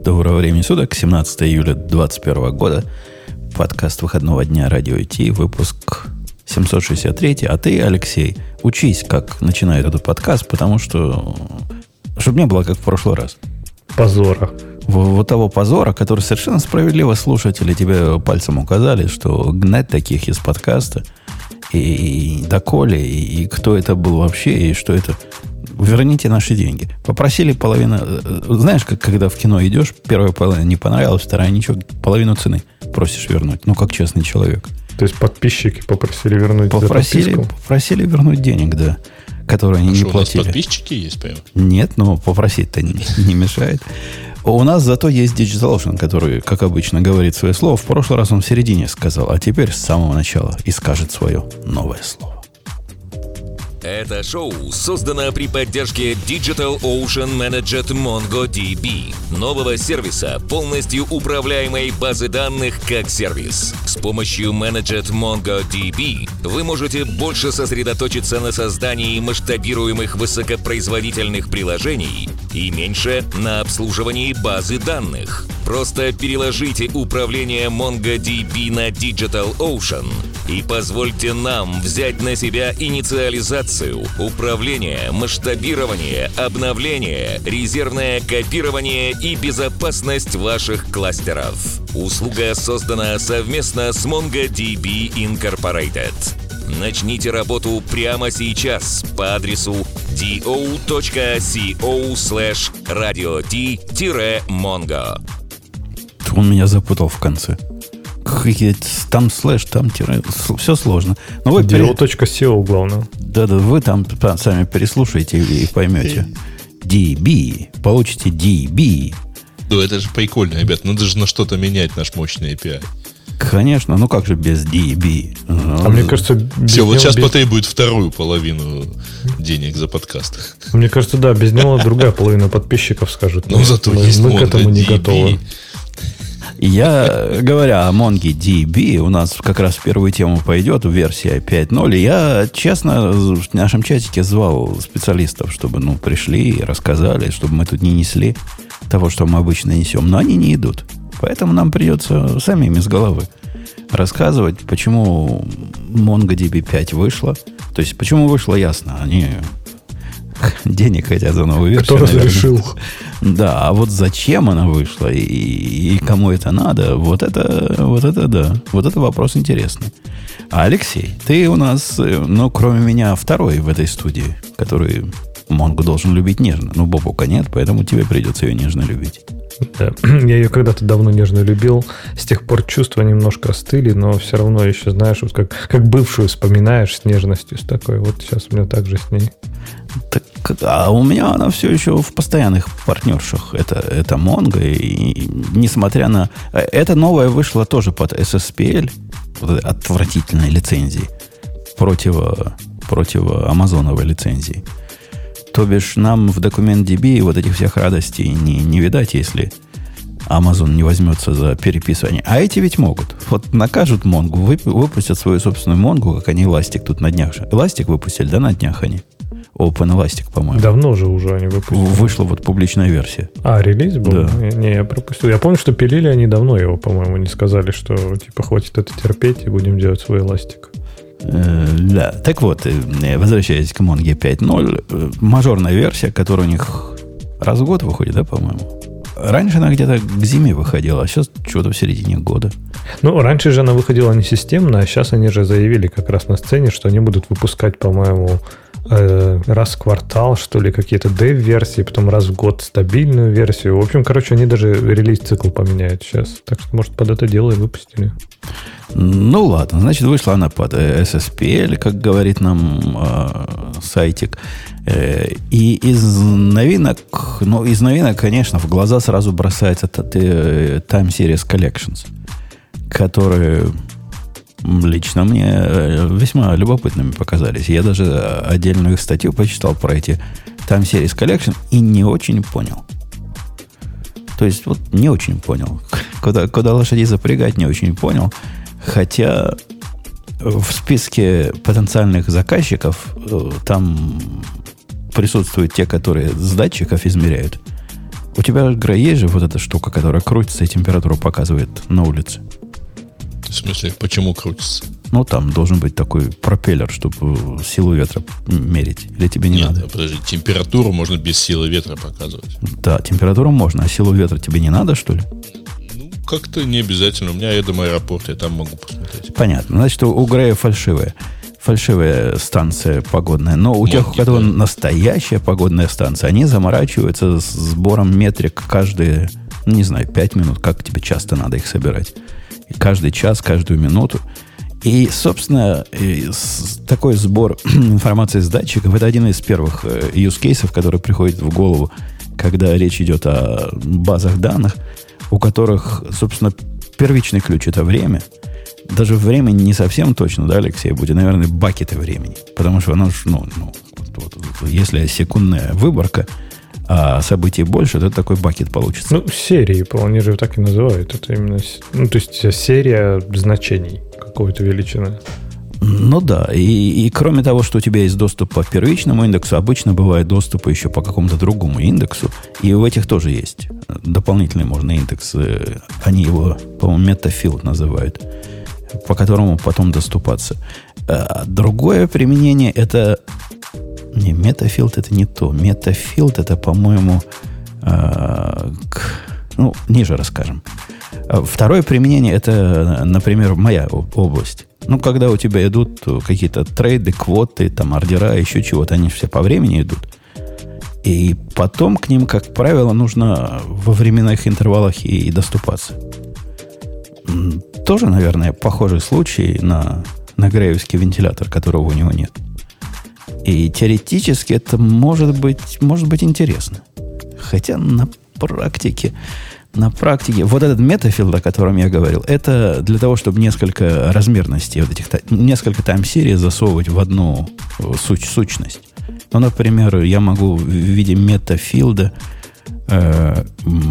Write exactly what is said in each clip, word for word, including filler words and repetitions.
Доброго времени суток, семнадцатого июля двадцать первого года. Подкаст выходного дня Радио ИТ, выпуск семьсот шестьдесят три. А ты, Алексей, учись, как начинает этот подкаст, потому что, чтобы не было как в прошлый раз. Позора. Вот того позора, который совершенно справедливо слушатели тебе пальцем указали, что гнать таких из подкаста, и, и доколе, и, и кто это был вообще, и что это... Верните наши деньги. Попросили половину... Знаешь, как когда в кино идешь, первая половина не понравилась, вторая ничего, половину цены просишь вернуть. Ну, как честный человек. То есть подписчики попросили вернуть попросили, попросили вернуть денег, да, которые они а не что, платили. У нас подписчики есть, прямо? Нет, но попросить-то не, не мешает. У нас зато есть DigitalOcean, который, как обычно, говорит свое слово. В прошлый раз он в середине сказал, а теперь с самого начала и скажет свое новое слово. Это шоу создано при поддержке DigitalOcean Managed MongoDB, нового сервиса, полностью управляемой базы данных как сервис. С помощью Managed MongoDB вы можете больше сосредоточиться на создании масштабируемых высокопроизводительных приложений и меньше на обслуживании базы данных. Просто переложите управление MongoDB на DigitalOcean и позвольте нам взять на себя инициализацию, управление, масштабирование, обновление, резервное копирование и безопасность ваших кластеров. Услуга создана совместно с MongoDB Incorporated. Начните работу прямо сейчас по адресу do.co слэш radio-t-mongo. Он меня запутал в конце. Там слэш, там тире, все сложно. Но вы do.co главное. Да-да, вы там сами переслушаете и поймете. ди би. Получите ди би. Ну, это же прикольно, ребят. Надо же на что-то менять наш мощный эй пи ай. Конечно, ну как же без ди би? А ну, мне кажется... Все, вот сейчас без... потребует вторую половину денег за подкаст. Мне кажется, да, без него другая половина подписчиков скажет. Но зато есть мы к этому не готовы. Я, говоря о MongoDB, у нас как раз в первую тему пойдет версия пять ноль. И я, честно, в нашем чатике звал специалистов, чтобы ну, пришли и рассказали, чтобы мы тут не несли того, что мы обычно несем. Но они не идут. Поэтому нам придется самим из головы рассказывать, почему MongoDB пять вышла. То есть, почему вышло, ясно. Они денег хотят за новую версию. Кто разрешил. Да, а вот зачем она вышла и, и кому это надо, вот это, вот это да. Вот это вопрос интересный. А Алексей, ты у нас, ну, кроме меня, второй в этой студии, который Монгу должен любить нежно. Ну, Бобука нет, поэтому тебе придется ее нежно любить. Да. Я ее когда-то давно нежно любил. С тех пор чувства немножко остыли, но все равно еще, знаешь, вот как, как бывшую вспоминаешь с нежностью, с такой. Вот сейчас у меня так же с ней. Так, а у меня она все еще в постоянных партнершах. Это, это Mongo. И, и несмотря на... Это новое вышло тоже под эс эс пи эл, вот отвратительной лицензии, против, против амазоновой лицензии. То бишь, нам в DocumentDB вот этих всех радостей не, не видать, если Amazon не возьмется за переписывание. А эти ведь могут. Вот накажут Монгу, выпустят свою собственную Монгу, как они Elastic тут на днях. Elastic выпустили, да, на днях они? OpenElastic, по-моему. Давно же уже они выпустили. Вышла вот публичная версия. А, релиз был? Да. Не, я пропустил. Я помню, что пилили они давно его, по-моему, не сказали, что типа хватит это терпеть и будем делать свой Elastic. Да, так вот, возвращаясь к Mongo пять ноль, мажорная версия, которая у них раз в год выходит, да, по-моему? Раньше она где-то к зиме выходила, а сейчас что-то в середине года. Ну, раньше же она выходила не системно, а сейчас они же заявили как раз на сцене, что они будут выпускать, по-моему, раз в квартал, что ли, какие-то dev-версии, потом раз в год стабильную версию. В общем, короче, они даже релиз-цикл поменяют сейчас. Так что, может, под это дело и выпустили. Ну, ладно. Значит, вышла она под эс эс пи эл, как говорит нам э, сайтик. Э, и из новинок, ну, из новинок, конечно, в глаза сразу бросается Time Series Collections, которые... лично мне весьма любопытными показались. Я даже отдельную их статью почитал про эти Time Series Collection и не очень понял. То есть, вот не очень понял. Куда, куда лошадей запрягать, не очень понял. Хотя в списке потенциальных заказчиков там присутствуют те, которые с датчиков измеряют У тебя, Грей, есть же вот эта штука, которая крутится и температуру показывает на улице? В смысле, почему крутится? Ну, там должен быть такой пропеллер, чтобы силу ветра мерить. Или тебе не Нет, надо? подожди, температуру можно без силы ветра показывать. Да, температуру можно, а силу ветра тебе не надо, что ли? Ну, как-то не обязательно. У меня рядом аэропорт, я там могу посмотреть. Понятно. Значит, у Грея фальшивая. Фальшивая станция погодная. Но у тех, у кого настоящая погодная станция, они заморачиваются с сбором метрик каждые, ну, не знаю, пять минут. Как тебе часто надо их собирать? И каждый час, каждую минуту. И, собственно, такой сбор информации с датчиков – это один из первых use cases, который приходит в голову, когда речь идет о базах данных, у которых, собственно, первичный ключ – это время. Даже время не совсем точно, да, Алексей, будет, наверное, бакеты времени. Потому что оно, ну, ну вот, вот, если секундная выборка, а событий больше, то такой бакет получится. Ну, серии, они же так и называют. Это именно, ну, то есть серия значений какой-то величины. Ну да, и, и кроме того, что у тебя есть доступ по первичному индексу, обычно бывает доступ еще по какому-то другому индексу, и у этих тоже есть дополнительный можно индекс, они его, по-моему, метафилд называют, по которому потом доступаться. А другое применение это... Не, метафилд это не то. Метафилд это, по-моему, э, к, ну, ниже расскажем. Второе применение это, например, моя область. Ну, когда у тебя идут какие-то трейды, квоты, там, ордера, еще чего-то, они все по времени идут. И потом к ним, как правило, нужно во временных интервалах и, и доступаться. Тоже, наверное, похожий случай на, на греевский вентилятор, которого у него нет. И теоретически это может быть, может быть интересно. Хотя на практике, на практике, вот этот метафилд, о котором я говорил, это для того, чтобы несколько размерностей, вот этих, несколько тайм-серий засовывать в одну суч, сущность. Ну, например, я могу в виде метафилда э,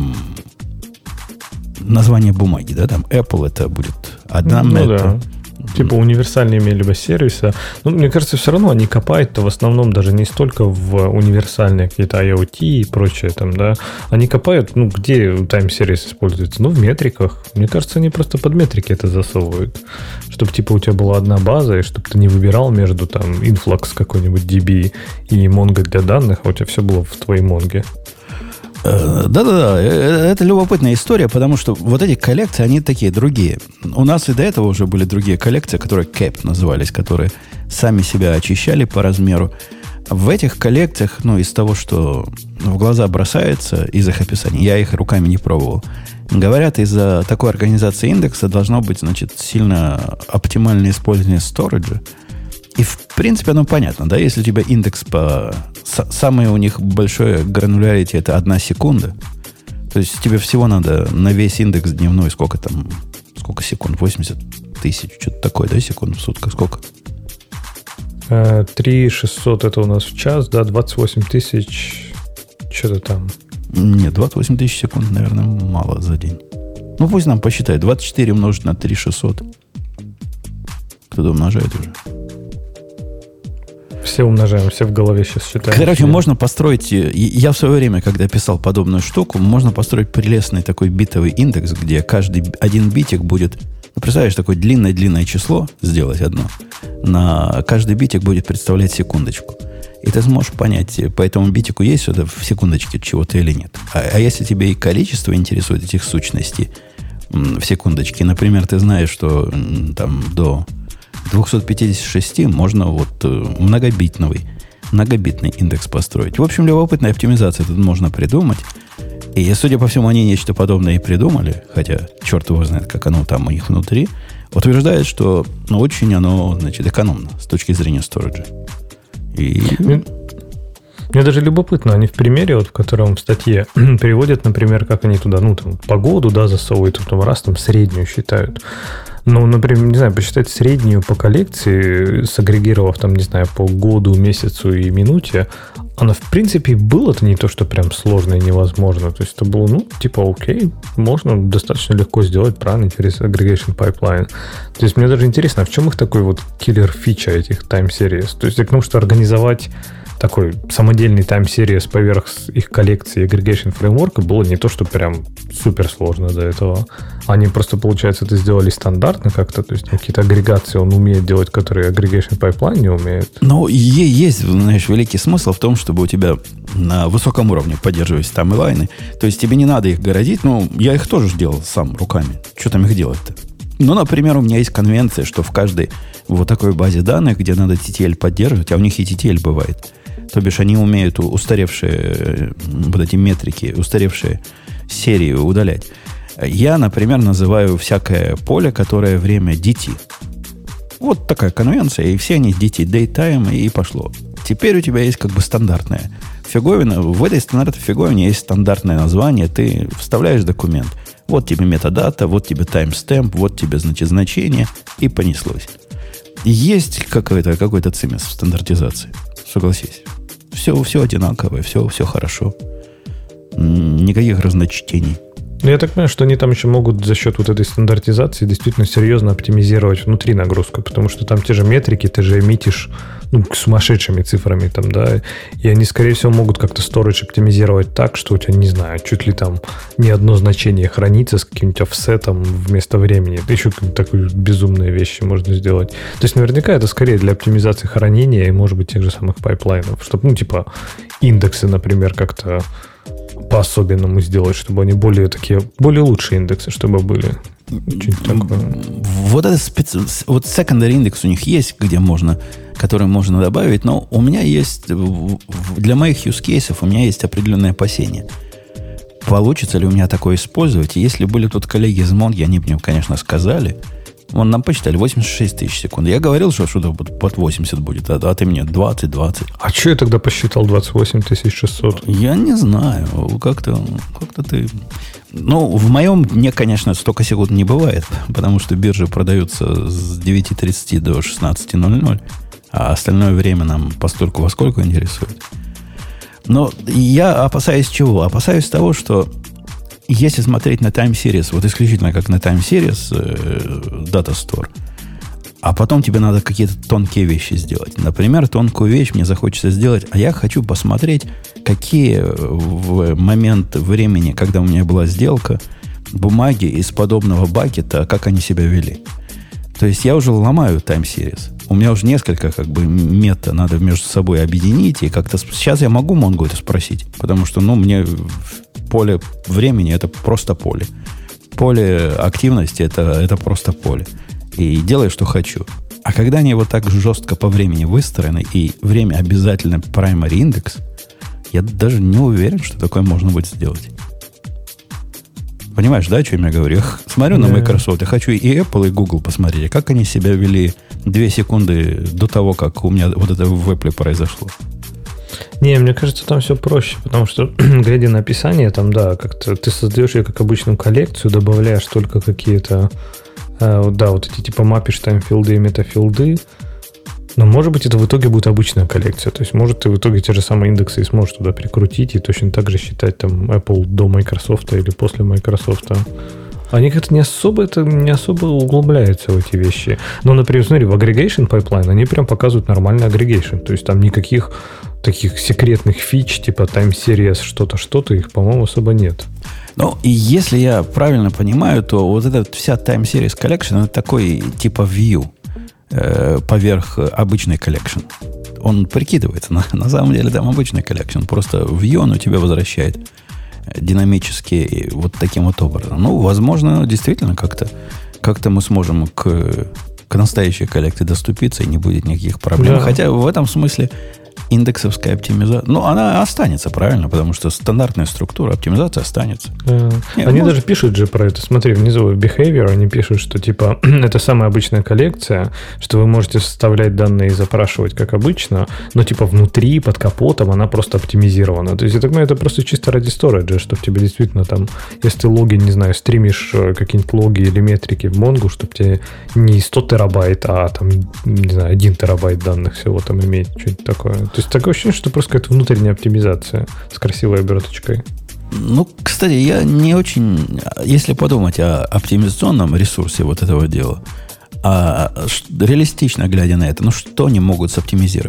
название бумаги, да, там Apple это будет одна ну, мета. Да. Типа универсальные либо сервисы. Ну, мне кажется, все равно они копают-то в основном даже не столько в универсальные какие-то IoT и прочее там, да. Они копают, ну, где тайм-сервис используется? Ну, в метриках. Мне кажется, они просто под метрики это засовывают. Чтобы, типа, у тебя была одна база, и чтобы ты не выбирал между, там, Influx какой-нибудь ди би и Mongo для данных, а у тебя все было в твоей Mongo. Да-да-да, это любопытная история, потому что вот эти коллекции, они такие другие. У нас и до этого уже были другие коллекции, которые кэп назывались, которые сами себя очищали по размеру. В этих коллекциях, ну, из того, что в глаза бросается, из их описаний, я их руками не пробовал, говорят, из-за такой организации индекса должно быть, значит, сильно оптимальное использование сториджа. И, в принципе, оно понятно, да, если у тебя индекс по... Самое у них большое гранулярити это одна секунда. То есть тебе всего надо на весь индекс дневной, сколько там, сколько секунд? восемьдесят тысяч, что-то такое, да, секунд в сутках, сколько? три шестьсот это у нас в час, да, двадцать восемь тысяч, что-то там. Нет, двадцать восемь тысяч секунд, наверное, мало за день. Ну, пусть нам посчитает. двадцать четыре умножить на три шестьсот. Кто-то умножает уже. Все умножаем, все в голове сейчас считаем. Короче, можно построить... Я в свое время, когда писал подобную штуку, можно построить прелестный такой битовый индекс, где каждый один битик будет... Ну, представляешь, такое длинное-длинное число сделать одно. На каждый битик будет представлять секундочку. И ты сможешь понять, по этому битику есть сюда в секундочке чего-то или нет. А, а если тебе и количество интересует этих сущностей в секундочке, например, ты знаешь, что там до... двести пятьдесят шесть можно вот многобитный, многобитный индекс построить. В общем, любопытная оптимизация тут можно придумать. И, судя по всему, они нечто подобное и придумали, хотя черт его знает, как оно там у них внутри, утверждает, что ну, очень оно, значит, экономно с точки зрения сториджа. И... Мне, мне даже любопытно, они в примере, вот, в котором в статье приводят, например, как они туда, ну, там, погоду, да, засовывают, потом раз там среднюю считают. Ну, например, не знаю, посчитать среднюю по коллекции, сагрегировав там, не знаю, по году, месяцу и минуте, она, в принципе, было-то не то, что прям сложно и невозможно. То есть это было, ну, типа, окей, можно достаточно легко сделать правильно через aggregation pipeline. То есть мне даже интересно, а в чем их такой вот киллер-фича этих time series? То есть, потому что организовать такой самодельный time-series поверх их коллекции aggregation фреймворка было не то, что прям супер сложно до этого. Они просто, получается, это сделали стандартно как-то, то есть какие-то агрегации он умеет делать, которые aggregation pipeline не умеет. Ну, есть, знаешь, великий смысл в том, чтобы у тебя на высоком уровне поддерживались таймлайны. То есть тебе не надо их городить, ну, я их тоже делал сам руками. Что там их делать-то? Ну, например, у меня есть конвенция, что в каждой вот такой базе данных, где надо ти ти эл поддерживать, а у них и ти ти эл бывает. То бишь они умеют устаревшие вот эти метрики, устаревшие серии удалять. Я, например, называю всякое поле, которое время ди ти. Вот такая конвенция, и все они ди ти, daytime, и пошло. Теперь у тебя есть как бы стандартная фиговина. В этой стандартной фиговине есть стандартное название. Ты вставляешь документ. Вот тебе метадата, вот тебе таймстемп, вот тебе, значит, значение, и понеслось. Есть какой-то, какой-то цимес в стандартизации. Согласись. Все, все одинаковое, все, все хорошо. Никаких разночтений. Ну, я так понимаю, что они там еще могут за счет вот этой стандартизации действительно серьезно оптимизировать внутри нагрузку, потому что там те же метрики ты же эмитишь, ну, сумасшедшими цифрами там, да, и они, скорее всего, могут как-то storage оптимизировать так, что у тебя, не знаю, чуть ли там не одно значение хранится с каким-нибудь офсетом вместо времени. Это еще такие безумные вещи можно сделать. То есть, наверняка, это скорее для оптимизации хранения и, может быть, тех же самых пайплайнов, чтобы, ну, типа, индексы, например, как-то по-особенному сделать, чтобы они более такие, более лучшие индексы, чтобы были. Вот этот специ... вот secondary индекс у них есть, где можно, который можно добавить, но у меня есть, для моих use cases у меня есть определенные опасения. Получится ли у меня такое использовать? И если были тут коллеги из Mongo, они мне, конечно, сказали, вон нам посчитали восемьдесят шесть тысяч секунд. Я говорил, что что-то под восемьдесят будет, а, а ты мне двадцать двадцать. А что я тогда посчитал двадцать восемь тысяч шестьсот? Я не знаю. Как-то, как-то ты... Ну, в моем дне, конечно, столько секунд не бывает, потому что биржи продаются с девяти тридцати до шестнадцати ноль ноль, а остальное время нам постольку во сколько интересует. Но я опасаюсь чего? Опасаюсь того, что если смотреть на time series, вот исключительно как на time series э, Data Store, а потом тебе надо какие-то тонкие вещи сделать. Например, тонкую вещь мне захочется сделать, а я хочу посмотреть, какие в момент времени, когда у меня была сделка, бумаги из подобного бакета, как они себя вели. То есть я уже ломаю time series. У меня уже несколько как бы мета надо между собой объединить, и как-то сейчас я могу Mongo это спросить, потому что, ну, мне поле времени это просто поле. Поле активности это, это просто поле. И делаю, что хочу. А когда они вот так жестко по времени выстроены, и время обязательно primary индекс, я даже не уверен, что такое можно будет сделать. Понимаешь, да, о чем я говорю? Я смотрю yeah. на Microsoft, я хочу и Apple, и Google посмотреть, как они себя вели две секунды до того, как у меня вот это в Apple произошло. Не, мне кажется, там все проще, потому что, глядя на описание, там, да, как-то ты создаешь ее как обычную коллекцию, добавляешь только какие-то, э, да, вот эти типа мапишь таймфилды и метафилды, но, может быть, это в итоге будет обычная коллекция, то есть, может, ты в итоге те же самые индексы и сможешь туда прикрутить и точно так же считать там Apple до Microsoft или после Microsoft. Они как-то не особо, это не особо углубляются в эти вещи. Но, например, смотри, в aggregation pipeline они прям показывают нормальный aggregation. То есть там никаких таких секретных фич, типа time series, что-то, что-то, их, по-моему, особо нет. Ну, и если я правильно понимаю, то вот эта вся time series collection, это такой типа view э, поверх обычной collection. Он прикидывается. На, на самом деле там обычный collection. Просто view он у тебя возвращает динамически вот таким вот образом. Ну, возможно, действительно как-то, как-то мы сможем к, к настоящей коллекции доступиться, и не будет никаких проблем. Да. Хотя в этом смысле индексовская оптимизация, ну, она останется, правильно, потому что стандартная структура, оптимизация останется. Да. Не, они может... даже пишут же про это. Смотри, внизу в Behavior они пишут, что типа это самая обычная коллекция, что вы можете вставлять данные и запрашивать как обычно, но типа внутри, под капотом она просто оптимизирована. То есть я так понимаю, это просто чисто ради сториджа, что в тебе действительно там, если ты логи, не знаю, стримишь какие-нибудь логи или метрики в Mongo, чтобы тебе не сто терабайт, а там, не знаю, один терабайт данных всего там иметь, что-нибудь такое. То есть такое ощущение, что просто какая-то внутренняя оптимизация с красивой оберточкой. Ну, кстати, я не очень... Если подумать о оптимизационном ресурсе вот этого дела, а реалистично глядя на это, ну что они могут соптимизировать?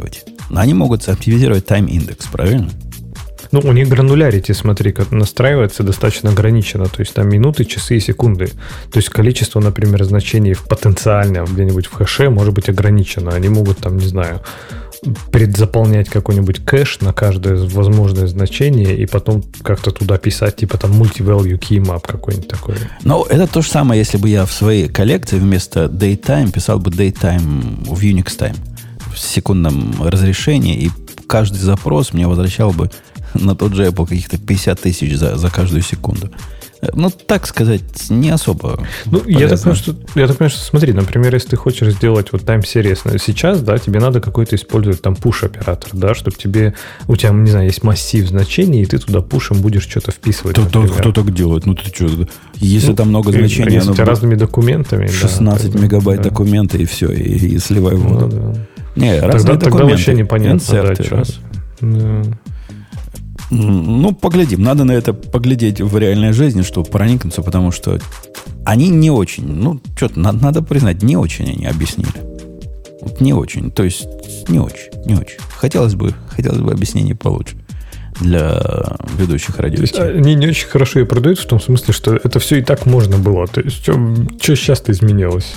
Но они могут оптимизировать тайм-индекс, правильно? Ну, у них гранулярити, смотри, как настраивается достаточно ограничено. То есть там минуты, часы и секунды. То есть количество, например, значений в потенциально где-нибудь в хэше может быть ограничено. Они могут там, не знаю, предзаполнять какой-нибудь кэш на каждое возможное значение и потом как-то туда писать, типа там multi-value keymap какой-нибудь такой. Ну, это то же самое, если бы я в своей коллекции вместо datetime писал бы datetime в Unix time в секундном разрешении, и каждый запрос мне возвращал бы на тот же Apple каких-то пятьдесят тысяч за, за каждую секунду. Ну, так сказать, не особо. Ну, я так, понимаю, что, я так понимаю, что смотри, например, если ты хочешь сделать вот time series сейчас, да, тебе надо какой-то использовать там push-оператор, да, чтобы тебе, у тебя, не знаю, есть массив значений, и ты туда пушем будешь что-то вписывать. Кто, кто так делает? Ну, ты что? Если ну, там много значений... Если у тебя разными документами... шестнадцать да, мегабайт да. документа, и все, и, и сливай воду. Ну, да. Не, тогда, тогда вообще непонятно. Да, раз. Да. Ну, поглядим. Надо на это поглядеть в реальной жизни, чтобы проникнуться, потому что они не очень, ну, что-то надо, надо признать, не очень они объяснили. Вот не очень. То есть, не очень, не очень. Хотелось бы, хотелось бы объяснений получше для ведущих радиосетей. Они не очень хорошо и продают в том смысле, что это все и так можно было. То есть, что, что сейчас-то изменилось?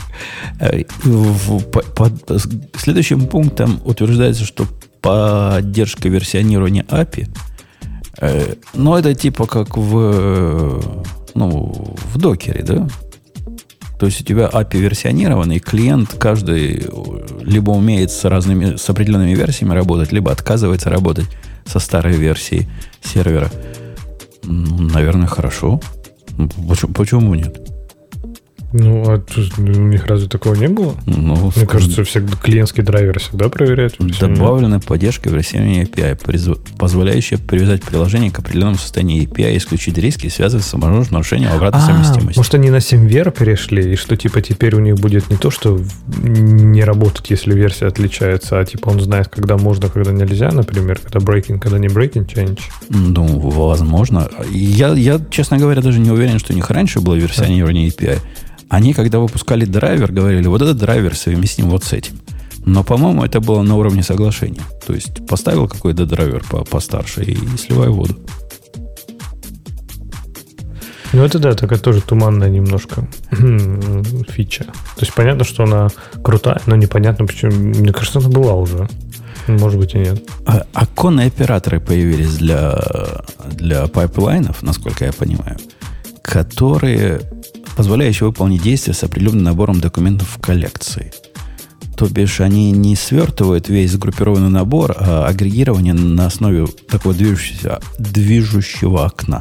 Под следующим пунктом утверждается, что поддержка версионирования эй пи ай, ну, это типа как в, ну, в докере, да? То есть у тебя эй пи ай версионированный, клиент каждый либо умеет с разными, с определенными версиями работать, либо отказывается работать со старой версией сервера. Ну, наверное, хорошо. Почему, почему нет? Ну, а у них разве такого не было? Ну, Мне скажем, кажется, все клиентские драйверы всегда проверяют. Добавлена поддержка версионирования эй пи ай, позволяющая привязать приложение к определенному состоянию эй пи ай и исключить риски, связанные с возможным нарушением обратной а, совместимости. Может, они на семь-вер перешли, и что типа теперь у них будет не то, что не работать, если версия отличается, а типа он знает, когда можно, когда нельзя, например, когда breaking, когда не breaking change? Ну, возможно. Я, я, честно говоря, даже не уверен, что у них раньше было версионирование эй пи ай. Они, когда выпускали драйвер, говорили, вот этот драйвер совместим вот с этим. Но, по-моему, это было на уровне соглашения. То есть, поставил какой-то драйвер постарше и, и сливай воду. Ну, это да, такая тоже туманная немножко фича. То есть, понятно, что она крутая, но непонятно, почему. Мне кажется, она была уже. Может быть, и нет. А, оконные операторы появились для, для пайплайнов, насколько я понимаю, которые... позволяющие выполнить действия с определенным набором документов в коллекции. То бишь, они не свертывают весь сгруппированный набор, а агрегирование на основе такого движущегося, движущего окна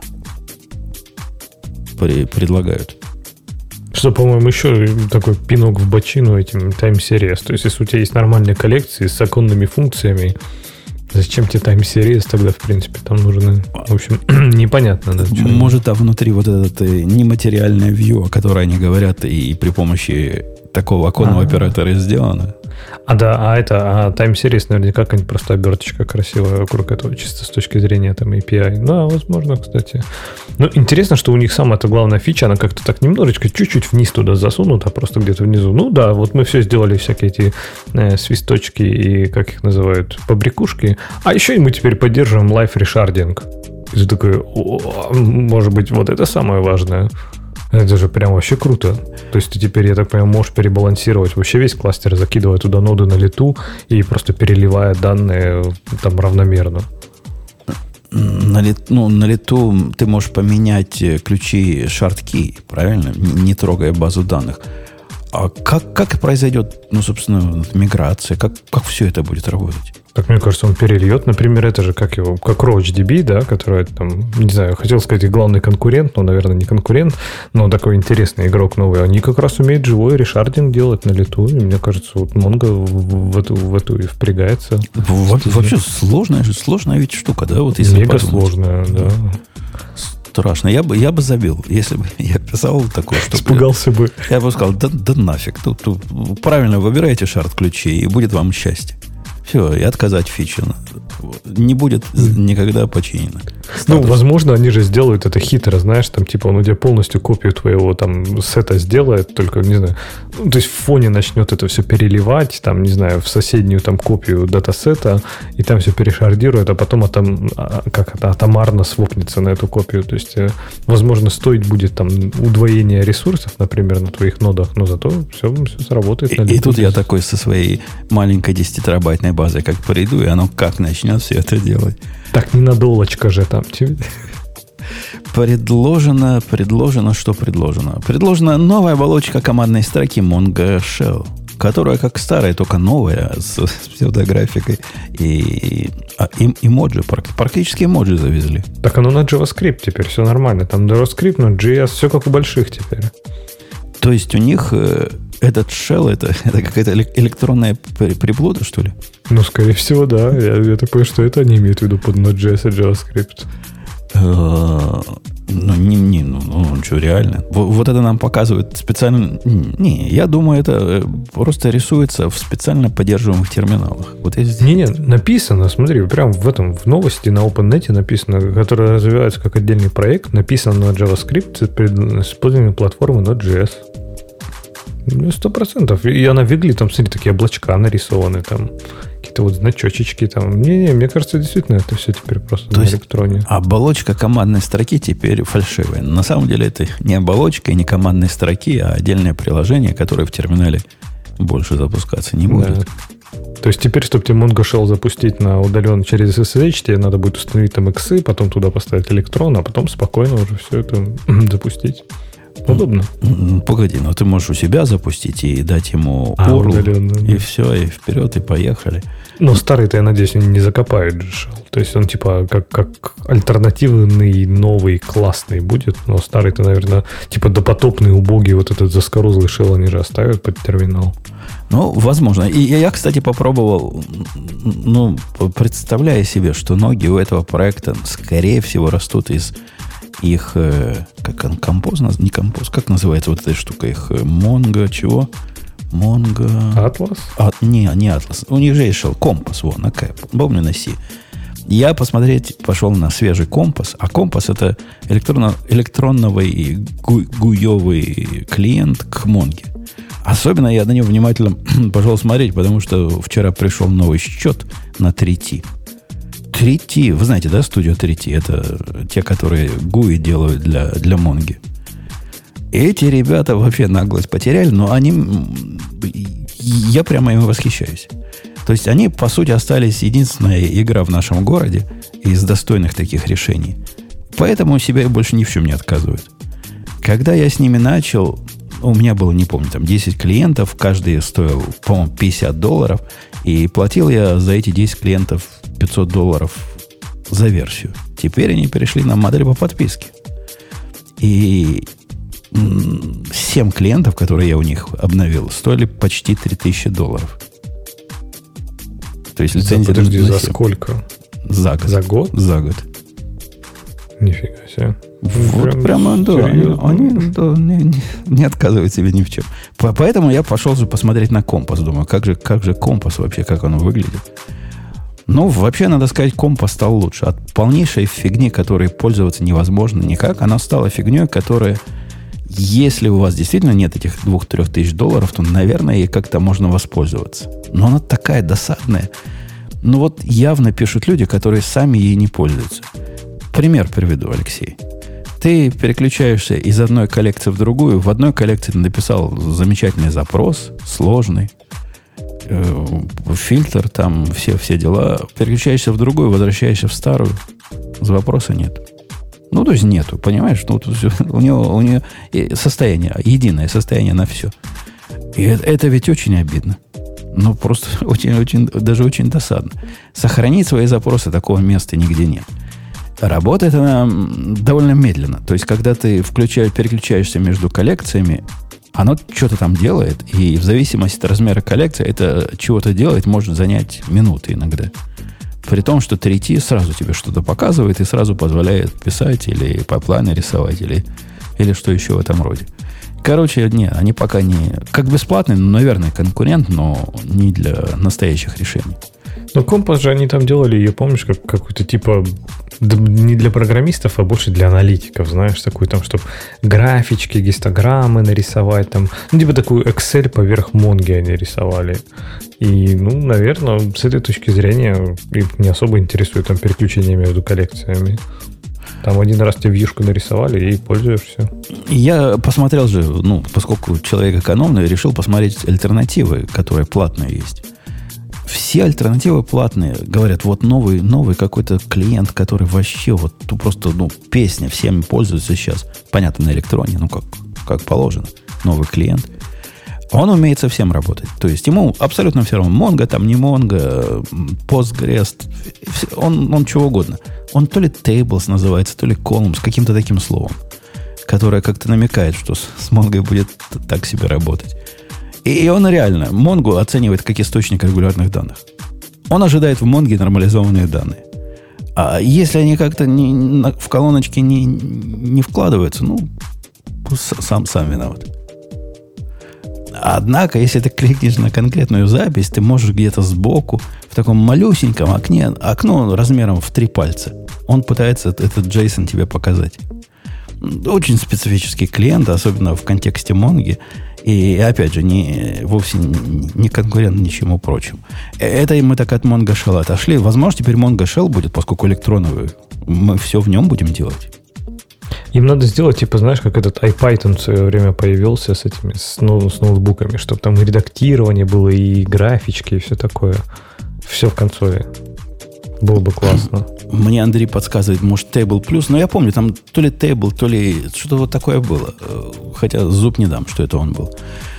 При, предлагают. Что, по-моему, еще такой пинок в бочину этим time series. То есть, если у тебя есть нормальные коллекции с оконными функциями, зачем тебе time series тогда, в принципе, там нужны? В общем, непонятно. Да, может, а внутри вот этот нематериальное view, о которой они говорят, и при помощи такого оконного А-а-а. оператора сделано. А да, а это, а time series наверняка какая-нибудь просто оберточка красивая вокруг этого, чисто с точки зрения там эй пи ай. Да, возможно, кстати. Ну, интересно, что у них самая эта главная фича, она как-то так немножечко, чуть-чуть вниз туда засунута, просто где-то внизу. Ну да, вот мы все сделали, всякие эти э, свисточки и, как их называют, побрякушки. А еще и мы теперь поддерживаем live resharding. И ты такой, может быть, вот это самое важное. Это же прям вообще круто. То есть ты теперь, я так понимаю, можешь перебалансировать вообще весь кластер, закидывая туда ноды на лету и просто переливая данные там равномерно. На, лет, ну, на лету ты можешь поменять ключи шарт-ки, правильно? Не, не трогая базу данных. А как, как произойдет, ну, собственно, миграция? Как, как все это будет работать? Так, мне кажется, он перельет. Например, это же как его, как RouchDB, да, который там, не знаю, хотел сказать, главный конкурент, но, наверное, не конкурент, но такой интересный игрок новый. Они как раз умеют живой решардинг делать на лету. И мне кажется, вот Mongo в, в, эту, в эту и впрягается. Во- вообще сложная, сложная ведь штука, да? Вот если Мега сложная, да. Страшно. Я бы, я бы забил, если бы я писал такое, что... Испугался бы. Я бы сказал, да, да нафиг. Тут, тут правильно выбирайте шарт ключей, и будет вам счастье. Все, и отказать фичу. не будет никогда починено. Ну, возможно, они же сделают это хитро, знаешь, там, типа, он у тебя полностью копию твоего там сета сделает, только, не знаю, ну, то есть в фоне начнет это все переливать, там, не знаю, в соседнюю там копию датасета, и там все перешардирует, а потом атом, как это, атомарно свопнется на эту копию. То есть, возможно, стоить будет там удвоение ресурсов, например, на твоих нодах, но зато все, все сработает. И, и тут я такой со своей маленькой десятитерабайтной базой как приду, и оно как начнет все это делать. Так не надолочка же там. Предложено, предложено, что предложено? Предложена новая оболочка командной строки Mongo Shell, которая как старая, только новая, с, с псевдографикой и, и эмоджи, практически эмоджи завезли. Так оно на JavaScript теперь, все нормально. Там JavaScript, но джей эс, все как у больших теперь. То есть у них э, этот shell, это, это какая-то электронная приблуда, что ли? Ну, скорее всего, да. Я, я такой, что это они имеют в виду под Node.js и JavaScript. Ну, не, не, ну, ну, что, реально. Вот, вот это нам показывают специально... Не, я думаю, это просто рисуется в специально поддерживаемых терминалах. Вот если... Не-не, написано, смотри, прям в этом, в новости на OpenNet написано, которая развивается как отдельный проект, написано на JavaScript с использованием платформы Node.js. Сто процентов. И она выглядит, там, смотри, такие облачка нарисованы, там, какие-то вот значочечки там. Не-не, мне кажется, действительно, это все теперь просто То на есть электроне. Оболочка командной строки теперь фальшивая. На самом деле это не оболочка и не командной строки, а отдельное приложение, которое в терминале больше запускаться не будет. Да. То есть теперь, чтобы тебе Mongo Shell запустить на удаленно через эс эс эйч, тебе надо будет установить там иксы, потом туда поставить электрон, а потом спокойно уже все это запустить. Удобно. Погоди, но ты можешь у себя запустить и дать ему а, урл, удаленно, и да. все, и вперед, и поехали. Но старый-то, я надеюсь, не закопают Shell. То есть он типа как, как альтернативный, новый, классный будет. Но старый-то, наверное, типа допотопный, убогий вот этот заскорузлый Shell они же оставят под терминал. Ну, возможно. И я, кстати, попробовал, ну, представляя себе, что ноги у этого проекта, скорее всего, растут из их, как он, композ, не композ, как называется вот эта штука, их Mongo, чего? Mongo... Atlas? А, не, не Atlas. У них же есть Shell, компас, вон, на К, помню, на C. Я посмотреть пошел на свежий компас, а компас это электронно, электронновый гу, гуевый клиент к Монге. Особенно я на него внимательно пошел смотреть, потому что вчера пришел новый счет на три ти. три ти, вы знаете, да, студию три ти? Это те, которые гуи делают для, для Монги. Эти ребята вообще наглость потеряли, но они... Я прямо ими восхищаюсь. То есть они, по сути, остались единственная игра в нашем городе из достойных таких решений. Поэтому себя больше ни в чем не отказывают. Когда я с ними начал, у меня было, не помню, там десять клиентов, каждый стоил, по-моему, пятьдесят долларов, и платил я за эти десять клиентов пятьсот долларов за версию. Теперь они перешли на модель по подписке. И семь клиентов, которые я у них обновил, стоили почти три тысячи долларов. То есть лицензия... Подожди, за сколько? За год. За год? За год. Нифига себе. Вот прям прямо, да, они, они да, не, не, не отказывают себе ни в чем. Поэтому я пошел же посмотреть на компас. Думаю, как же, как же компас вообще, как он выглядит. Ну, вообще, надо сказать, компас стал лучше. От полнейшей фигни, которой пользоваться невозможно никак, она стала фигней, которая, если у вас действительно нет этих двух-трех тысяч долларов, то, наверное, ей как-то можно воспользоваться. Но она такая досадная. Ну, вот явно пишут люди, которые сами ей не пользуются. Пример приведу, Алексей. Ты переключаешься из одной коллекции в другую. В одной коллекции ты написал замечательный запрос, сложный, фильтр, там все, все дела. Переключаешься в другую, возвращаешься в старую. Вопроса нет. Ну, то есть нету, понимаешь? Ну, у него, у него состояние, единое состояние на все. И это, это ведь очень обидно. Ну, просто очень, очень, даже очень досадно. Сохранить свои запросы, такого места нигде нет. Работает она довольно медленно. То есть, когда ты включаешь, переключаешься между коллекциями, оно что-то там делает, и в зависимости от размера коллекции это чего-то делает может занять минуты иногда. При том, что три ти сразу тебе что-то показывает и сразу позволяет писать или по плану рисовать, или, или что еще в этом роде. Короче, нет, они пока не... Как бесплатный, ну, наверное, конкурент, но не для настоящих решений. Ну, компас же они там делали ее, помнишь, как какой-то типа не для программистов, а больше для аналитиков, знаешь, такой там, чтобы графички, гистограммы нарисовать там. Ну, типа такую Excel поверх Монги они рисовали. И, ну, наверное, с этой точки зрения их не особо интересует там переключение между коллекциями. Там один раз тебе вьюшку нарисовали и пользуешься. Я посмотрел же, ну, поскольку человек экономный, решил посмотреть альтернативы, которые платные есть. Все альтернативы платные. Говорят, вот новый, новый какой-то клиент, который вообще вот ну, просто, ну, песня, всеми пользуются сейчас. Понятно, на электроне, ну, как, как положено. Новый клиент. Он умеет со всем работать. То есть ему абсолютно все равно. Mongo, там не Mongo, Postgres, он, он чего угодно. Он то ли Tables называется, то ли Columns, каким-то таким словом, которое как-то намекает, что с, с Mongo будет так себе работать. И, и он реально, Mongo оценивает как источник регулярных данных. Он ожидает в Mongo нормализованные данные. А если они как-то не, в колоночки не, не вкладываются, ну, сам, сам виноват. Однако, если ты кликнешь на конкретную запись, ты можешь где-то сбоку, в таком малюсеньком окне, окно размером в три пальца, он пытается этот JSON тебе показать. Очень специфический клиент, особенно в контексте Mongo. И, опять же, не, вовсе не конкурент ничему прочему. Это мы так от Mongo Shell отошли. Возможно, теперь Mongo Shell будет, поскольку электроновый, мы все в нем будем делать. Им надо сделать, типа, знаешь, как этот IPython в свое время появился с этими, с, ноут, с ноутбуками, чтобы там и редактирование было, и графички, и все такое. Все в консоли. Было бы классно. Мне Андрей подсказывает, может, Table Plus, но я помню, там то ли Table, то ли что-то вот такое было. Хотя зуб не дам, что это он был.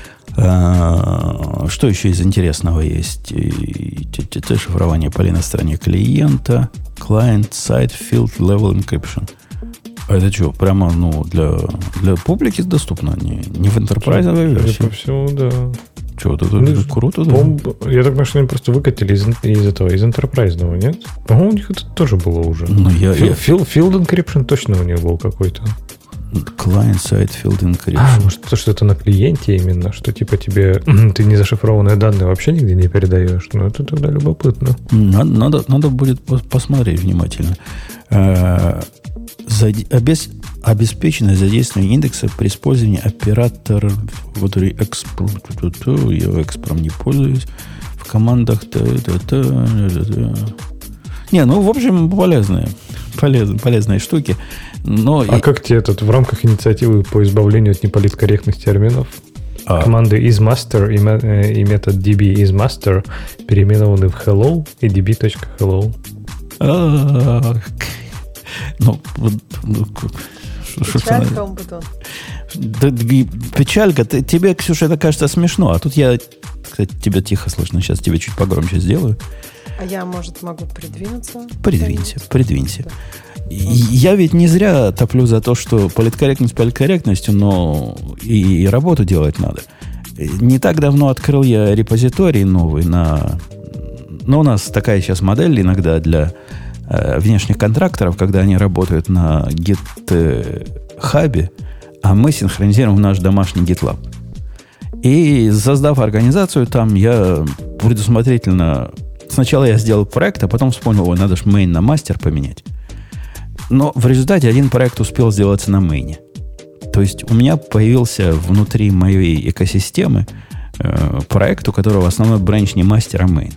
А, что еще из интересного есть? Шифрование полей на стороне клиента, Client, Side, Field, Level Encryption. А это что, прямо ну, для, для публики доступно? Не, не в энтерпрайзовой версии? По всему, да. Что, это, ну, это круто, да? Я так понимаю, что они просто выкатили из, из этого, из энтерпрайзного, нет? По-моему, у них это тоже было уже. Ну, я, Field, я... Field, Field Encryption точно у них был какой-то. Client-side Field Encryption. А, может, то, что это на клиенте именно, что типа тебе ты не зашифрованные данные вообще нигде не передаешь. Ну, это тогда любопытно. Надо, надо, надо будет посмотреть внимательно. Обез, обеспеченное задействование индекса при использовании оператора вот Express. Я Express не пользуюсь. В командах. Не, ну, в общем, полезные. Полезные, полезные штуки. Но а и... как тебе этот в рамках инициативы по избавлению от неполиткорректных терминов? А. Команды isMaster и, и метод db isMaster переименованы в hello и db.hello. А, ну, печалька, он потом. Печалька. Тебе, Ксюша, это кажется смешно. А тут я, кстати, тебя тихо слышно. Сейчас тебе чуть погромче сделаю. А я, может, могу придвинуться? Придвинься, придвинься. Да. Я ведь не зря топлю за то, что политкорректность политкорректностью, но и работу делать надо. Не так давно открыл я репозиторий новый на... Ну, у нас такая сейчас модель иногда для э, внешних контракторов, когда они работают на GitHub, а мы синхронизируем наш домашний GitLab. И создав организацию там, я предусмотрительно... Сначала я сделал проект, а потом вспомнил, ой, надо же main на мастер поменять. Но в результате один проект успел сделаться на мейне. То есть у меня появился внутри моей экосистемы э, проект, у которого основной бренч не мастер, а мейн.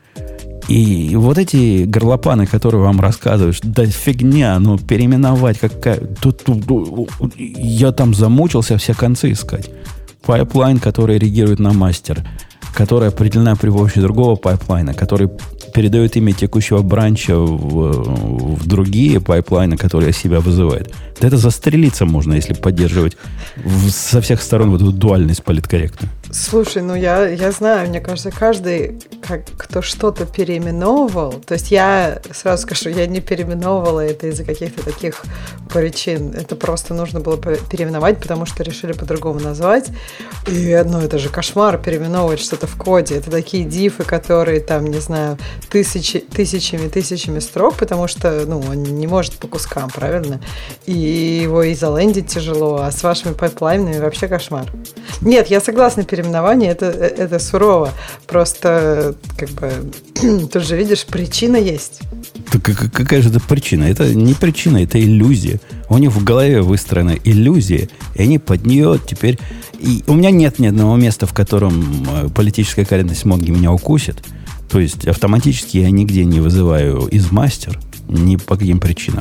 И вот эти горлопаны, которые вам рассказывают, да фигня, ну переименовать, какая... Тут, тут, тут, я там замучился все концы искать. Пайплайн, который реагирует на мастер, которая определена при помощи другого пайплайна, который передает имя текущего бранча в, в другие пайплайны, которые себя вызывают. Да это застрелиться можно, если поддерживать в, со всех сторон вот эту дуальность политкорректную. Слушай, ну я, я знаю, мне кажется, каждый, как, кто что-то переименовывал, то есть я сразу скажу, я не переименовывала это из-за каких-то таких причин. Это просто нужно было переименовать, потому что решили по-другому назвать. И, ну, это же кошмар переименовывать что-то в коде. Это такие дифы, которые там, не знаю, тысячи, тысячами, тысячами строк, потому что, ну, он не может по кускам, правильно? И его и залендить тяжело, а с вашими пайплайнами вообще кошмар. Нет, я согласна, переименование это, это сурово. Просто, как бы, тут же, видишь, причина есть. Так какая же это причина? Это не причина, это иллюзия. У них в голове выстроена иллюзия, и они под нее теперь... И у меня нет ни одного места, в котором политическая корректность Монги меня укусит. То есть автоматически я нигде не вызываю из мастер, ни по каким причинам.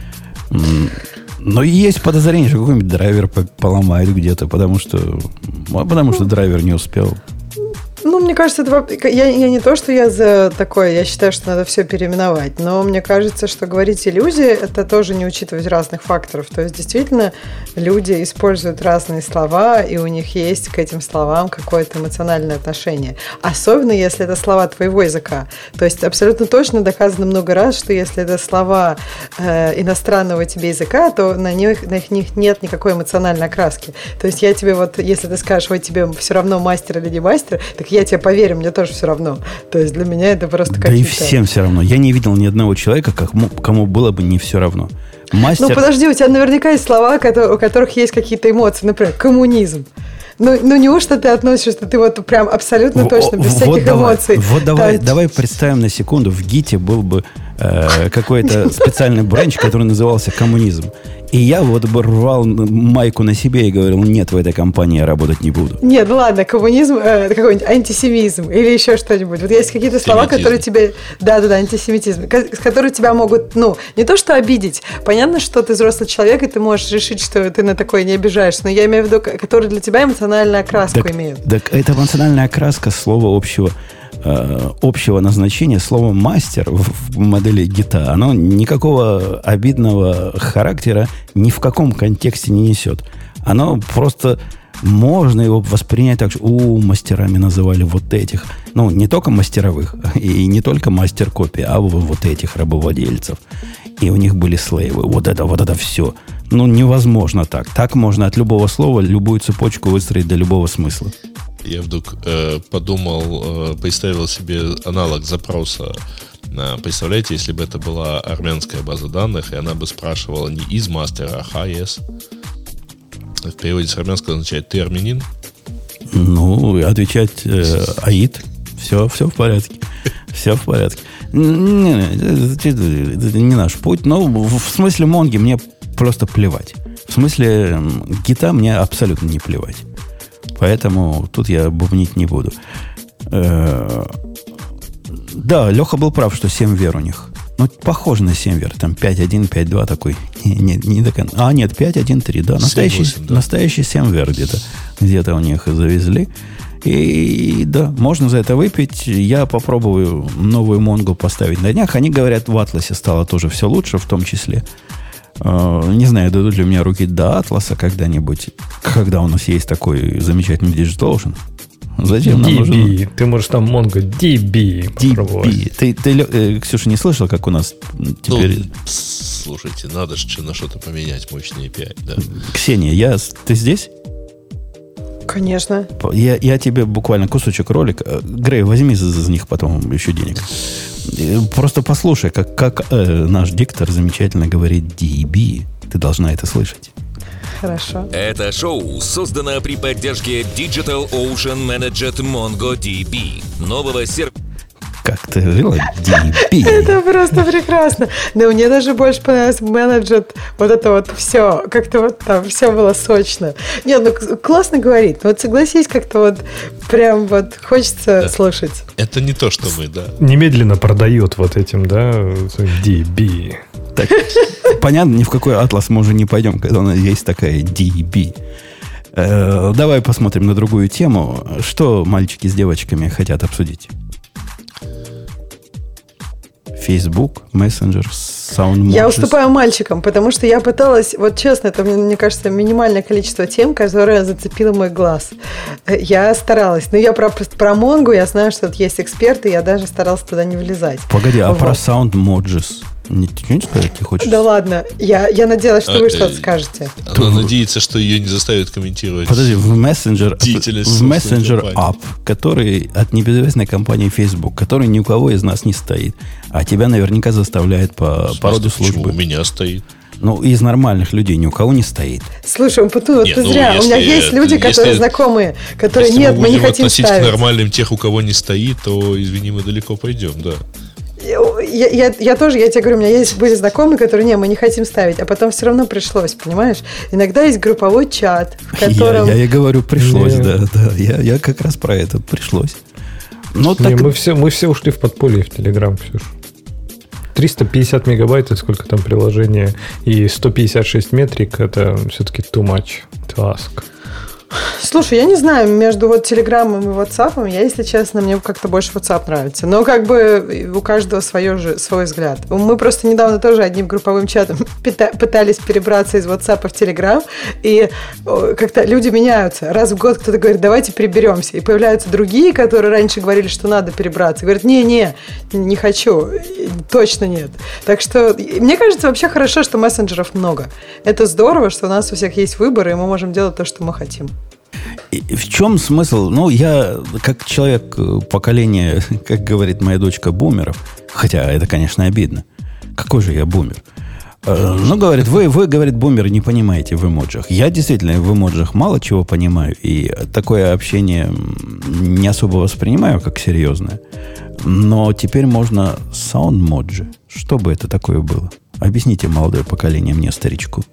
Но есть подозрение, что какой-нибудь драйвер поломает где-то, потому что, потому что драйвер не успел. Ну, мне кажется, это, я, я не то, что я за такое, я считаю, что надо все переименовать, но мне кажется, что говорить иллюзии, это тоже не учитывать разных факторов. То есть, действительно, люди используют разные слова, и у них есть к этим словам какое-то эмоциональное отношение. Особенно, если это слова твоего языка. То есть, абсолютно точно доказано много раз, что если это слова э, иностранного тебе языка, то на них, на них нет никакой эмоциональной окраски. То есть, я тебе вот, если ты скажешь, вот тебе все равно мастер или не мастер, так я тебе поверю, мне тоже все равно. То есть для меня это просто какие-то... Да и всем все равно. Я не видел ни одного человека, кому, кому было бы не все равно. Мастер... Ну, подожди, у тебя наверняка есть слова, у которых есть какие-то эмоции. Например, коммунизм. Ну, ну неужто ты относишься, что ты вот прям абсолютно точно, без вот всяких давай, эмоций? Вот давай, давай представим на секунду, в ГИТе был бы э, какой-то специальный бренч, который назывался коммунизм. И я вот бы рвал майку на себе и говорил, нет, в этой компании я работать не буду. Нет, ну ладно, коммунизм, э, какой-нибудь антисемизм или еще что-нибудь. Вот есть какие-то слова, которые тебе... Да-да-да, антисемитизм. Которые тебя могут, ну, не то что обидеть. Понятно, что ты взрослый человек, и ты можешь решить, что ты на такое не обижаешься. Но я имею в виду, которые для тебя эмоциональную окраску так, имеют. Так это эмоциональная окраска слова общего... общего назначения, слово «мастер» в модели гита, оно никакого обидного характера ни в каком контексте не несет. Оно просто... Можно его воспринять так, что у мастерами называли вот этих. Ну, не только мастеровых, и не только мастер-копии, а вот этих рабовладельцев. И у них были слейвы. Вот это, вот это все. Ну, невозможно так. Так можно от любого слова любую цепочку выстроить до любого смысла. Я вдруг э, подумал, э, представил себе аналог запроса. Э, представляете, если бы это была армянская база данных, и она бы спрашивала не из мастера, а ха-ес. В переводе с армянского означает «ты армянин». Ну, отвечать э, «аид». Все, все в порядке. Все в порядке. Не, это, это не наш путь. Но в смысле Монги мне просто плевать. В смысле гита мне абсолютно не плевать. Поэтому тут я бубнить не буду. Э, да, Леха был прав, что семь вер у них. Ну, похоже на семь вер. Там пять один, пять два такой. Не, не, не до конца. А, нет, пять один три, да. Настоящий, семь восемь, да. Настоящий семь вер где-то. Где-то у них завезли. И, и да, можно за это выпить. Я попробую новую Монгу поставить на днях. Они говорят, в Атласе стало тоже все лучше, в том числе. Uh, не знаю, дадут ли у меня руки до Атласа когда-нибудь, когда у нас есть такой замечательный DigitalOcean. Зачем нам нужен? ди би. Ты можешь там Mongo ди би попробовать. ди би. Ты, ты э, Ксюша, не слышал, как у нас теперь... Ну, слушайте, надо же на что-то поменять мощный эй пи ай, да. Ксения, я, ты здесь? Конечно. Я, я тебе буквально кусочек ролика. Грей, возьми за, за них потом еще денег. Просто послушай, как, как э, наш диктор замечательно говорит ди би. Ты должна это слышать. Хорошо. Это шоу создано при поддержке Digital Ocean Managed Mongo ди би, нового сервиса. Как ты жила? ди би. Это просто прекрасно. Да мне даже больше понравилось менеджет. Вот это вот все. Как-то вот там все было сочно. Нет, ну классно говорит. Вот согласись, как-то вот прям вот хочется да. слушать. Это не то, что мы, да. Немедленно продает вот этим, да, ди би. Так, понятно, ни в какой атлас мы уже не пойдем, когда у нас есть такая ди би. Э, давай посмотрим на другую тему. Что мальчики с девочками хотят обсудить? Facebook, Messenger, SoundModus. Я уступаю мальчикам, потому что я пыталась, вот честно, это, мне кажется, минимальное количество тем, которое зацепило мой глаз. Я старалась. Но я про, про Монгу, я знаю, что тут есть эксперты, я даже старалась туда не влезать. Погоди, а вот. Про SoundModus? Ничего не сказать не хочешь? Да ладно, я, я надеялась, что а, вы что-то скажете. Она Ты... надеется, что ее не заставят комментировать. Подожди, в Messenger, в Messenger App, который от небезызвестной компании Facebook, который ни у кого из нас не стоит, а тебя наверняка заставляет по, по роду службы. Почему у меня стоит? Ну, из нормальных людей ни у кого не стоит. Слушай, Умпутун, вот Нет, ты ну, зря. У меня если- есть люди, которые если- знакомые, которые Если нет, мы не будем хотим относить ставить. к нормальным тех, у кого не стоит, то, извини, мы далеко пойдем, да. Я, я, я тоже, я тебе говорю, у меня есть были знакомые, которые, не, мы не хотим ставить, а потом все равно пришлось, понимаешь? Иногда есть групповой чат, в котором... Я, я и говорю, пришлось, Не. да, да. Я, я как раз про это, пришлось. Но Не, так, мы, все, мы все ушли в подполье в Телеграм, Ксюш. триста пятьдесят мегабайт, это сколько там приложения, и сто пятьдесят шесть метрик, это все-таки too much to ask. Слушай, я не знаю, между вот Телеграмом и WhatsApp, я, если честно, мне как-то больше WhatsApp нравится. Но как бы у каждого свое же, свой взгляд. Мы просто недавно тоже одним групповым чатом пита- пытались перебраться из WhatsApp в Telegram, и о, как-то люди меняются. Раз в год кто-то говорит, давайте приберемся. И появляются другие, которые раньше говорили, что надо перебраться. И говорят, не-не, не хочу, точно нет. Так что, мне кажется, вообще хорошо, что мессенджеров много. Это здорово, что у нас у всех есть выбор, и мы можем делать то, что мы хотим. И в чем смысл? Ну, я, как человек поколения, как говорит моя дочка, бумеров, хотя это, конечно, обидно. Какой же я бумер? Э, Ну, говорит, вы, вы, говорит, бумеры не понимаете в эмоджах. Я действительно в эмоджах мало чего понимаю, и такое общение не особо воспринимаю как серьезное. Но теперь можно саунд-моджи. Что бы это такое было? Объясните, молодое поколение, мне, старичку.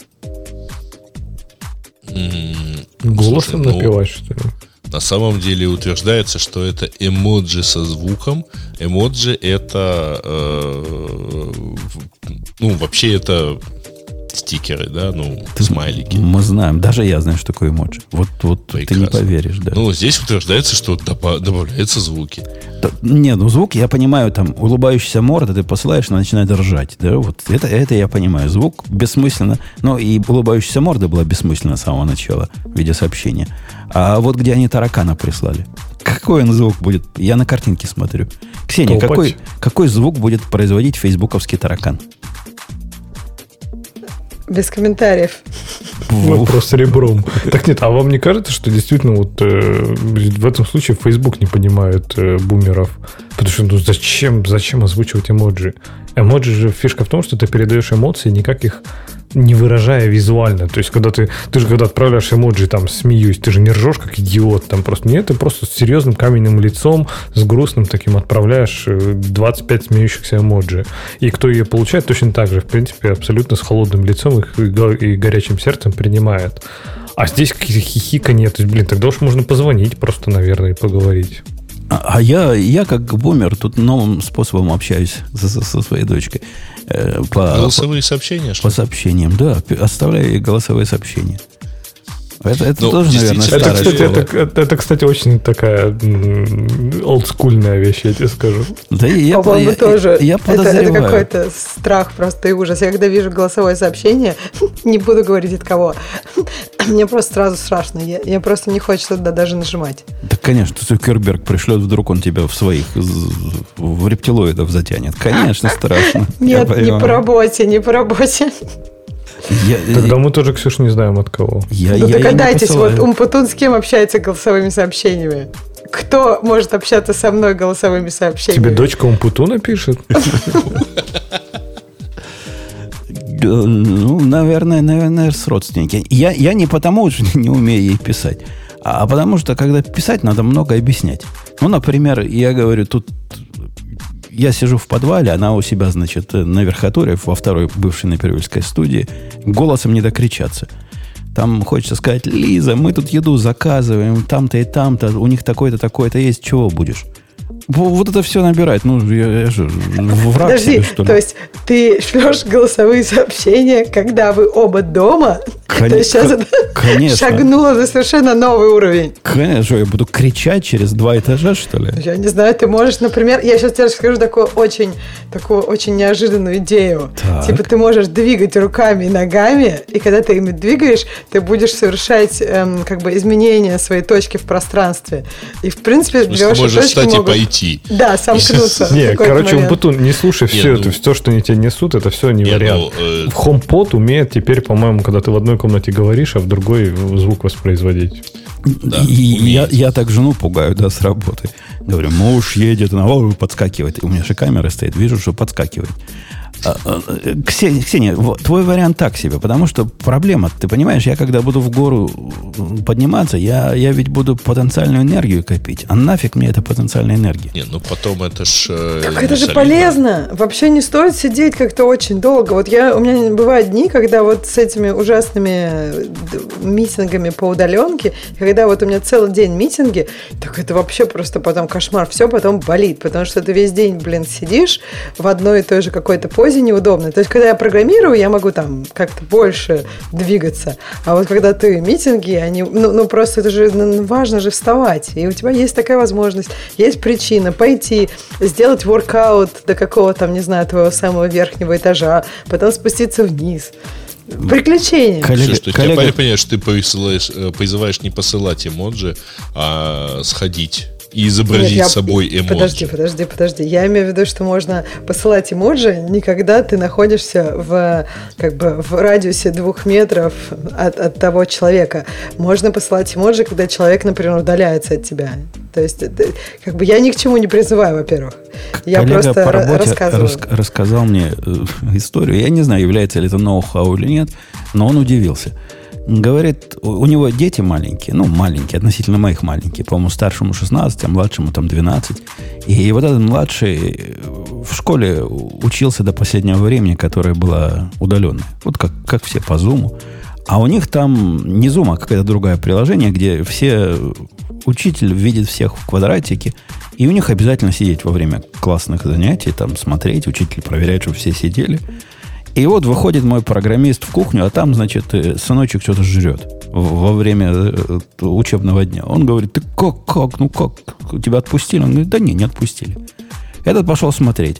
Голосом Слушай, ну, напевать, что ли? На самом деле утверждается, что это эмоджи со звуком. Эмоджи это, э, ну, вообще это стикеры, да, ну, смайлики. Мы знаем, даже я знаю, что такое эмоджи. Вот, вот ты не Прекрасно. поверишь, да. Ну, здесь утверждается, что добав- добавляются звуки. Да, не, ну звук, я понимаю, там, улыбающаяся морда, ты посылаешь, она начинает ржать. Да, вот это, это я понимаю. Звук бессмысленно. Но и улыбающаяся морда была бессмысленна с самого начала в виде сообщения. А вот где они таракана прислали. Какой он звук будет? Я на картинке смотрю. Ксения, Топать. какой, какой звук будет производить фейсбуковский таракан? Без комментариев. Вопрос ребром. Так нет, а вам не кажется, что действительно вот э, в этом случае Facebook не понимает э, бумеров? Потому что ну зачем, зачем озвучивать эмоджи? Эмоджи же фишка в том, что ты передаешь эмоции, никак их не выражая визуально. То есть, когда ты, ты же когда отправляешь эмоджи, там, смеюсь, ты же не ржешь, как идиот, там просто нет, ты просто с серьезным каменным лицом, с грустным таким отправляешь двадцать пять смеющихся эмоджи. И кто ее получает, точно так же, в принципе, абсолютно с холодным лицом их и, го- и горячим сердцем принимает. А здесь какие-то хихиканье, то есть, блин, тогда уж можно позвонить просто, наверное, и поговорить. А, а я, я, как бумер, тут новым способом общаюсь со, со- со своей дочкой. Э, по, Голосовые сообщения, что по ли? сообщениям, да. п- Оставляю ей голосовые сообщения. Это, это Ну, тоже, наверное, действительно, Это, старая кстати, школа. это, это, это, кстати, очень такая м, олдскульная вещь, я тебе скажу. Да, и я, По-моему, я- тоже. я это, это подозреваю. какой-то страх просто и ужас. Я когда вижу голосовое сообщение, не буду говорить от кого, мне просто сразу страшно. Я, я просто не хочется туда даже нажимать. Да, конечно, Цукерберг пришлет, вдруг он тебя в своих з- в рептилоидов затянет. Конечно, страшно. Я Нет, не понимаю. по работе, не по работе. Я, Тогда мы тоже, Ксюш, не знаем от кого. я, Ну я- я не догадайтесь, вот посылаю. Умпутун с кем общается голосовыми сообщениями? Кто может общаться со мной голосовыми сообщениями? Тебе дочка Умпутуна пишет? Г- Ну, наверное, наверное, с родственники. Я, я не потому, что не умею ей писать, а потому что, когда писать, надо много объяснять. Ну, например, я говорю, тут я сижу в подвале, она у себя, значит, на верхотуре, во второй бывшей напервильской студии, голосом не докричаться. Там хочется сказать, Лиза, мы тут еду заказываем, там-то и там-то, у них такое-то, такое-то есть, чего будешь? Во- Вот это все набирает. Ну, я, я же враг Подожди, себе, что ли? то есть ты шлешь голосовые сообщения, когда вы оба дома? Кон- То есть сейчас ко- это конечно. шагнуло за совершенно новый уровень. Конечно, я буду кричать через два этажа, что ли? Я не знаю, ты можешь, например, я сейчас тебе расскажу такую очень, такую очень неожиданную идею. Так. Типа ты можешь двигать руками и ногами, и когда ты ими двигаешь, ты будешь совершать эм, как бы изменения своей точки в пространстве. И в принципе В смысле, ваши можешь точки встать и могут, пойти. да, сомкнуться. в Не, какой-то короче, момент. Умпутун, не слушай Не, все ну- это, все, что они тебе несут, это все не Не, вариант. ну, э, HomePod умеет теперь, по-моему, когда ты в одной комнате говоришь, а в другой звук воспроизводить. Да, и я, умеет. я так жену пугаю, да, с работы. Говорю, муж едет, она о, подскакивает. У меня же камера стоит, вижу, что подскакивает. Ксения, Ксения, твой вариант так себе, потому что проблема, ты понимаешь, я когда буду в гору подниматься, я, я ведь буду потенциальную энергию копить. А нафиг мне эта потенциальная энергия? Не, ну потом это ж... Так это же полезно. Вообще не стоит сидеть как-то очень долго. Вот я, у меня бывают дни, когда вот с этими ужасными митингами по удаленке, когда вот у меня целый день митинги, так это вообще просто потом кошмар. Все потом болит, потому что ты весь день, блин, сидишь в одной и той же какой-то позе неудобной. То есть, когда я программирую, я могу там как-то больше двигаться. А вот когда ты митинги, они, ну, ну просто это же ну, важно же вставать. И у тебя есть такая возможность, есть причина пойти, сделать воркаут до какого-то, там, не знаю, твоего самого верхнего этажа, потом спуститься вниз. Приключения. Коллега, Слушай, коллега... я понимаю, что ты присылаешь, призываешь не посылать эмоджи, а сходить и изобразить Нет, я... собой эмоджи. Подожди, подожди, подожди. Я имею в виду, что можно посылать эмоджи не когда ты находишься в, как бы, в радиусе двух метров от, от того человека. Можно посылать эмоджи, когда человек, например, удаляется от тебя. То есть, это, как бы я ни к чему не призываю, во-первых. Я Коллега просто по работе рассказываю. Рас, рассказал мне историю. Я не знаю, является ли это ноу-хау или нет, но он удивился. Говорит, у него дети маленькие, ну, маленькие, относительно моих маленькие. По-моему, старшему шестнадцать, а младшему там двенадцать. И вот этот младший в школе учился до последнего времени, которая была удаленной. Вот как, как все по Zoom. А у них там не Zoom, а какое-то другое приложение, где все учитель видит всех в квадратике, и у них обязательно сидеть во время классных занятий, там смотреть, учитель проверяет, чтобы все сидели. И вот выходит мой программист в кухню, а там, значит, сыночек что-то жрет во время учебного дня. Он говорит, ты как, как, ну как, тебя отпустили? Он говорит, да не, не отпустили. Этот пошел смотреть.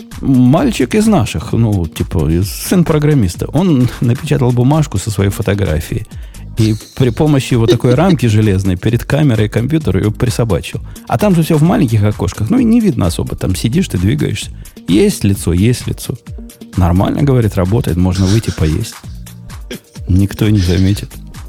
Мальчик из наших, ну, типа, сын программиста. Он напечатал бумажку со своей фотографией. И при помощи вот такой рамки железной перед камерой компьютера ее присобачил. А там же все в маленьких окошках. Ну и не видно особо. Там сидишь, ты двигаешься. Есть лицо, есть лицо. Нормально, говорит, работает. Можно выйти поесть. Никто не заметит.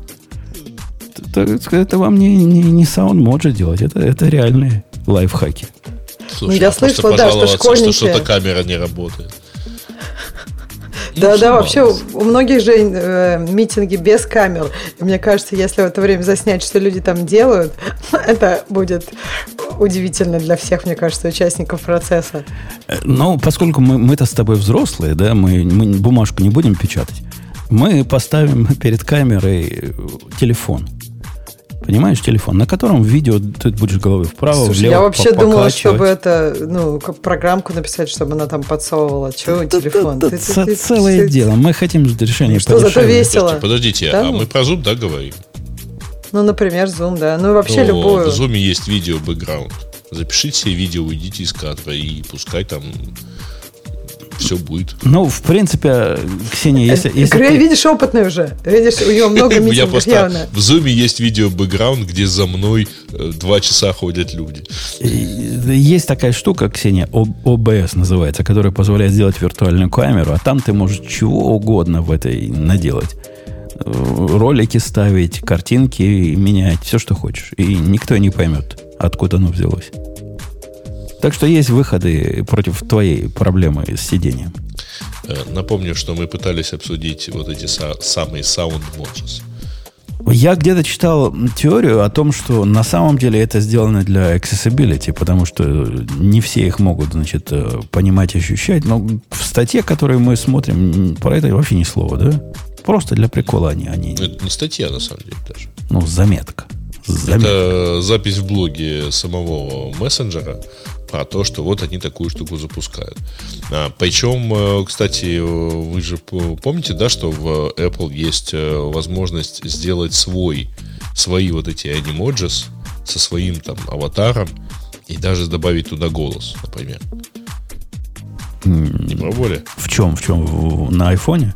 Это, это вам не, не, не саунд-моджи делать. Это, это реальные лайфхаки. Слушай, ну, я а слышала, да, что школьники... что что-то камера не работает. Да, ну, да, вообще у, у многих же э, митинги без камер. И мне кажется, если в это время заснять, что люди там делают, это будет удивительно для всех, мне кажется, участников процесса. Ну, поскольку мы, мы-то с тобой взрослые, да, мы, мы бумажку не будем печатать, мы поставим перед камерой телефон. Понимаешь, телефон, на котором видео ты будешь головой вправо, Слушай, влево я вообще думала, чтобы это, ну, как программку написать, чтобы она там подсовывала. Чего телефон? Это целое дело. Мы хотим решение что, зато весело. Подождите, а мы про Zoom, да, говорим? Ну, например, Zoom, да. Ну, вообще любую. В Zoom есть видео-бэкграунд. Запишите себе видео, уйдите из кадра и пускай там... все будет. Ну, в принципе, Ксения, если... если Грей, ты... видишь, опытный уже. Видишь, у него много митингов явно. В Zoom есть видео-бэкграунд, где за мной два часа ходят люди. Есть такая штука, Ксения, о бэ эс называется, которая позволяет сделать виртуальную камеру, а там ты можешь чего угодно в этой наделать. Ролики ставить, картинки менять, все, что хочешь. И никто не поймет, откуда оно взялось. Так что есть выходы против твоей проблемы с сидением. Напомню, что мы пытались обсудить вот эти са- самые sound mods. Я где-то читал теорию о том, что на самом деле это сделано для accessibility, потому что не все их могут, значит, понимать и ощущать. Но в статье, которую мы смотрим, про это вообще ни слова, да? Просто для прикола они... они... Это не статья, на самом деле, даже. Ну, заметка. заметка. Это запись в блоге самого мессенджера про то, что вот они такую штуку запускают. А, причем, кстати, вы же помните, да, что в Apple есть возможность сделать свой, свои вот эти анимоджис со своим там аватаром и даже добавить туда голос, например. Не пробовали? В чем? В чем? В, на айфоне?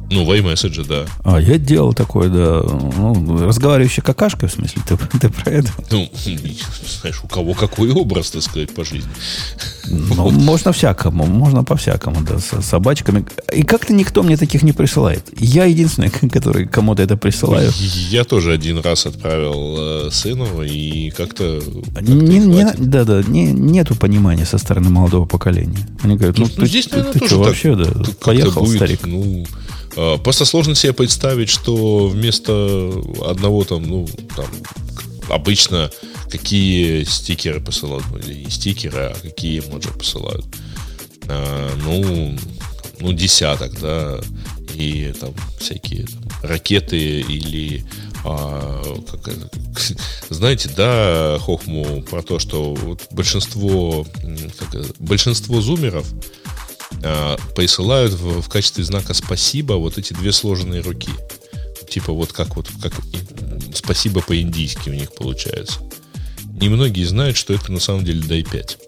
Ну, в iMessage, да. А, я делал такое, да. Ну, разговаривающая какашка, в смысле, ты, ты про это? Ну, знаешь, у кого какой образ, так сказать, по жизни. Ну, можно всякому, можно по-всякому, да, с собачками. И как-то никто мне таких не присылает. Я единственный, который кому-то это присылаю. Я тоже один раз отправил э, сыну, и как-то... как-то не, не, да, да, не, нету понимания со стороны молодого поколения. Они говорят, ну, ну ты, здесь, ты, наверное, ты, ты что, так, вообще, да, поехал, будет, старик. Ну, э, просто сложно себе представить, что вместо одного там, ну, там, обычно какие стикеры посылают, или не стикеры, а какие эмоджи посылают. А, ну, ну, десяток, да, и там всякие там, ракеты или а, как, знаете, да, Хохму про то, что вот большинство, как, большинство зумеров а, присылают в, в качестве знака спасибо вот эти две сложенные руки. Типа вот как вот как спасибо по-индийски у них получается. Немногие знают, что это на самом деле дай пять.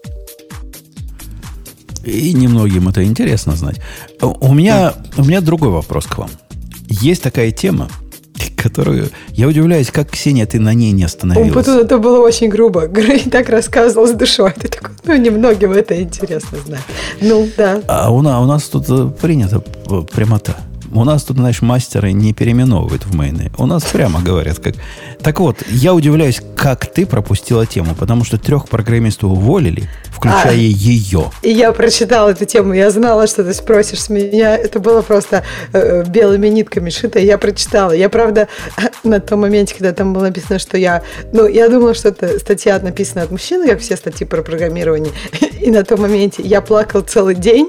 И немногим это интересно знать. У меня, у меня другой вопрос к вам. Есть такая тема, которую... Я удивляюсь, как, Ксения, ты на ней не остановилась. О, это было очень грубо. Грей так рассказывал с душой. Ты такой, ну, немногим это интересно знать. Ну, да. А у нас, у нас тут принята прямота. У нас тут, знаешь, мастеры не переименовывают в мейны. У нас прямо говорят, как... Так вот, я удивляюсь, как ты пропустила тему, потому что трех программистов уволили, включая а, ее. И я прочитала эту тему, я знала, что ты спросишь с меня. Это было просто э, белыми нитками шито, и я прочитала. Я, правда, на том моменте, когда там было написано, что я... Ну, я думала, что это статья написана от мужчины, как все статьи про программирование. И на том моменте я плакала целый день.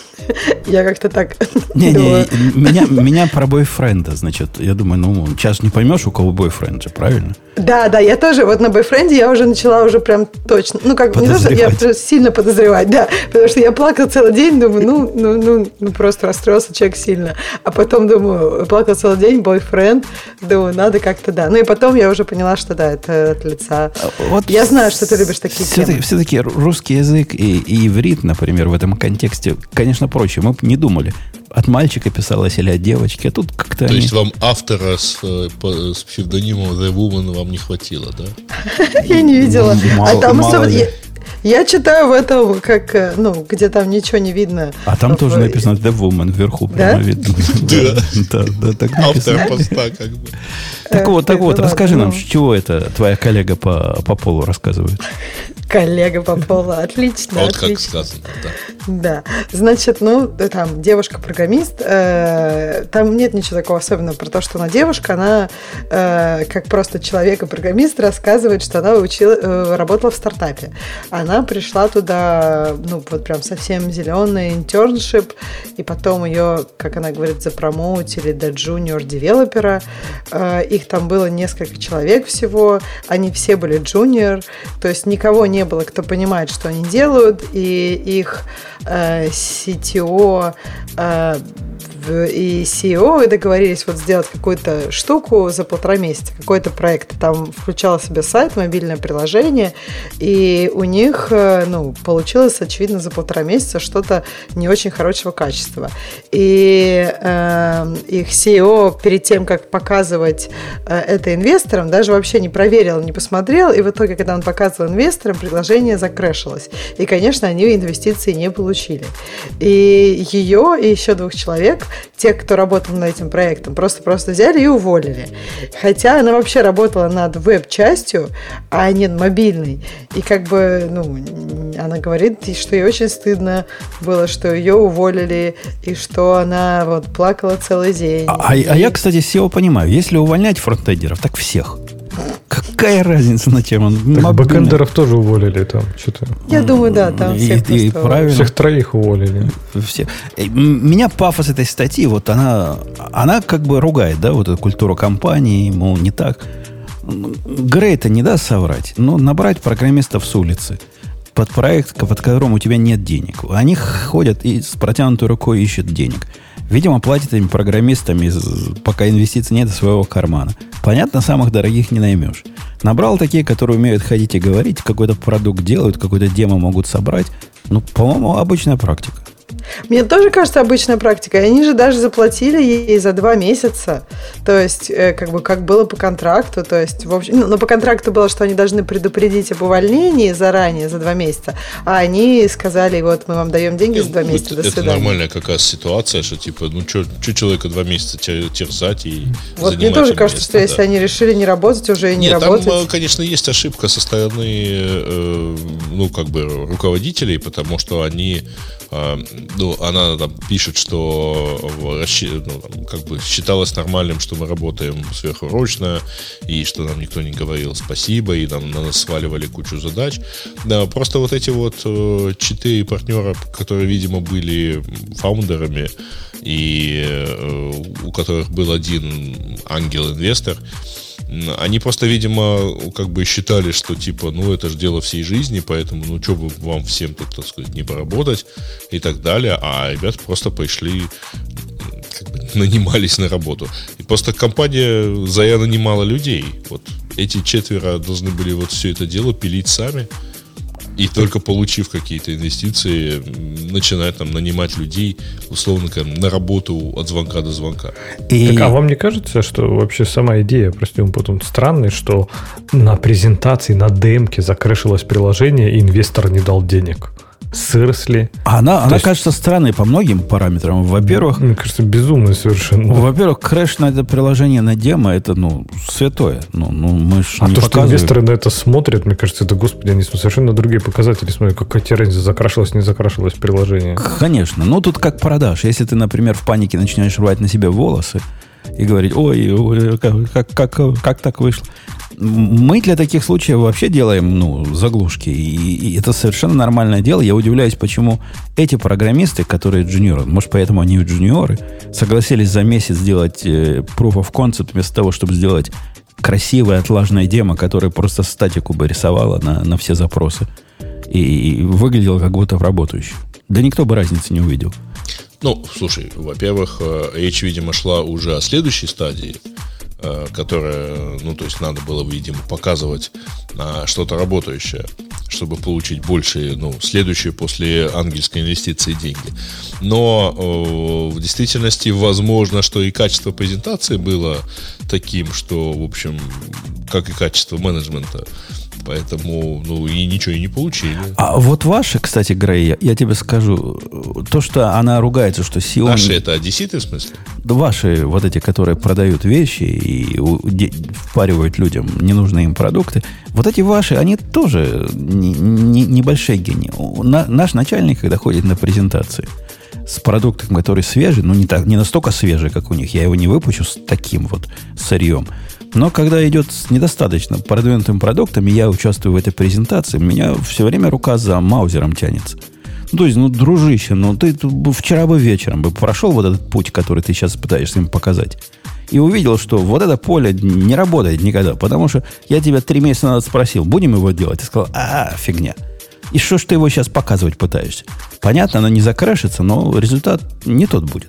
Я как-то так... Не-не, меня, меня про бойфренда, значит, я думаю, ну, сейчас не поймешь, у кого бойфренд же, правильно? Да, да, я тоже, вот на бойфренде я уже начала уже прям точно, ну, как не то, что я сильно подозревать, да, потому что я плакала целый день, думаю, ну, ну, ну, ну, просто расстроился человек сильно, а потом думаю, плакала целый день, бойфренд, думаю, надо как-то, да, ну, и потом я уже поняла, что, да, это от лица. Вот я знаю, что ты любишь такие все-таки, темы. Все-таки русский язык и, и иврит, например, в этом контексте, конечно, проще, мы бы не думали, от мальчика писалось или от девочки, а тут как-то... То они... есть вам автора с, с псевдонимом The Woman вам не хватило, да? Я не видела. Мало, а там мало я, я читаю в этом, как, ну, где там ничего не видно. А там тоже написано The Woman вверху, прямо видно. Да, да, так автор поста как бы. Так вот, так вот, расскажи нам, чего это твоя коллега по полу рассказывает? Коллега по полу, отлично. Вот отлично. как сказано, да. Да, значит, ну, там девушка-программист, э, там нет ничего такого особенного про то, что она девушка, она э, как просто человек и программист рассказывает, что она учила, э, работала в стартапе. Она пришла туда, ну, вот прям совсем зеленый интерншип, и потом ее, как она говорит, запромоутили до джуниор-девелопера. Э, их там было несколько человек всего, они все были джуниор, то есть никого не было, кто понимает, что они делают, и их э, си ти о э, и си и о договорились вот сделать какую-то штуку за полтора месяца, какой-то проект. Там включало в себя сайт, мобильное приложение, и у них, ну, получилось, очевидно, за полтора месяца что-то не очень хорошего качества. И э, их си и о перед тем, как показывать э, это инвесторам, даже вообще не проверил, не посмотрел, и в итоге, когда он показывал инвесторам, приложение закрэшилось. И, конечно, они инвестиции не получили. И ее, и еще двух человек, тех, кто работал над этим проектом, просто-просто взяли и уволили. Хотя она вообще работала над веб-частью, а не мобильной. И как бы, ну, она говорит, что ей очень стыдно было, что ее уволили, и что она вот плакала целый день. А, и... а я, кстати, с и о понимаю. Если увольнять фронтендеров, так всех. Какая разница, на чем он? Так бэкэндеров тоже уволили там. Что-то. Я думаю, да, там и, всех и, и правильно. Всех троих уволили. Все. Меня пафос этой статьи, вот она, она как бы ругает, да, вот эту культуру компании, мол, не так. Грей-то не даст соврать, но набрать программистов с улицы под проект, под которым у тебя нет денег. Они ходят и с протянутой рукой ищут денег. Видимо, платят этим программистам, из, пока инвестиций нет, из своего кармана. Понятно, самых дорогих не наймешь. Набрал такие, которые умеют ходить и говорить, какой-то продукт делают, какой-то демо могут собрать. Ну, по-моему, обычная практика. Мне тоже кажется обычная практика. И они же даже заплатили ей за два месяца. То есть, как бы, как было по контракту. То есть, в общем, ну, но по контракту было, что они должны предупредить об увольнении заранее, за два месяца. А они сказали, вот, мы вам даем деньги за два месяца, это, до свидания. Это нормальная какая ситуация, что, типа, ну, что человека два месяца терзать и вот мне тоже кажется, место, что да. если они решили не работать, уже и не Нет, работать. Там, конечно, есть ошибка со стороны, э, ну, как бы, руководителей, потому что они, э, ну, она там пишет, что ну, там, как бы считалось нормальным, что мы работаем сверхурочно, и что нам никто не говорил спасибо, и нам на нас сваливали кучу задач. Да, просто вот эти вот э, четыре партнера, которые, видимо, были фаундерами, и э, у которых был один ангел-инвестор, они просто, видимо, как бы считали, что типа, ну, это же дело всей жизни, поэтому, ну, что бы вам всем тут, так сказать, не поработать и так далее, а ребята просто пришли, как бы, нанимались на работу. И просто компания зря нанимала людей. Вот эти четверо должны были вот все это дело пилить сами. И только получив какие-то инвестиции, начинать там нанимать людей, условно, на работу от звонка до звонка. И... Так, а вам не кажется, что вообще сама идея, прости, потом странная, что на презентации, на демке закрэшилось приложение, и инвестор не дал денег? Сырсли. Она, она есть... кажется странной по многим параметрам. Во-первых... Мне кажется, безумно совершенно. Во-первых, крэш на это приложение на демо, это, ну, святое. Ну, ну, мы ж а не то, показываем. Что инвесторы на это смотрят, мне кажется, это, господи, они совершенно другие показатели. Смотри, какая разница, закрашилось, не закрашилось приложение. Конечно. Ну, тут как продаж. Если ты, например, в панике начинаешь рвать на себе волосы и говорить, ой, ой как, как, как, как так вышло. Мы для таких случаев вообще делаем, ну, заглушки. И, и это совершенно нормальное дело. Я удивляюсь, почему эти программисты, которые джуниоры, может, поэтому они и джуниоры, согласились за месяц сделать э, proof of concept вместо того, чтобы сделать красивое отлаженное демо, которое просто статику бы рисовало на, на все запросы. И, и выглядело как будто работающее. Да никто бы разницы не увидел. Ну, слушай, во-первых, речь, видимо, шла уже о следующей стадии, которая, ну, то есть надо было, видимо, показывать а, что-то работающее, чтобы получить больше, ну, следующие после ангельской инвестиции деньги. Но э, в действительности возможно, что и качество презентации было таким, что, в общем, как и качество менеджмента. Поэтому, ну, и ничего и не получили. А вот ваши, кстати, Грей, я, я тебе скажу, то, что она ругается, что Сион... Наши это одесситы, в смысле? Да ваши, вот эти, которые продают вещи и впаривают людям ненужные им продукты, вот эти ваши, они тоже не, не, небольшие гении. На, наш начальник, когда ходит на презентации с продуктом, который свежий, ну, не, так, не настолько свежий, как у них, я его не выпущу с таким вот сырьем. Но когда идет с недостаточно продвинутым продуктом, и я участвую в этой презентации, у меня все время рука за маузером тянется. Ну, то есть, ну, дружище, ну, ты вчера бы вечером бы прошел вот этот путь, который ты сейчас пытаешься им показать, и увидел, что вот это поле не работает никогда, потому что я тебя три месяца назад спросил, будем его делать? Ты сказал, а, фигня. И что ж ты его сейчас показывать пытаешься? Понятно, оно не закрашится, но результат не тот будет.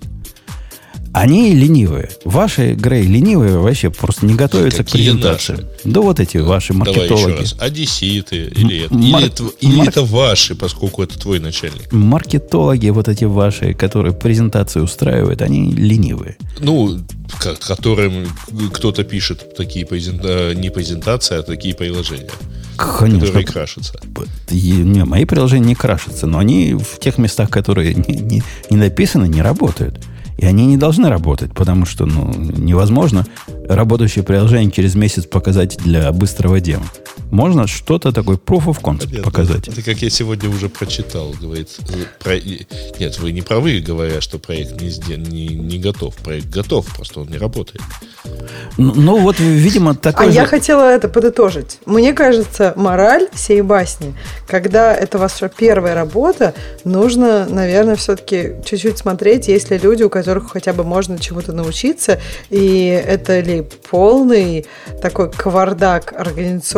Они ленивые. Ваши, Грей, ленивые вообще просто не готовятся Какие к презентации. Наши? Да вот эти ваши маркетологи. Давай еще раз. Одесситы или, это, Мар... или, это, или Мар... это ваши, поскольку это твой начальник. Маркетологи вот эти ваши, которые презентации устраивают, они ленивые. Ну, которым кто-то пишет такие презента... не презентации, а такие приложения. Конечно. Которые крашатся. Не, мои приложения не крашатся, но они в тех местах, которые не, не, не написаны, не работают. И они не должны работать, потому что, ну, невозможно работающее приложение через месяц показать для быстрого демо. Можно что-то такое proof of concept Понятно. показать. Это как я сегодня уже прочитал, говорит, про... нет, вы не правы, говоря, что проект не, не, не готов. Проект готов, просто он не работает. Ну, ну вот, видимо, такой А же... я хотела это подытожить. Мне кажется, мораль всей басни, когда это ваша первая работа, нужно, наверное, все-таки чуть-чуть смотреть, есть ли люди, у которых хотя бы можно чему-то научиться, и это ли полный такой кавардак организационного плана,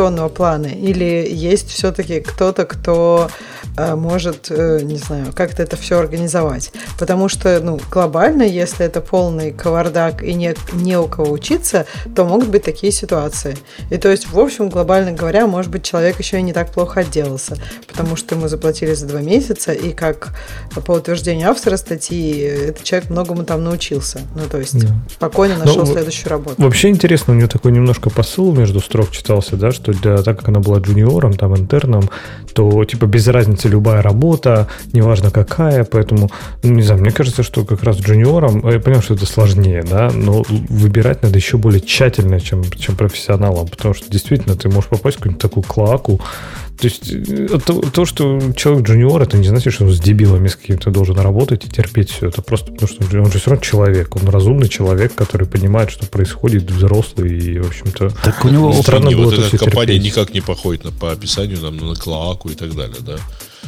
планы? Или есть все-таки кто-то, кто может, не знаю, как-то это все организовать? Потому что, ну, глобально, если это полный кавардак и не, не у кого учиться, то могут быть такие ситуации. И то есть, в общем, глобально говоря, может быть, человек еще и не так плохо отделался, потому что ему заплатили за два месяца, и как по утверждению автора статьи, этот человек многому там научился. Ну, то есть, да. спокойно нашел Но, следующую работу. Вообще интересно, у нее такой немножко посыл между строк читался, да, что для, так как она была джуниором, там, интерном, то, типа, без разницы любая работа, неважно какая, поэтому, ну, не знаю, мне кажется, что как раз джуниорам, я понимаю, что это сложнее, да, но выбирать надо еще более тщательно, чем, чем профессионалам, потому что действительно ты можешь попасть в какую-нибудь такую клоаку. То есть то, то, что человек джуниор, это не значит, что он с дебилами с каким-то должен работать и терпеть все. Это просто потому, что он же все равно человек. Он разумный человек, который понимает, что происходит, взрослый и, в общем-то... Так у него странно было вот эта компания терпеть. Никак не походит на, по описанию там, на клоаку и так далее, да.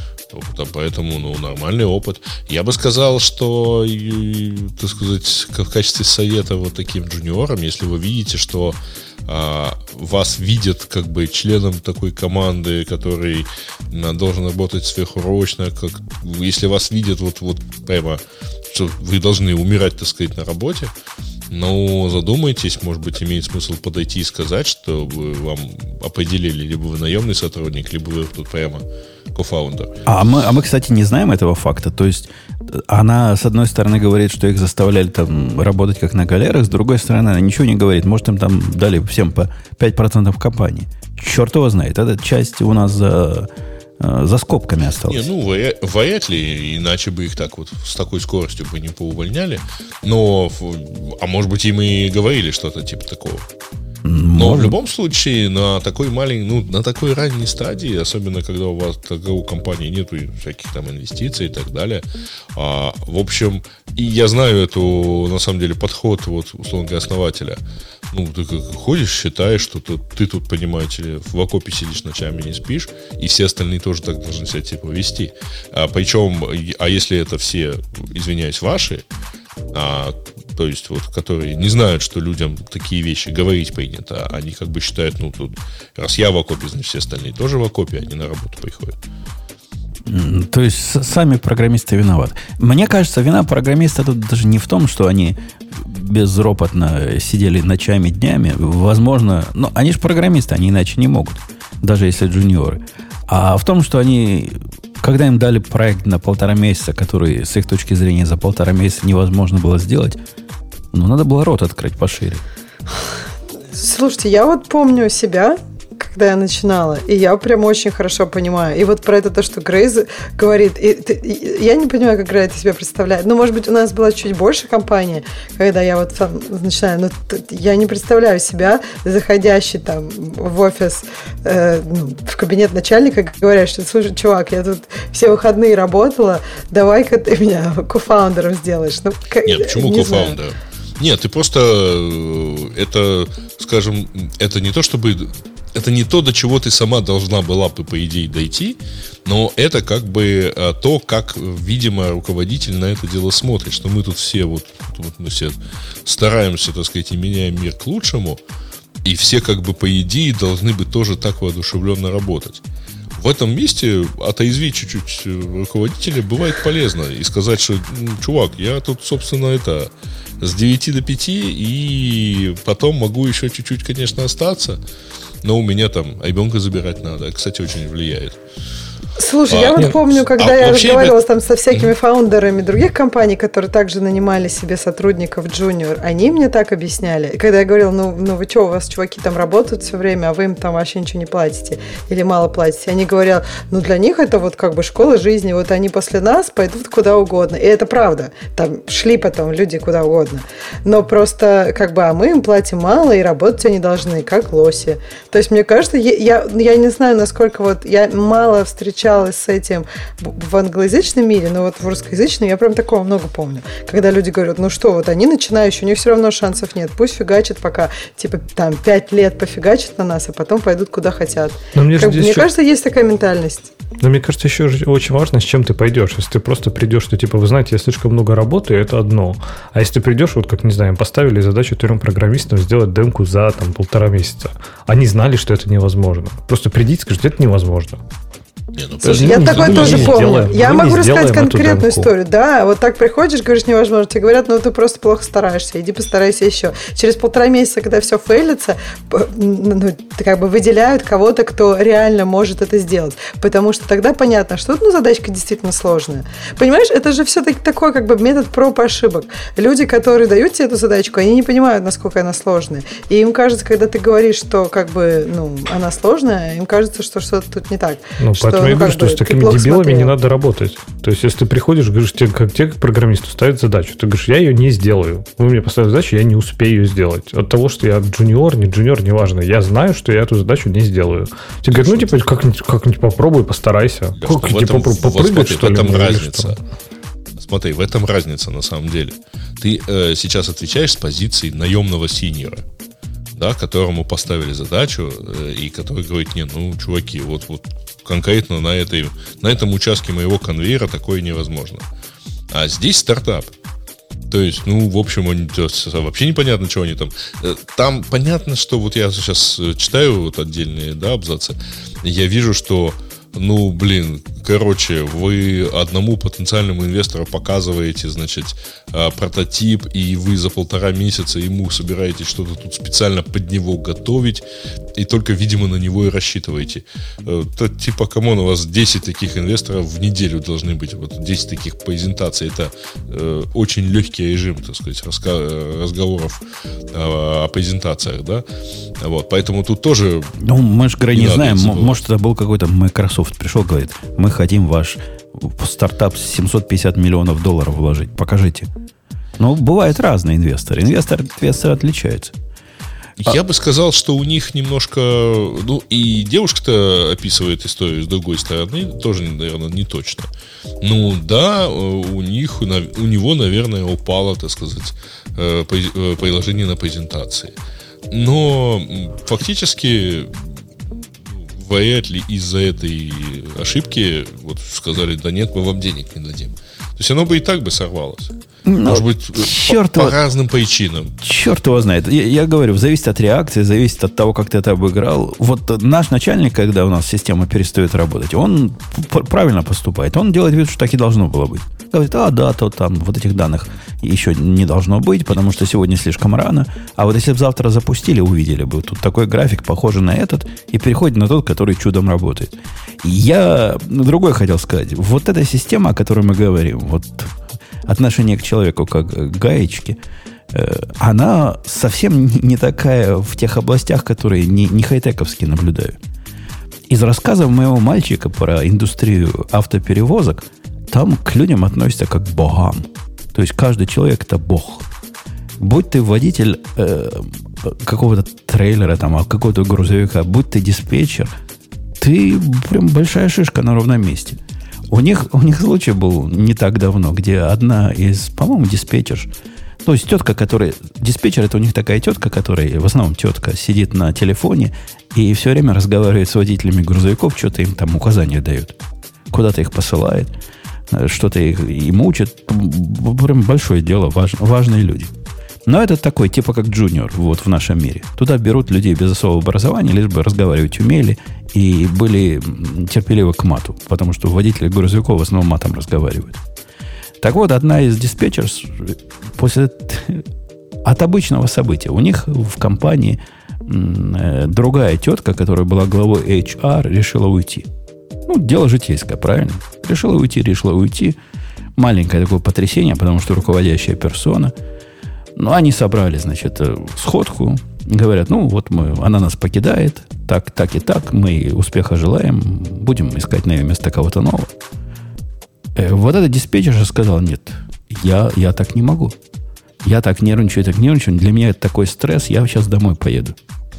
Поэтому, ну, нормальный опыт. Я бы сказал, что, так сказать, в качестве совета вот таким джуниорам, если вы видите, что а, вас видят как бы членом такой команды, который а, должен работать сверхурочно, как, если вас видят вот, вот прямо, что вы должны умирать, так сказать, на работе, но задумайтесь, может быть, имеет смысл подойти и сказать, что вы, вам определили, либо вы наемный сотрудник, либо вы тут прямо кофаундер. А мы, а мы, кстати, не знаем этого факта. То есть она, с одной стороны, говорит, что их заставляли там работать как на галерах, с другой стороны, она ничего не говорит. Может, им там дали всем по пять процентов компании. Черт его знает. Эта часть у нас за... за скобками осталось. Не, ну, вряд ли, иначе бы их так вот с такой скоростью бы не поувольняли. Но, а может быть, им и говорили что-то типа такого. Но Может. В любом случае на такой маленькой, ну, на такой ранней стадии, особенно когда у вас у компании нету всяких там инвестиций и так далее, а, в общем, и я знаю эту, на самом деле, подход вот, условно говоря, основателя. Ну, ты ходишь, считаешь, что ты, ты тут, понимаете ли, в окопе сидишь ночами, не спишь, и все остальные тоже так должны себя типа вести. А, причем, а если это все, извиняюсь, ваши, а, то есть вот, которые не знают, что людям такие вещи говорить принято, они как бы считают, ну, тут, раз я в окопе, значит, все остальные тоже в окопе, они на работу приходят. То есть сами программисты виноваты. Мне кажется, вина программиста тут даже не в том, что они безропотно сидели ночами, днями. Возможно, но они же программисты, они иначе не могут, даже если джуниоры. А в том, что они, когда им дали проект на полтора месяца, который с их точки зрения за полтора месяца невозможно было сделать, ну, надо было рот открыть пошире. Слушайте, я вот помню себя, когда я начинала, и я прям очень хорошо понимаю. И вот про это то, что Грейз говорит, и, и, я не понимаю, как Грейз себе представляет. Ну, может быть, у нас была чуть больше компания, когда я вот там начинаю, но я не представляю себя, заходящий там в офис, э, ну, в кабинет начальника, говорят, что, слушай, чувак, я тут все выходные работала, давай-ка ты меня кофаундером сделаешь. Ну, Нет, почему не кофаундером? Нет, ты просто, это, скажем, это не то, чтобы... Это не то, до чего ты сама должна была бы, по идее, дойти, но это как бы то, как, видимо, руководитель на это дело смотрит, что мы тут все вот, вот мы все стараемся, так сказать, и меняем мир к лучшему, и все как бы, по идее, должны быть тоже так воодушевленно работать. В этом месте отрезвить чуть-чуть руководителя бывает полезно и сказать, что, ну, чувак, я тут, собственно, это с девяти до пяти, и потом могу еще чуть-чуть, конечно, остаться, но у меня там ребенка забирать надо. Кстати, очень влияет. Слушай, а, я вот нет, помню, когда а я разговаривала это... там со всякими фаундерами других компаний, которые также нанимали себе сотрудников джуниор, они мне так объясняли. И когда я говорила, ну, ну вы что, у вас чуваки там работают все время, а вы им там вообще ничего не платите или мало платите. Они говорят, ну для них это вот как бы школа жизни, вот они после нас пойдут куда угодно. И это правда. Там шли потом люди куда угодно. Но просто как бы, а мы им платим мало и работать они должны, как лоси. То есть мне кажется, я, я, я не знаю, насколько вот, я мало встречала с этим в англоязычном мире, но вот в русскоязычном я прям такого много помню. Когда люди говорят, ну что, вот они начинающие, у них все равно шансов нет, пусть фигачат пока, типа там пять лет пофигачат на нас, а потом пойдут куда хотят. Мне, как, мне еще... кажется, есть такая ментальность. Но мне кажется, еще очень важно, с чем ты пойдешь. Если ты просто придешь, что типа, вы знаете, я слишком много работаю, это одно. А если ты придешь, вот как, не знаю, им поставили задачу трем программистам сделать демку за там, полтора месяца. Они знали, что это невозможно. Просто придите и скажите, это невозможно. Не, ну, Слушай, я такое тоже помню. Сделаем, я могу рассказать конкретную демку. историю. Да, вот так приходишь, говоришь, невозможно. Тебе говорят, ну ты просто плохо стараешься, иди постарайся еще. Через полтора месяца, когда все фейлится, ну, как бы выделяют кого-то, кто реально может это сделать. Потому что тогда понятно, что ну, задачка действительно сложная. Понимаешь, это же все-таки такой как бы метод проб и ошибок. Люди, которые дают тебе эту задачку, они не понимают, насколько она сложная. И им кажется, когда ты говоришь, что как бы, ну, она сложная, им кажется, что что-то тут не так. Ну, что, поэтому я ну, говорю, что бы, с такими дебилами смотрел. Не надо работать. То есть, если ты приходишь, говоришь, тебе как, тебе как программисту ставят задачу, ты говоришь, я ее не сделаю. Вы мне поставили задачу, я не успею ее сделать. От того, что я джуниор, не джуниор, неважно. Я знаю, что я эту задачу не сделаю. Тебе говорят, ну, типа, как-нибудь, как-нибудь попробуй, постарайся. Да, как, типа, этом, попробуй попрыгать, вот смотри, что в этом ли? разница. Смотри, в этом разница на самом деле. Ты э, сейчас отвечаешь с позиции наемного синьора, да, которому поставили задачу, э, и который говорит, не, ну, чуваки, вот, вот конкретно на, этой, на этом участке моего конвейера такое невозможно. А здесь стартап. То есть, ну, в общем, они, вообще непонятно, чего они там. Там понятно, что вот я сейчас читаю вот отдельные, да, абзацы, и я вижу, что ну, блин, короче, вы одному потенциальному инвестору показываете, значит, прототип, и вы за полтора месяца ему собираетесь что-то тут специально под него готовить, и только, видимо, на него и рассчитываете. Это, типа, камон, у вас десять таких инвесторов в неделю должны быть, вот десять таких презентаций. Это э, очень легкий режим, так сказать, раска- разговоров о, о презентациях, да? Вот, поэтому тут тоже... Ну, мы же, не, не знаем, может, это был какой-то Microsoft пришел, говорит, мы хотим ваш стартап с семьсот пятьдесят миллионов долларов вложить, покажите. Ну, бывают разные инвесторы. Инвесторы, инвесторы отличаются. Я а... бы сказал, что у них немножко... Ну, и девушка-то описывает историю с другой стороны, тоже, наверное, не точно. Ну, да, у них, у него, наверное, упало, так сказать, приложение на презентации. Но фактически... вряд ли из-за этой ошибки вот сказали, да нет, мы вам денег не дадим. То есть оно бы и так бы сорвалось. Но может быть, по, по разным причинам. Черт его знает. Я, я говорю, зависит от реакции, зависит от того, как ты это обыграл. Вот наш начальник, когда у нас система перестает работать, он правильно поступает. Он делает вид, что так и должно было быть. Говорит, а, да, то там вот этих данных еще не должно быть, потому что сегодня слишком рано. А вот если бы завтра запустили, увидели бы. Тут такой график, похожий на этот, и переходит на тот, который чудом работает. Я другое хотел сказать. Вот эта система, о которой мы говорим, вот отношение к человеку как к гаечке, она совсем не такая в тех областях, которые не, не хай-тековские наблюдаю. Из рассказов моего мальчика про индустрию автоперевозок, там к людям относятся как к богам. То есть каждый человек – это бог. Будь ты водитель э, какого-то трейлера, там, какого-то грузовика, будь ты диспетчер, ты прям большая шишка на ровном месте. У них, у них случай был не так давно, где одна из, по-моему, диспетчерш, то есть тетка, которая... Диспетчер – это у них такая тетка, которая, в основном тетка, сидит на телефоне и все время разговаривает с водителями грузовиков, что-то им там указания дает. Куда-то их посылает, что-то их им учат. Прям большое дело, важ, важные люди. Но это такой, типа как джуниор вот в нашем мире. Туда берут людей без особого образования, лишь бы разговаривать умели и были терпеливы к мату, потому что водители грузовиков в основном матом разговаривают. Так вот, одна из диспетчеров после от обычного события, у них в компании другая тетка, которая была главой эйч ар, решила уйти. Ну, дело житейское, правильно? Решила уйти, решила уйти. Маленькое такое потрясение, потому что руководящая персона. Ну, они собрали, значит, сходку. Говорят, ну, вот мы, она нас покидает. Так, так и так. Мы успеха желаем. Будем искать на ее место кого-то нового. Э, вот этот диспетчер сказал, нет, я, я так не могу. Я так нервничаю, так нервничаю. Для меня это такой стресс. Я сейчас домой поеду.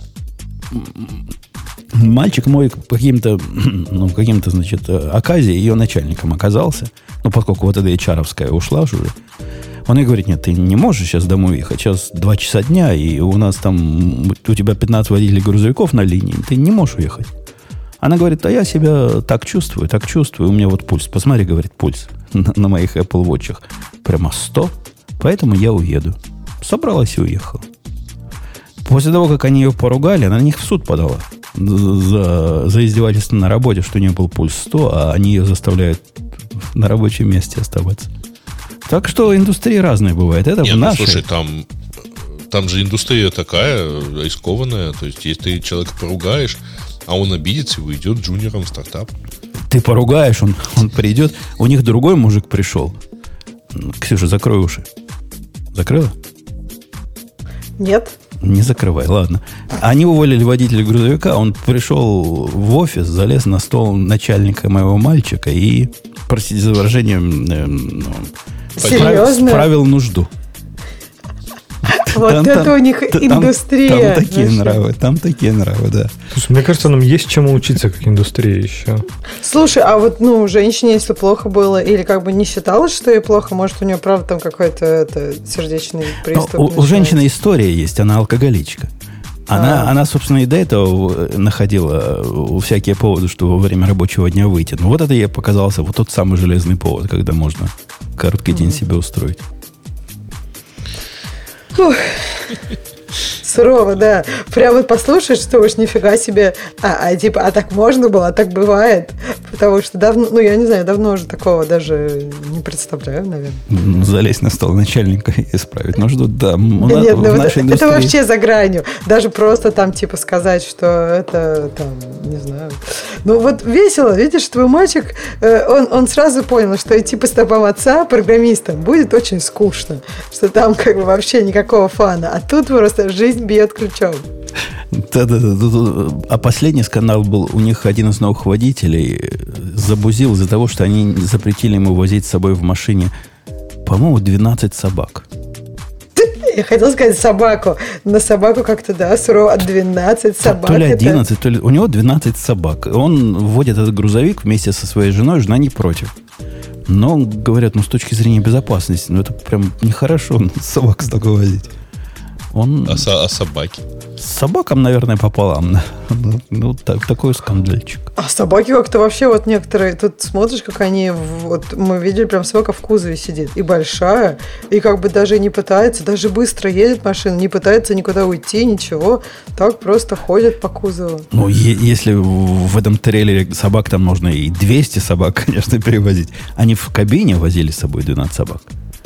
Мальчик мой каким-то, ну, каким-то, значит, оказией ее начальником оказался. Ну, поскольку вот эта эйч ар-овская ушла уже. Он ей говорит, нет, ты не можешь сейчас домой ехать. Сейчас два часа дня, и у нас там, у тебя пятнадцать водителей грузовиков на линии. Ты не можешь уехать. Она говорит, а я себя так чувствую, так чувствую, у меня вот пульс. Посмотри, говорит, пульс на, на моих Apple Watch'ах. Прямо сто, поэтому я уеду. Собралась и уехала. После того, как они ее поругали, она на них в суд подала за, за издевательство на работе, что у нее был пульс сто, а они ее заставляют на рабочем месте оставаться. Так что индустрии разные бывают. Это Нет, в нашей... ну, слушай, там, там же индустрия такая, рискованная. То есть, если ты человека поругаешь, а он обидится и уйдет джуниором в стартап. Ты поругаешь, он, он придет. У них другой мужик пришел. Ксюша, закрой уши. Закрыла? Нет. Не закрывай, ладно. Они уволили водителя грузовика, он пришел в офис, залез на стол начальника моего мальчика и, простите за выражение, э, ну, Серьезно? справил нужду. Вот Там- это там- у них там- индустрия. Там такие Вообще. нравы, там такие нравы, да. Слушай, мне кажется, нам есть чему учиться как индустрии еще. Слушай, а вот, ну, женщине, если плохо было, или как бы не считалось, что ей плохо, может, у нее, правда, там какой-то это, сердечный Но приступ у, у начинается? женщины история есть, она алкоголичка. Она, А. она, собственно, и до этого находила э, всякие поводы, чтобы во время рабочего дня выйти. Но вот это ей показался вот тот самый железный повод, когда можно короткий день себе устроить. Фух. Сурово, да. Прям вот послушаешь, что уж нифига себе. А, а типа, а так можно было, а так бывает. Потому что давно, ну, я не знаю, давно уже такого даже не представляю, наверное. М, Залезть на стол начальника и исправить нужду. Да, м, у Да нас- нет, в ну, нашей это, индустрии... это вообще за гранью. Даже просто там, типа, сказать, что это, там, не знаю. Ну, вот весело, видишь, твой мальчик, э, он, он сразу понял, что идти по стопам отца программистом будет очень скучно. Что там, как бы, вообще никакого фана. А тут просто жизнь бьет ключом. Да-да-да. А последний скандал был, у них один из новых водителей забузил из-за того, что они запретили ему возить с собой в машине, по-моему, двенадцать собак. Я хотела сказать собаку. На собаку как-то, да, сурово. двенадцать собак. То ли это- одиннадцать, то ли... У него двенадцать собак. Он водит этот грузовик вместе со своей женой, жена не против. Но, говорят, ну, с точки зрения безопасности, ну, это прям нехорошо собак столько возить. Он А, со- а собаки? с собакам, наверное, пополам. Ну, ну, так- такой скандальчик. А собаки как-то вообще вот некоторые... Тут смотришь, как они... в- Вот мы видели, прям собака в кузове сидит. И большая. И как бы даже не пытается, даже быстро едет машина, не пытается никуда уйти, ничего. Так просто ходит по кузову. Ну, е- если в в этом трейлере собак там можно и двести собак, конечно, перевозить. Они в кабине возили с собой двенадцать собак.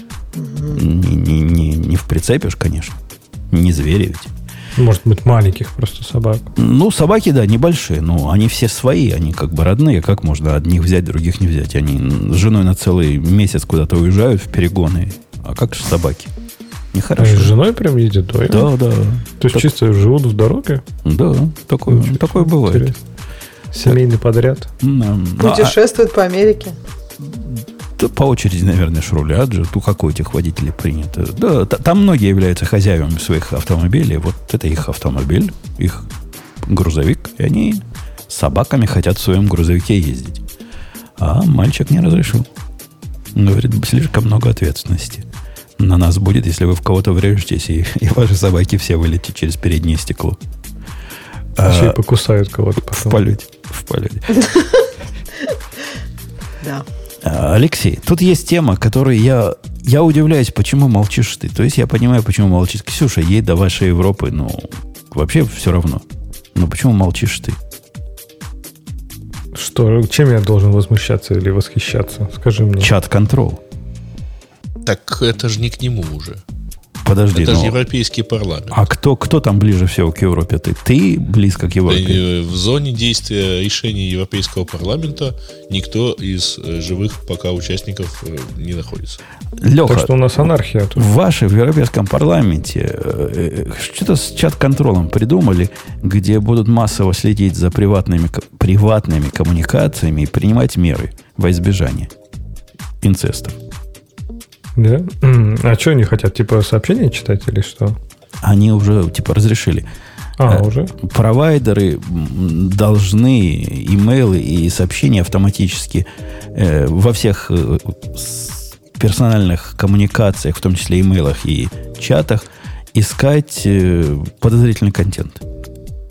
Не, не, не, не в прицепе уж, конечно. Не звери ведь. Может быть, маленьких просто собак. Ну, собаки, да, небольшие, но они все свои, они как бы родные. Как можно одних взять, других не взять? Они с женой на целый месяц куда-то уезжают в перегоны. А как же собаки? А Нехорошо. с женой прям едет вдвоем? Да, да. То есть Так- чисто живут в дороге? Да, такое, Очень такое бывает. интересно. Семейный подряд. М, ну, а- Путешествует по Америке. да по очереди, наверное, шрулят же. Ну, как у этих водителей принято. Да, т- там многие являются хозяевами своих автомобилей. Вот это их автомобиль, их грузовик. И они с собаками хотят в своем грузовике ездить. А мальчик не разрешил. Говорит, слишком много ответственности на нас будет, если вы в кого-то врежетесь, и, и ваши собаки все вылетят через переднее стекло. Еще А, и покусают кого-то в потом. полете. В полете. Да. А, Алексей, тут есть тема, которой я, я удивляюсь, почему молчишь ты. То есть я понимаю, почему молчит Ксюша. Ей до вашей Европы, ну, вообще все равно. Но почему молчишь ты? Что, чем я должен возмущаться или восхищаться? Скажи мне. Чат-контрол. Так это же не к нему уже. Подожди, Это ну, же Европейский парламент. а кто, кто там ближе всего к Европе? Ты, ты близко к Да, Европе? и В зоне действия решений Европейского парламента никто из э, живых пока участников э, не находится. Леха, Так что у нас анархия тут. в вашей, в Европейском парламенте э, э, что-то с чат-контролом придумали, где будут массово следить за приватными, ко- приватными коммуникациями и принимать меры во избежание инцестов. Да? М, А что они хотят? Типа сообщения читать или что? Они уже типа разрешили. А, Э, уже? Провайдеры м, должны имейлы и сообщения автоматически э, во всех э, с- персональных коммуникациях, в том числе имейлах и чатах, искать э, подозрительный контент.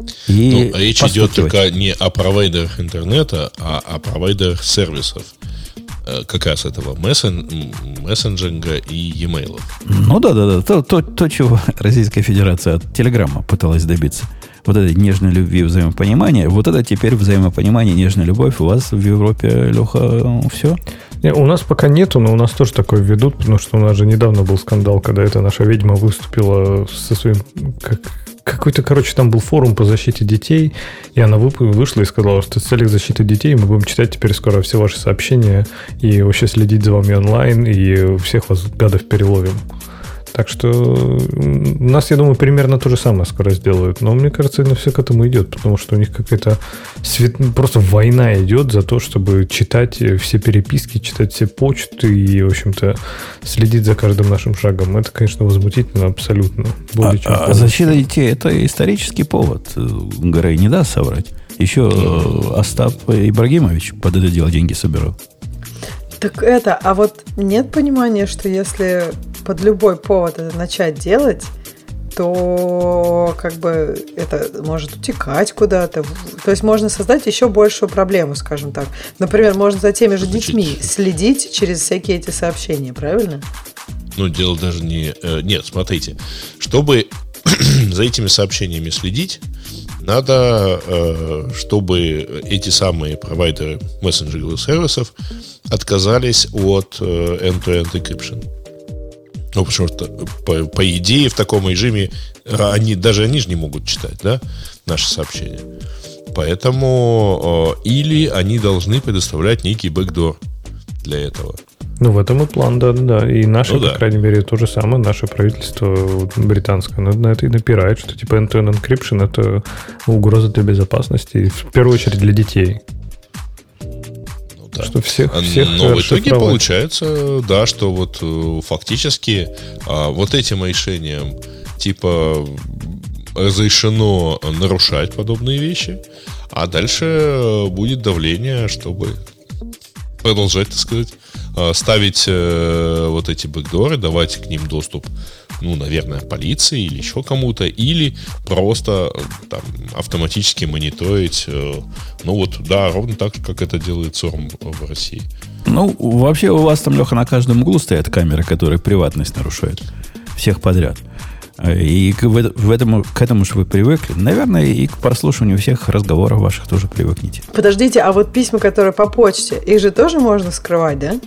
И ну, речь идет только не о провайдерах интернета, а о провайдерах сервисов. Как раз этого мессен, мессенджинга и e-mail. Ну да, да, да. То, то, то, чего Российская Федерация от Телеграма пыталась добиться. Вот этой нежной любви, взаимопонимания. Вот это теперь взаимопонимание, нежная любовь. У вас в Европе, Леха, все? Не, у нас пока нету, но у нас тоже такое ведут, потому что у нас же недавно был скандал, когда эта наша ведьма выступила со своим... Как, какой-то, короче, там был форум по защите детей, и она вышла и сказала, что в целях защиты детей мы будем читать теперь скоро все ваши сообщения и вообще следить за вами онлайн, и всех вас, гадов, переловим. Так что у нас, я думаю, примерно то же самое скоро сделают. Но мне кажется, оно все к этому идет, потому что у них какая-то свет... просто война идет за то, чтобы читать все переписки, читать все почты и, в общем-то, следить за каждым нашим шагом. Это, конечно, возмутительно абсолютно. Более а, а защита детей – это исторический повод. Грей не даст соврать. Еще Остап Ибрагимович под это дело деньги собирал. Так это, а вот нет понимания, что если под любой повод это начать делать, то как бы это может утекать куда-то. То есть можно создать еще большую проблему, скажем так. Например, можно за теми же детьми следить через всякие эти сообщения, правильно? Ну, дело даже не... Нет, смотрите. Чтобы за этими сообщениями следить, надо, чтобы эти самые провайдеры мессенджерных сервисов отказались от end-to-end encryption. Ну, потому что, по, по идее, в таком режиме они, даже они же не могут читать, да, наши сообщения. Поэтому или они должны предоставлять некий бэкдор для этого. Ну, в этом и план, да, да. И наше, ну, по да. крайней мере, то же самое. Наше правительство британское на это и напирает, что типа end-to-end encryption – это угроза для безопасности, в первую очередь для детей. Ну, да. Что всех, всех Но в итоге получается, да, что вот фактически вот этим решением типа разрешено нарушать подобные вещи, а дальше будет давление, чтобы продолжать, так сказать, ставить э, вот эти бэкдоры, давать к ним доступ, ну, наверное, полиции или еще кому-то, или просто там автоматически мониторить, э, ну, вот, да, ровно так, как это делает СОРМ в России. Ну, вообще у вас там, Леха, на каждом углу стоят камеры, которые приватность нарушают. Всех подряд. И к, в этому, к этому же вы привыкли. Наверное, и к прослушиванию всех разговоров ваших тоже привыкнете. Подождите, а вот письма, которые по почте, их же тоже можно скрывать, да?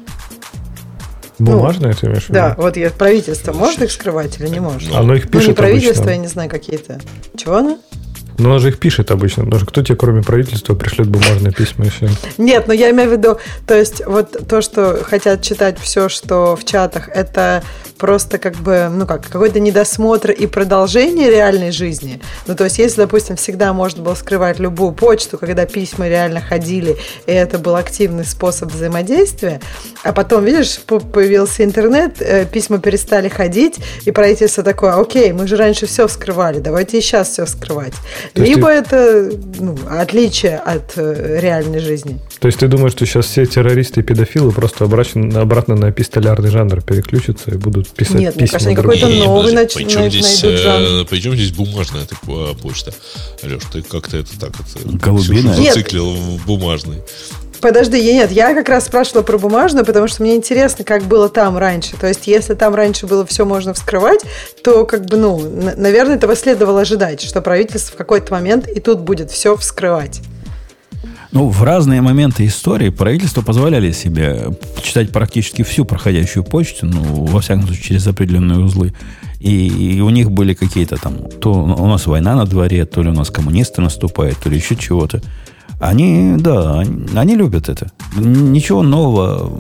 Бумажные, ну, ты имеешь в виду? Да, вот правительство может их скрывать или не может? Оно их пишет ну, не правительство, обычно. Я не знаю, какие-то. Чего оно? Ну, оно же их пишет обычно. Потому что кто тебе, кроме правительства, пришлет бумажные письма еще? Нет, но я имею в виду, то есть вот то, что хотят читать все, что в чатах, это просто как бы, ну как, какой-то недосмотр и продолжение реальной жизни. Ну, то есть, если, допустим, всегда можно было скрывать любую почту, когда письма реально ходили, и это был активный способ взаимодействия, а потом, видишь, появился интернет, письма перестали ходить, и правительство такое: окей, мы же раньше все вскрывали, давайте и сейчас все вскрывать. То Либо ты... это ну, отличие от э, реальной жизни. То есть ты думаешь, что сейчас все террористы и педофилы просто обратно, обратно на эпистолярный жанр переключатся и будут писать Нет, письма? Нет, мне кажется, какой-то новый нач... причем здесь, найдут жанр. Причем здесь бумажная эта почта? Алеш, ты как-то это так это голубиная? зациклил в бумажный. Подожди, нет, я как раз спрашивала про бумажную, потому что мне интересно, как было там раньше. То есть, если там раньше было все можно вскрывать, то, как бы, ну, наверное, этого следовало ожидать, что правительство в какой-то момент и тут будет все вскрывать. Ну, в разные моменты истории правительство позволяли себе читать практически всю проходящую почту, ну, во всяком случае, через определенные узлы. И, и у них были какие-то там, то у нас война на дворе, то ли у нас коммунисты наступают, то ли еще чего-то. Они, да, они, они любят это. Ничего нового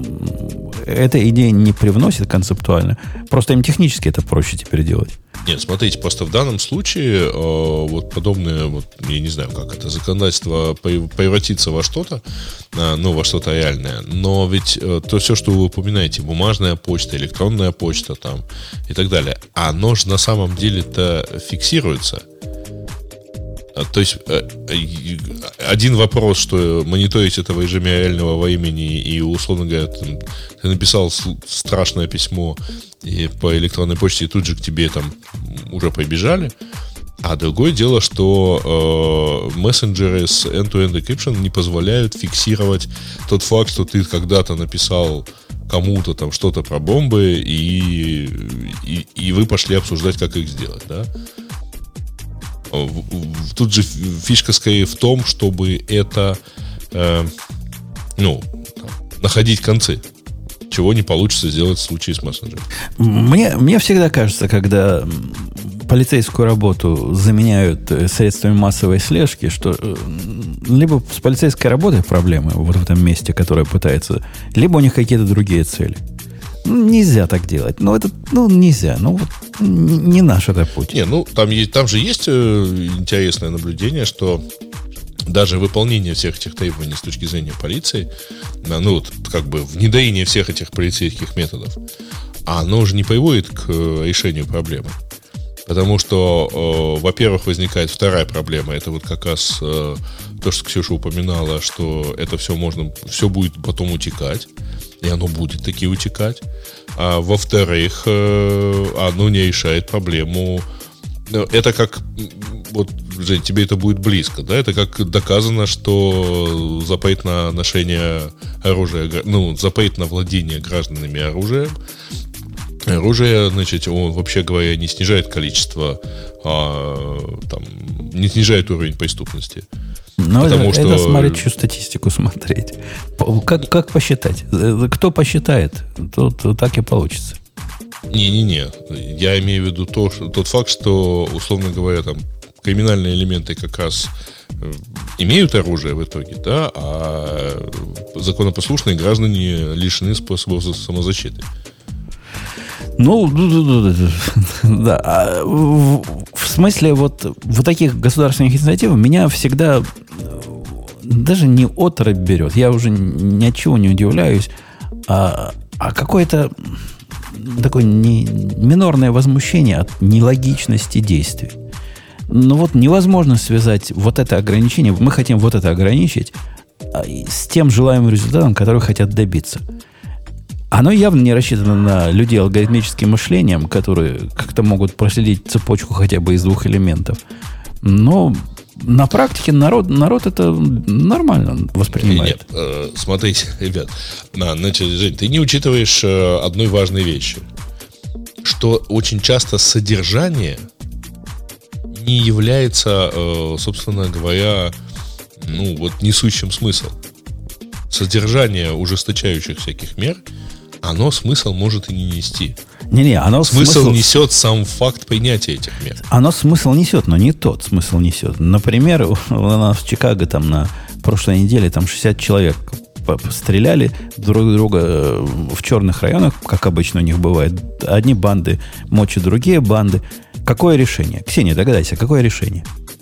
эта идея не привносит концептуально. Просто им технически это проще теперь делать. Нет, смотрите, просто в данном случае э, вот подобное, вот, я не знаю, как это законодательство превратится во что-то, э, ну, во что-то реальное. Но ведь э, то все, что вы упоминаете, бумажная почта, электронная почта там и так далее, оно же на самом деле-то фиксируется. То есть один вопрос, что мониторить это в режиме реального времени и, условно говоря, ты написал страшное письмо и по электронной почте, и тут же к тебе там уже побежали. А другое дело, что э, мессенджеры с end-to-end encryption не позволяют фиксировать тот факт, что ты когда-то написал кому-то там что-то про бомбы, и, и, и вы пошли обсуждать, как их сделать, да? Тут же фишка скорее в том, чтобы это э, ну, находить концы, чего не получится сделать в случае с мессенджером. Мне, мне всегда кажется, когда полицейскую работу заменяют средствами массовой слежки, что либо с полицейской работой проблемы вот в этом месте, которое пытается, либо у них какие-то другие цели. Ну, нельзя так делать. Ну, это, ну, нельзя. Ну, вот не, не наш это путь. Не, ну, там, есть, там же есть интересное наблюдение, что даже выполнение всех этих требований с точки зрения полиции, ну, вот, как бы внедрение всех этих полицейских методов, оно же не приводит к решению проблемы. Потому что, э, во-первых, возникает вторая проблема. Это вот как раз э, то, что Ксюша упоминала, что это все можно, все будет потом утекать. И оно будет таки утекать. А во-вторых, э, оно не решает проблему. Это как, вот, Жень, тебе это будет близко, да? Это как доказано, что запрет на ношение оружия, ну, запрет на владение гражданами оружием, оружие, значит, он, вообще говоря, не снижает количество, а, там, не снижает уровень преступности. Но потому это, что... это смотреть, чью статистику смотреть. Как, как посчитать? Кто посчитает, то, то так и получится. Не-не-не. Я имею в виду то, что, тот факт, что, условно говоря, там, криминальные элементы как раз имеют оружие в итоге, да, а законопослушные граждане лишены способов самозащиты. Ну, да. В, в смысле вот в таких государственных инициативах меня всегда даже не отрыбь берет. Я уже ни от чего не удивляюсь, а, а какое-то такое не, минорное возмущение от нелогичности действий. Ну вот невозможно связать вот это ограничение, мы хотим вот это ограничить, с тем желаемым результатом, который хотят добиться. Оно явно не рассчитано на людей алгоритмическим мышлением, которые как-то могут проследить цепочку хотя бы из двух элементов. Но на практике народ, народ это нормально воспринимает. Нет, э, смотрите, ребят, на, значит, Жень, ты не учитываешь э, одной важной вещи, что очень часто содержание не является, э, собственно говоря, ну вот несущим смысл. Содержание ужесточающих всяких мер, оно смысл может и не нести. Не-не, оно смысл, смысл несет сам факт принятия этих мер. Оно смысл несет, но не тот смысл несет. Например, у нас в Чикаго там на прошлой неделе там шестьдесят человек стреляли друг друга в черных районах, как обычно у них бывает. Одни банды мочат другие банды. Какое решение? Ксения, догадайся, какое решение?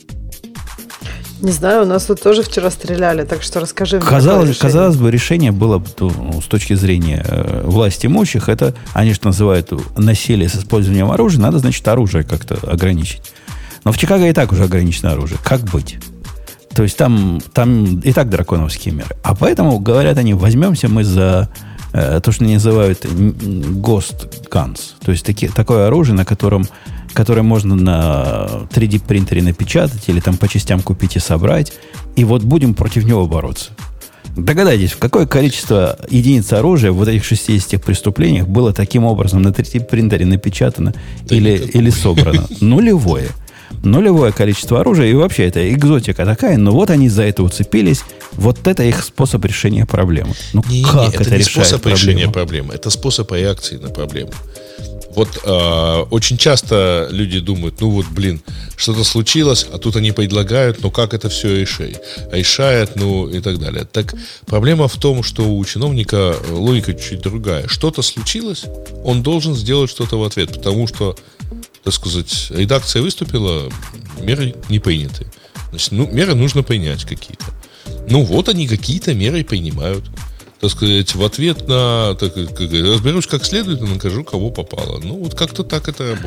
Не знаю, у нас тут тоже вчера стреляли, так что расскажи мне. Казалось, казалось бы, решение было ну, с точки зрения э, власти имущих, это, они же называют насилие с использованием оружия, надо, значит, оружие как-то ограничить. Но в Чикаго и так уже ограничено оружие. Как быть? То есть там, там и так драконовские меры. А поэтому, говорят они, возьмемся мы за э, то, что они называют ghost guns. То есть таки, такое оружие, на котором которые можно на три дэ принтере напечатать или там по частям купить и собрать. И вот будем против него бороться. Догадайтесь, в какое количество единиц оружия в вот этих шестидесяти преступлениях было таким образом на три дэ принтере напечатано да или, или собрано? Нулевое. Нулевое количество оружия. И вообще это экзотика такая, но вот они за это уцепились. Вот это их способ решения проблемы. Ну не, как не, это, это не решает способ проблему? решения проблемы. Это способ реакции на проблему. Вот э, очень часто люди думают, ну вот, блин, что-то случилось, а тут они предлагают, ну как это все решает, решает, ну и так далее. Так проблема в том, что у чиновника логика чуть другая. Что-то случилось, он должен сделать что-то в ответ, потому что, так сказать, редакция выступила, меры не приняты. Значит, ну, меры нужно принять какие-то. Ну вот они какие-то меры принимают. Так сказать, в ответ на так, как, разберусь как следует и накажу, кого попало. Ну, вот как-то так это работает.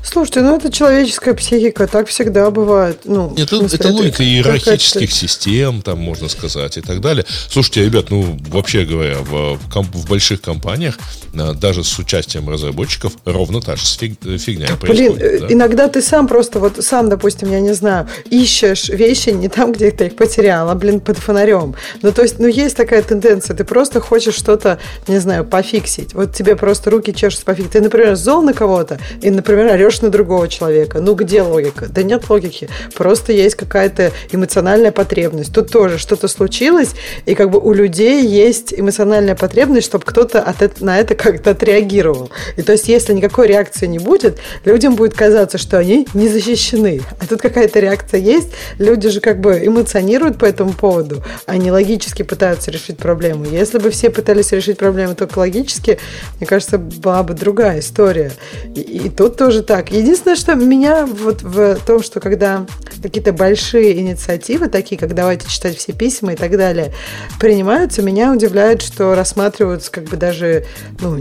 Слушайте, ну это человеческая психика, так всегда бывает. Ну, Нет, смысле, это логика иерархических это... систем, там можно сказать, и так далее. Слушайте, ребят, ну, вообще говоря, в, в больших компаниях, даже с участием разработчиков, ровно та же фигня так, происходит. Блин, да? иногда ты сам просто, вот сам, допустим, я не знаю, ищешь вещи не там, где ты их потерял, а, блин, под фонарем. Ну, то есть, ну, есть такая тенденция, ты просто хочешь что-то, не знаю, пофиксить. Вот тебе просто руки чешутся пофиксить. Ты, например, зол на кого-то и, например, орешь на другого человека. Ну, где логика? Да нет логики. Просто есть какая-то эмоциональная потребность. Тут тоже что-то случилось, и как бы у людей есть эмоциональная потребность, чтобы кто-то от это, на это как-то отреагировал. И то есть, если никакой реакции не будет, людям будет казаться, что они не защищены. А тут какая-то реакция есть, люди же как бы эмоционируют по этому поводу, они логически пытаются решить проблему. Если бы все пытались решить проблему только логически, мне кажется, была бы другая история. И, и тут тоже так. Единственное, что меня вот в том, что когда какие-то большие инициативы, такие, как давайте читать все письма и так далее, принимаются, меня удивляет, что рассматриваются как бы даже ну,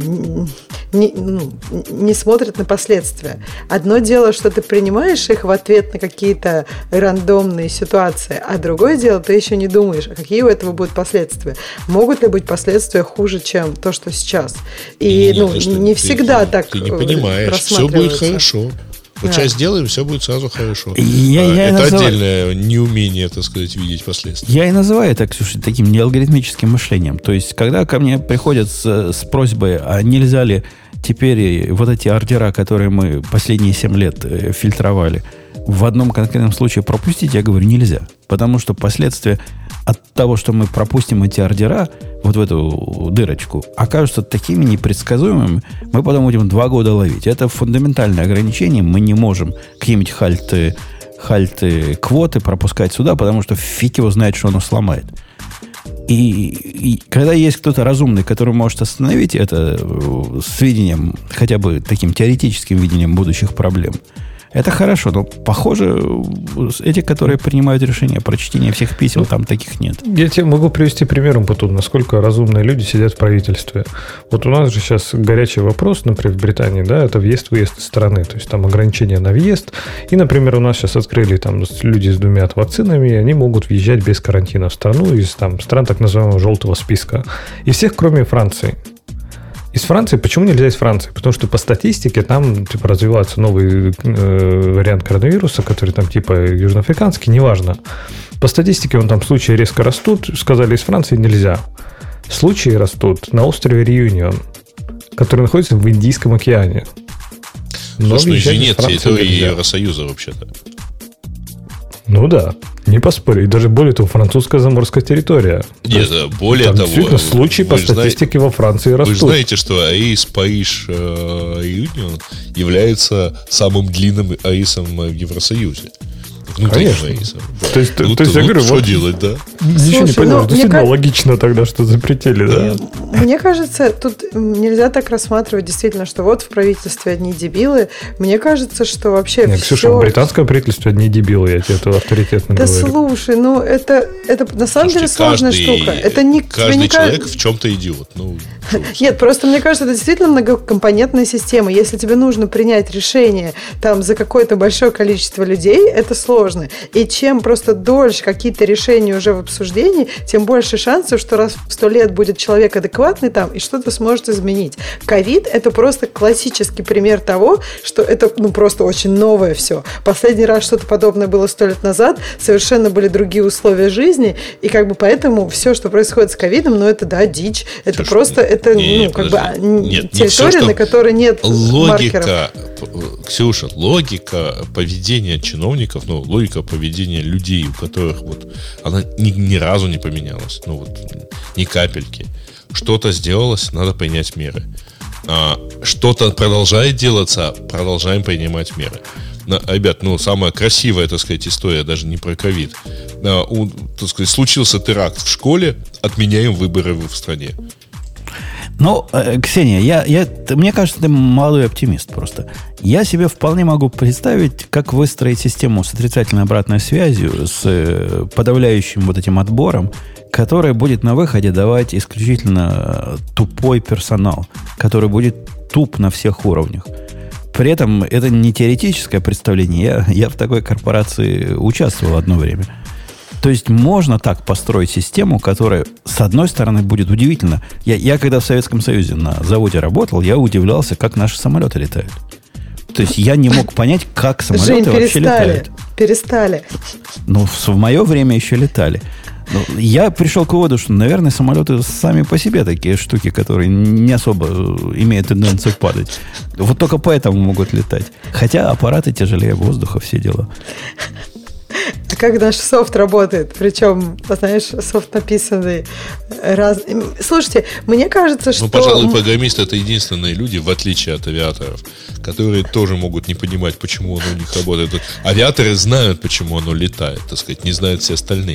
не, ну, не смотрят на последствия. Одно дело, что ты принимаешь их в ответ на какие-то рандомные ситуации, а другое дело, ты еще не думаешь, а какие у этого будут последствия. Могут ли быть последствия хуже, чем то, что сейчас? И Нет, ну, что, не ты, всегда ты, так ты не понимаешь, все будет хорошо. Вот да. часть делаем, все будет сразу хорошо. Я, я это называю... отдельное неумение, так сказать, видеть последствия. Я и называю это, Ксюша, таким неалгоритмическим мышлением. То есть, когда ко мне приходят с, с просьбой, а нельзя ли теперь вот эти ордера, которые мы последние семь лет фильтровали, в одном конкретном случае пропустить, я говорю, нельзя. Потому что последствия от того, что мы пропустим эти ордера вот в эту дырочку, окажутся такими непредсказуемыми, мы потом будем два года ловить. Это фундаментальное ограничение. Мы не можем какие-нибудь хальты, хальты, квоты пропускать сюда, потому что фиг его знает, что оно сломает. И, и когда есть кто-то разумный, который может остановить это с видением, хотя бы таким теоретическим видением будущих проблем, это хорошо, но, похоже, эти, которые принимают решения про чтение всех писем, ну, там таких нет. Я тебе могу привести пример, Путун, насколько разумные люди сидят в правительстве. Вот у нас же сейчас горячий вопрос, например, в Британии, да, это въезд-выезд из страны, то есть там ограничения на въезд. И, например, у нас сейчас открыли там люди с двумя вакцинами, и они могут въезжать без карантина в страну из там, стран так называемого желтого списка. И всех, кроме Франции. Из Франции, почему нельзя из Франции? Потому что по статистике там типа развивается новый э, вариант коронавируса, который там типа южноафриканский, неважно. По статистике он там случаи резко растут, сказали, из Франции нельзя. Случаи растут на острове Реюнион, который находится в Индийском океане. Но Слушай, ну извини, территория Евросоюза вообще-то. Ну да, не поспорю. И даже более того, французская заморская территория. Нет, то более там того, действительно случаи по статистике знаете, во Франции растут. Вы знаете, что АИС Париж Юнион является самым длинным АИСом в Евросоюзе. Конечно. АИСом. То есть, ну, то есть ну, я говорю, что вот делать, да? Ничего Слушай, не понимаю. ну, Действительно мне логично тогда, что запретили, да? Мне кажется, тут нельзя так рассматривать действительно, что вот в правительстве одни дебилы. Мне кажется, что вообще Нет, все... Ксюша, в британском правительстве одни дебилы, я тебе это авторитетно да говорю. Да слушай, ну это, это на самом Слушайте, деле сложная каждый, штука. Это не, каждый не человек кажется... в чем-то идиот. Ну, Нет, просто мне кажется, это действительно многокомпонентная система. Если тебе нужно принять решение там за какое-то большое количество людей, это сложно. И чем просто дольше какие-то решения уже в обсуждении, тем больше шансов, что раз в сто лет будет человек адекватный там и что-то сможет изменить. Ковид – это просто классический пример того, что это ну, просто очень новое все. Последний раз что-то подобное было сто лет назад, совершенно были другие условия жизни, и как бы поэтому все, что происходит с ковидом, ну это да, дичь. Это Слушай, просто это, не, ну, как бы нет, территория, не все, на которой нет логика, маркеров. Ксюша, логика поведения чиновников, ну, логика поведения людей, у которых вот она ни, ни разу не поменялась, ну вот ни капельки. Что-то сделалось, надо принять меры. А, что-то продолжает делаться, продолжаем принимать меры. На, ребят, ну самая красивая, так сказать, история даже не про ковид. А, у, так сказать, случился теракт в школе, отменяем выборы в стране. Ну, э, Ксения, я, я, мне кажется, ты молодой оптимист просто. Я себе вполне могу представить, как выстроить систему с отрицательной обратной связью, с э, подавляющим вот этим отбором, который будет на выходе давать исключительно тупой персонал, который будет туп на всех уровнях. При этом это не теоретическое представление. Я, я в такой корпорации участвовал одно время. То есть можно так построить систему, которая, с одной стороны, будет удивительно. Я, я когда в Советском Союзе на заводе работал, я удивлялся, как наши самолеты летают. То есть я не мог понять, как самолеты Жень, вообще летают. Перестали. Ну, в, в мое время еще летали. Но я пришел к выводу, что, наверное, самолеты сами по себе такие штуки, которые не особо имеют тенденцию падать. Вот только поэтому могут летать. Хотя аппараты тяжелее воздуха, все дела. А как наш софт работает? Причем, знаешь, софт написанный раз... Слушайте, мне кажется, что... Ну, пожалуй, программисты — это единственные люди, в отличие от авиаторов, которые тоже могут не понимать, почему оно у них работает. Авиаторы знают, почему оно летает, так сказать, не знают все остальные.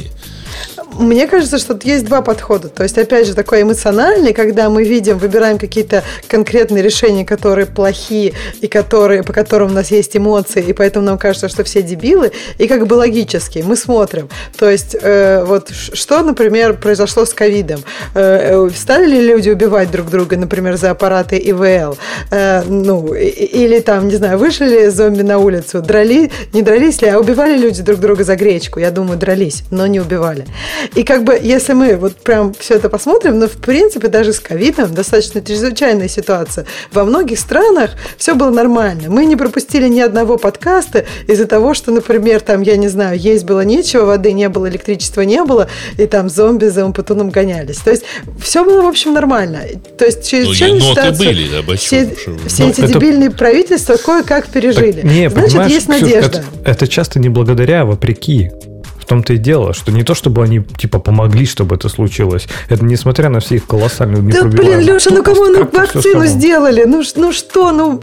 Мне кажется, что тут есть два подхода. То есть, опять же, такой эмоциональный, когда мы видим, выбираем какие-то конкретные решения, которые плохие, и которые, по которым у нас есть эмоции, и поэтому нам кажется, что все дебилы, и как бы логически мы смотрим. То есть, э, вот что, например, произошло с ковидом? Э, стали ли люди убивать друг друга, например, за аппараты И В Л? Э, ну, или там, не знаю, вышли ли зомби на улицу? Драли, не дрались ли, а убивали люди друг друга за гречку? Я думаю, дрались, но не убивали. И как бы, если мы вот прям все это посмотрим, ну, в принципе, даже с ковидом достаточно чрезвычайная ситуация. Во многих странах все было нормально. Мы не пропустили ни одного подкаста из-за того, что, например, там, я не знаю, есть было нечего, воды не было, электричества не было, и там зомби за Умпутуном гонялись. То есть, все было, в общем, нормально. То есть, чрезвычайная ну, ситуация. Были, да, все все ну, эти это... дебильные правительства кое-как пережили. Так, не, значит, есть надежда. Это, это часто не благодаря, а вопреки. В том-то и дело, что не то, чтобы они типа помогли, чтобы это случилось. Это несмотря на все их колоссальную непробиваемость. Да, блин, Леша, ну кому ну вакцину сделали? Ну, ну что, ну...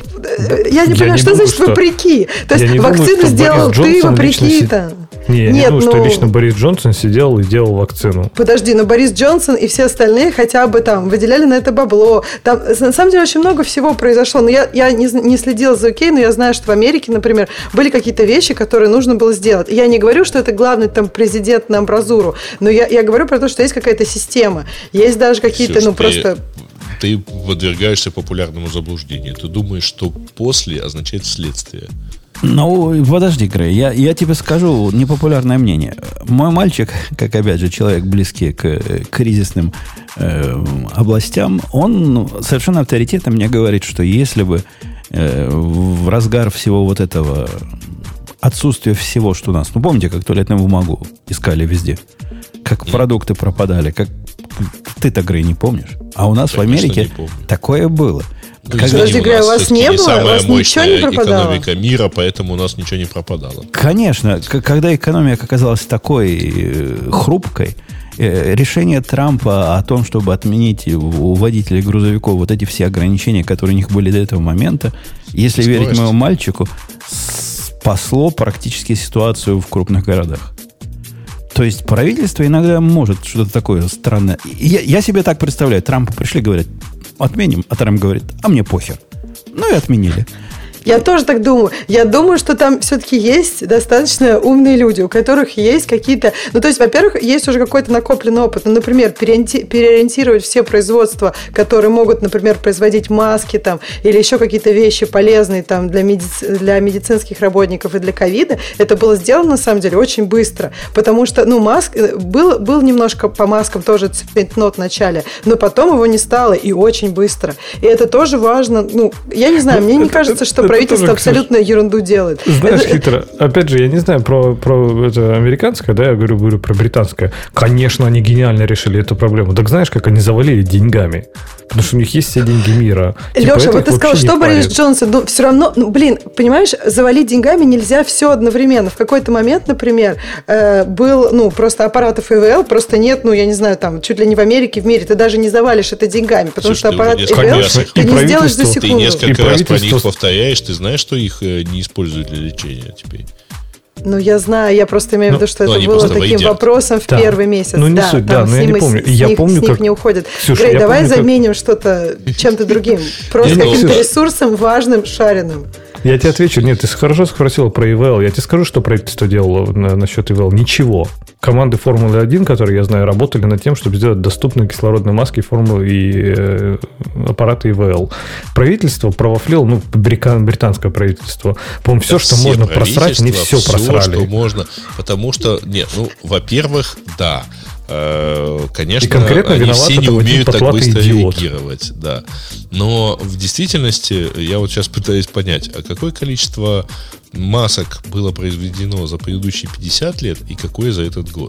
Я не я понимаю, не что думаю, значит что... вопреки? То есть вакцину думаю, сделал ты вопреки-то. Не, я Нет, не думаю, ну... что лично Борис Джонсон сидел и делал вакцину. Подожди, но Борис Джонсон и все остальные хотя бы там выделяли на это бабло. Там, на самом деле, очень много всего произошло. Но я, я не, не следила за ю кей, но я знаю, что в Америке, например, были какие-то вещи, которые нужно было сделать. Я не говорю, что это главный там президент на амбразуру, но я, я говорю про то, что есть какая-то система. Есть даже какие-то, Слушай, ну, просто... Ты, ты подвергаешься популярному заблуждению. Ты думаешь, что после означает следствие. Ну, подожди, Грей, я, я тебе скажу непопулярное мнение. Мой мальчик, как, опять же, человек близкий к кризисным э, областям, он совершенно авторитетно мне говорит, что если бы э, в разгар всего вот этого отсутствия всего, что у нас... Ну, помните, как туалетную бумагу искали везде? Как продукты пропадали? Как... Ты-то, Грей, не помнишь? А у нас Конечно, в Америке такое было. Ну, Когда... Подожди, Грей, у вас не было? Самая у вас ничего не пропадало? Экономика мира, поэтому у нас ничего не пропадало. Конечно. Когда экономика оказалась такой хрупкой, решение Трампа о том, чтобы отменить у водителей грузовиков вот эти все ограничения, которые у них были до этого момента, если Скорость. верить моему мальчику, спасло практически ситуацию в крупных городах. То есть правительство иногда может что-то такое странное. Я, я себе так представляю. Трампу пришли, говорят, отменим, а Трамп говорит, а мне похер. Ну и отменили. Я тоже так думаю. Я думаю, что там все-таки есть достаточно умные люди, у которых есть какие-то... Ну, то есть, во-первых, есть уже какой-то накопленный опыт. Ну, например, переориентировать все производства, которые могут, например, производить маски там, или еще какие-то вещи полезные там, для, медици... для медицинских работников и для ковида. Это было сделано, на самом деле, очень быстро. Потому что, ну, маск... был, был немножко по маскам тоже цейтнот в начале, но потом его не стало, и очень быстро. И это тоже важно. Ну, я не знаю, мне не кажется, что правительство абсолютно ерунду делает. Знаешь, это... хитро. Опять же, я не знаю про, про это американское, да, я говорю, говорю про британское. Конечно, они гениально решили эту проблему. Так знаешь, как они завалили деньгами? Потому что у них есть все деньги мира. Леша, типа, вот ты сказал, что Борис Джонсон, ну, все равно, ну, блин, понимаешь, завалить деньгами нельзя все одновременно. В какой-то момент, например, э, был, ну, просто аппаратов И В Л, просто нет, ну, я не знаю, там, чуть ли не в Америке, в мире, ты даже не завалишь это деньгами, потому Слушай, что аппарат И В Л ты не сделаешь за секунду. Ты несколько раз про них повторяешь, ты знаешь, что их не используют для лечения теперь? Ну, я знаю, я просто имею в виду, что ну, это было таким войдет. вопросом в да. первый месяц. Ну, не да, суть, да, но я не помню. С, я них, помню, с них как... не уходят. Ксюша, Грей, давай помню, заменим как... что-то чем-то другим. Просто каким-то ресурсом важным, шаренным. Я тебе отвечу. Нет, ты хорошо спросил про и ви эл. Я тебе скажу, что правительство делало на, насчет и ви эл. Ничего. Команды Формулы один, которые, я знаю, работали над тем, чтобы сделать доступные кислородные маски формулы и э, аппараты и ви эл. Правительство провафлило, ну, британское правительство. По-моему, все, да что все можно просрать, они все, все просрали. Что можно, потому что, нет, ну, во-первых, да, конечно, и конкретно они все не умеют так быстро идиот. реагировать, да. Но в действительности я вот сейчас пытаюсь понять, а какое количество масок было произведено за предыдущие пятьдесят лет и какое за этот год?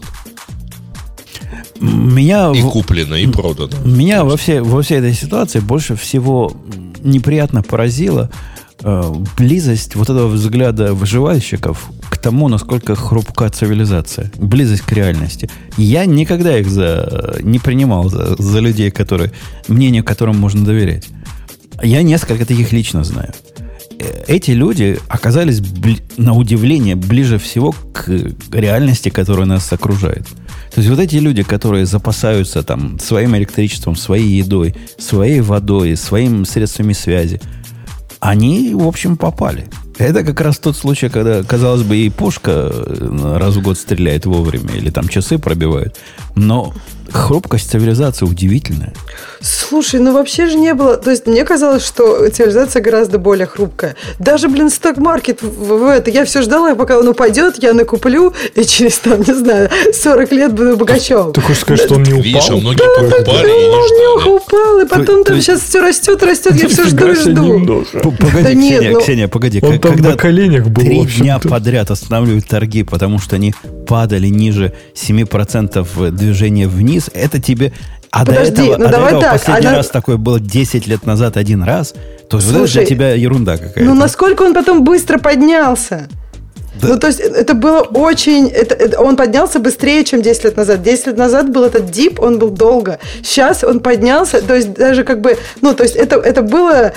Меня и куплено, и продано. Меня во всей, во всей этой ситуации больше всего неприятно поразило э, близость вот этого взгляда выживальщиков к тому, насколько хрупка цивилизация, близость к реальности. Я никогда их за, не принимал за, за людей, которые, мнению которым можно доверять. Я несколько таких лично знаю. Эти люди оказались, бли, на удивление, ближе всего к реальности, которая нас окружает. То есть вот эти люди, которые запасаются там своим электричеством, своей едой, своей водой, своими средствами связи, они, в общем, попали. Это как раз тот случай, когда, казалось бы, и пушка раз в год стреляет вовремя, или там часы пробивают, но хрупкость цивилизации удивительная. Слушай, ну вообще же не было... То есть мне казалось, что цивилизация гораздо более хрупкая. Даже, блин, сток-маркет в, в это... Я все ждала, пока он упадет, я накуплю, и через, там, не знаю, сорок лет буду богачом. Ты хочешь сказать, что он не упал? Видишь, а многие покупали и не ждали. Он упал, и потом там сейчас все растет, растет, я все жду и жду. Погоди, Ксения, Ксения, погоди. Когда на коленях был, три дня подряд останавливают торги, потому что они падали ниже семь процентов движения вниз, это тебе... А Подожди, до этого, ну а давай до этого так, последний она... раз такое было десять лет назад один раз, то есть вот это для тебя ерунда какая-то. Ну насколько он потом быстро поднялся? Да. Ну, то есть, это было очень... Это, это, он поднялся быстрее, чем десять лет назад. десять лет назад был этот дип, он был долго. Сейчас он поднялся, то есть, даже как бы... Ну, то есть, это, это было...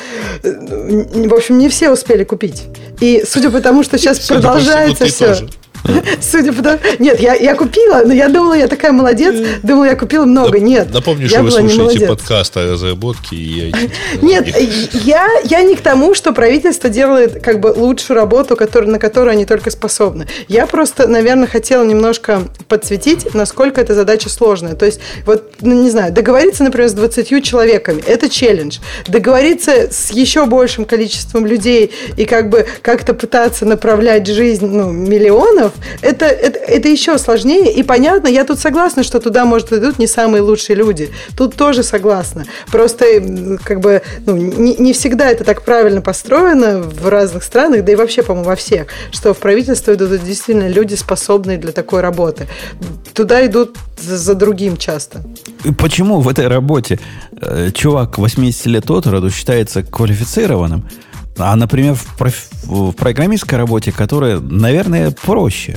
В общем, не все успели купить. И судя по тому, что сейчас судя продолжается все... Тоже. Судя по тому... Нет, я, я купила, но я думала, я такая молодец, думала, я купила много. Нет. Напомню, я что вы слушаете подкаст о разработке и ай ти. Нет, я, я не к тому, что правительство делает как бы лучшую работу, который, на которую они только способны. Я просто, наверное, хотела немножко подсветить, насколько эта задача сложная. То есть, вот, ну, не знаю, договориться, например, с двадцатью человеками – это челлендж. Договориться с еще большим количеством людей и как бы как-то пытаться направлять жизнь, ну, миллионов, Это, это, это еще сложнее. И понятно, я тут согласна, что туда, может, идут не самые лучшие люди. Тут тоже согласна. Просто как бы ну, не, не всегда это так правильно построено в разных странах, да и вообще, по-моему, во всех, что в правительство идут действительно люди, способные для такой работы. Туда идут за, за другим часто. И почему в этой работе э, чувак восемьдесят лет от роду считается квалифицированным, а, например, в, проф... в программистской работе, которая, наверное, проще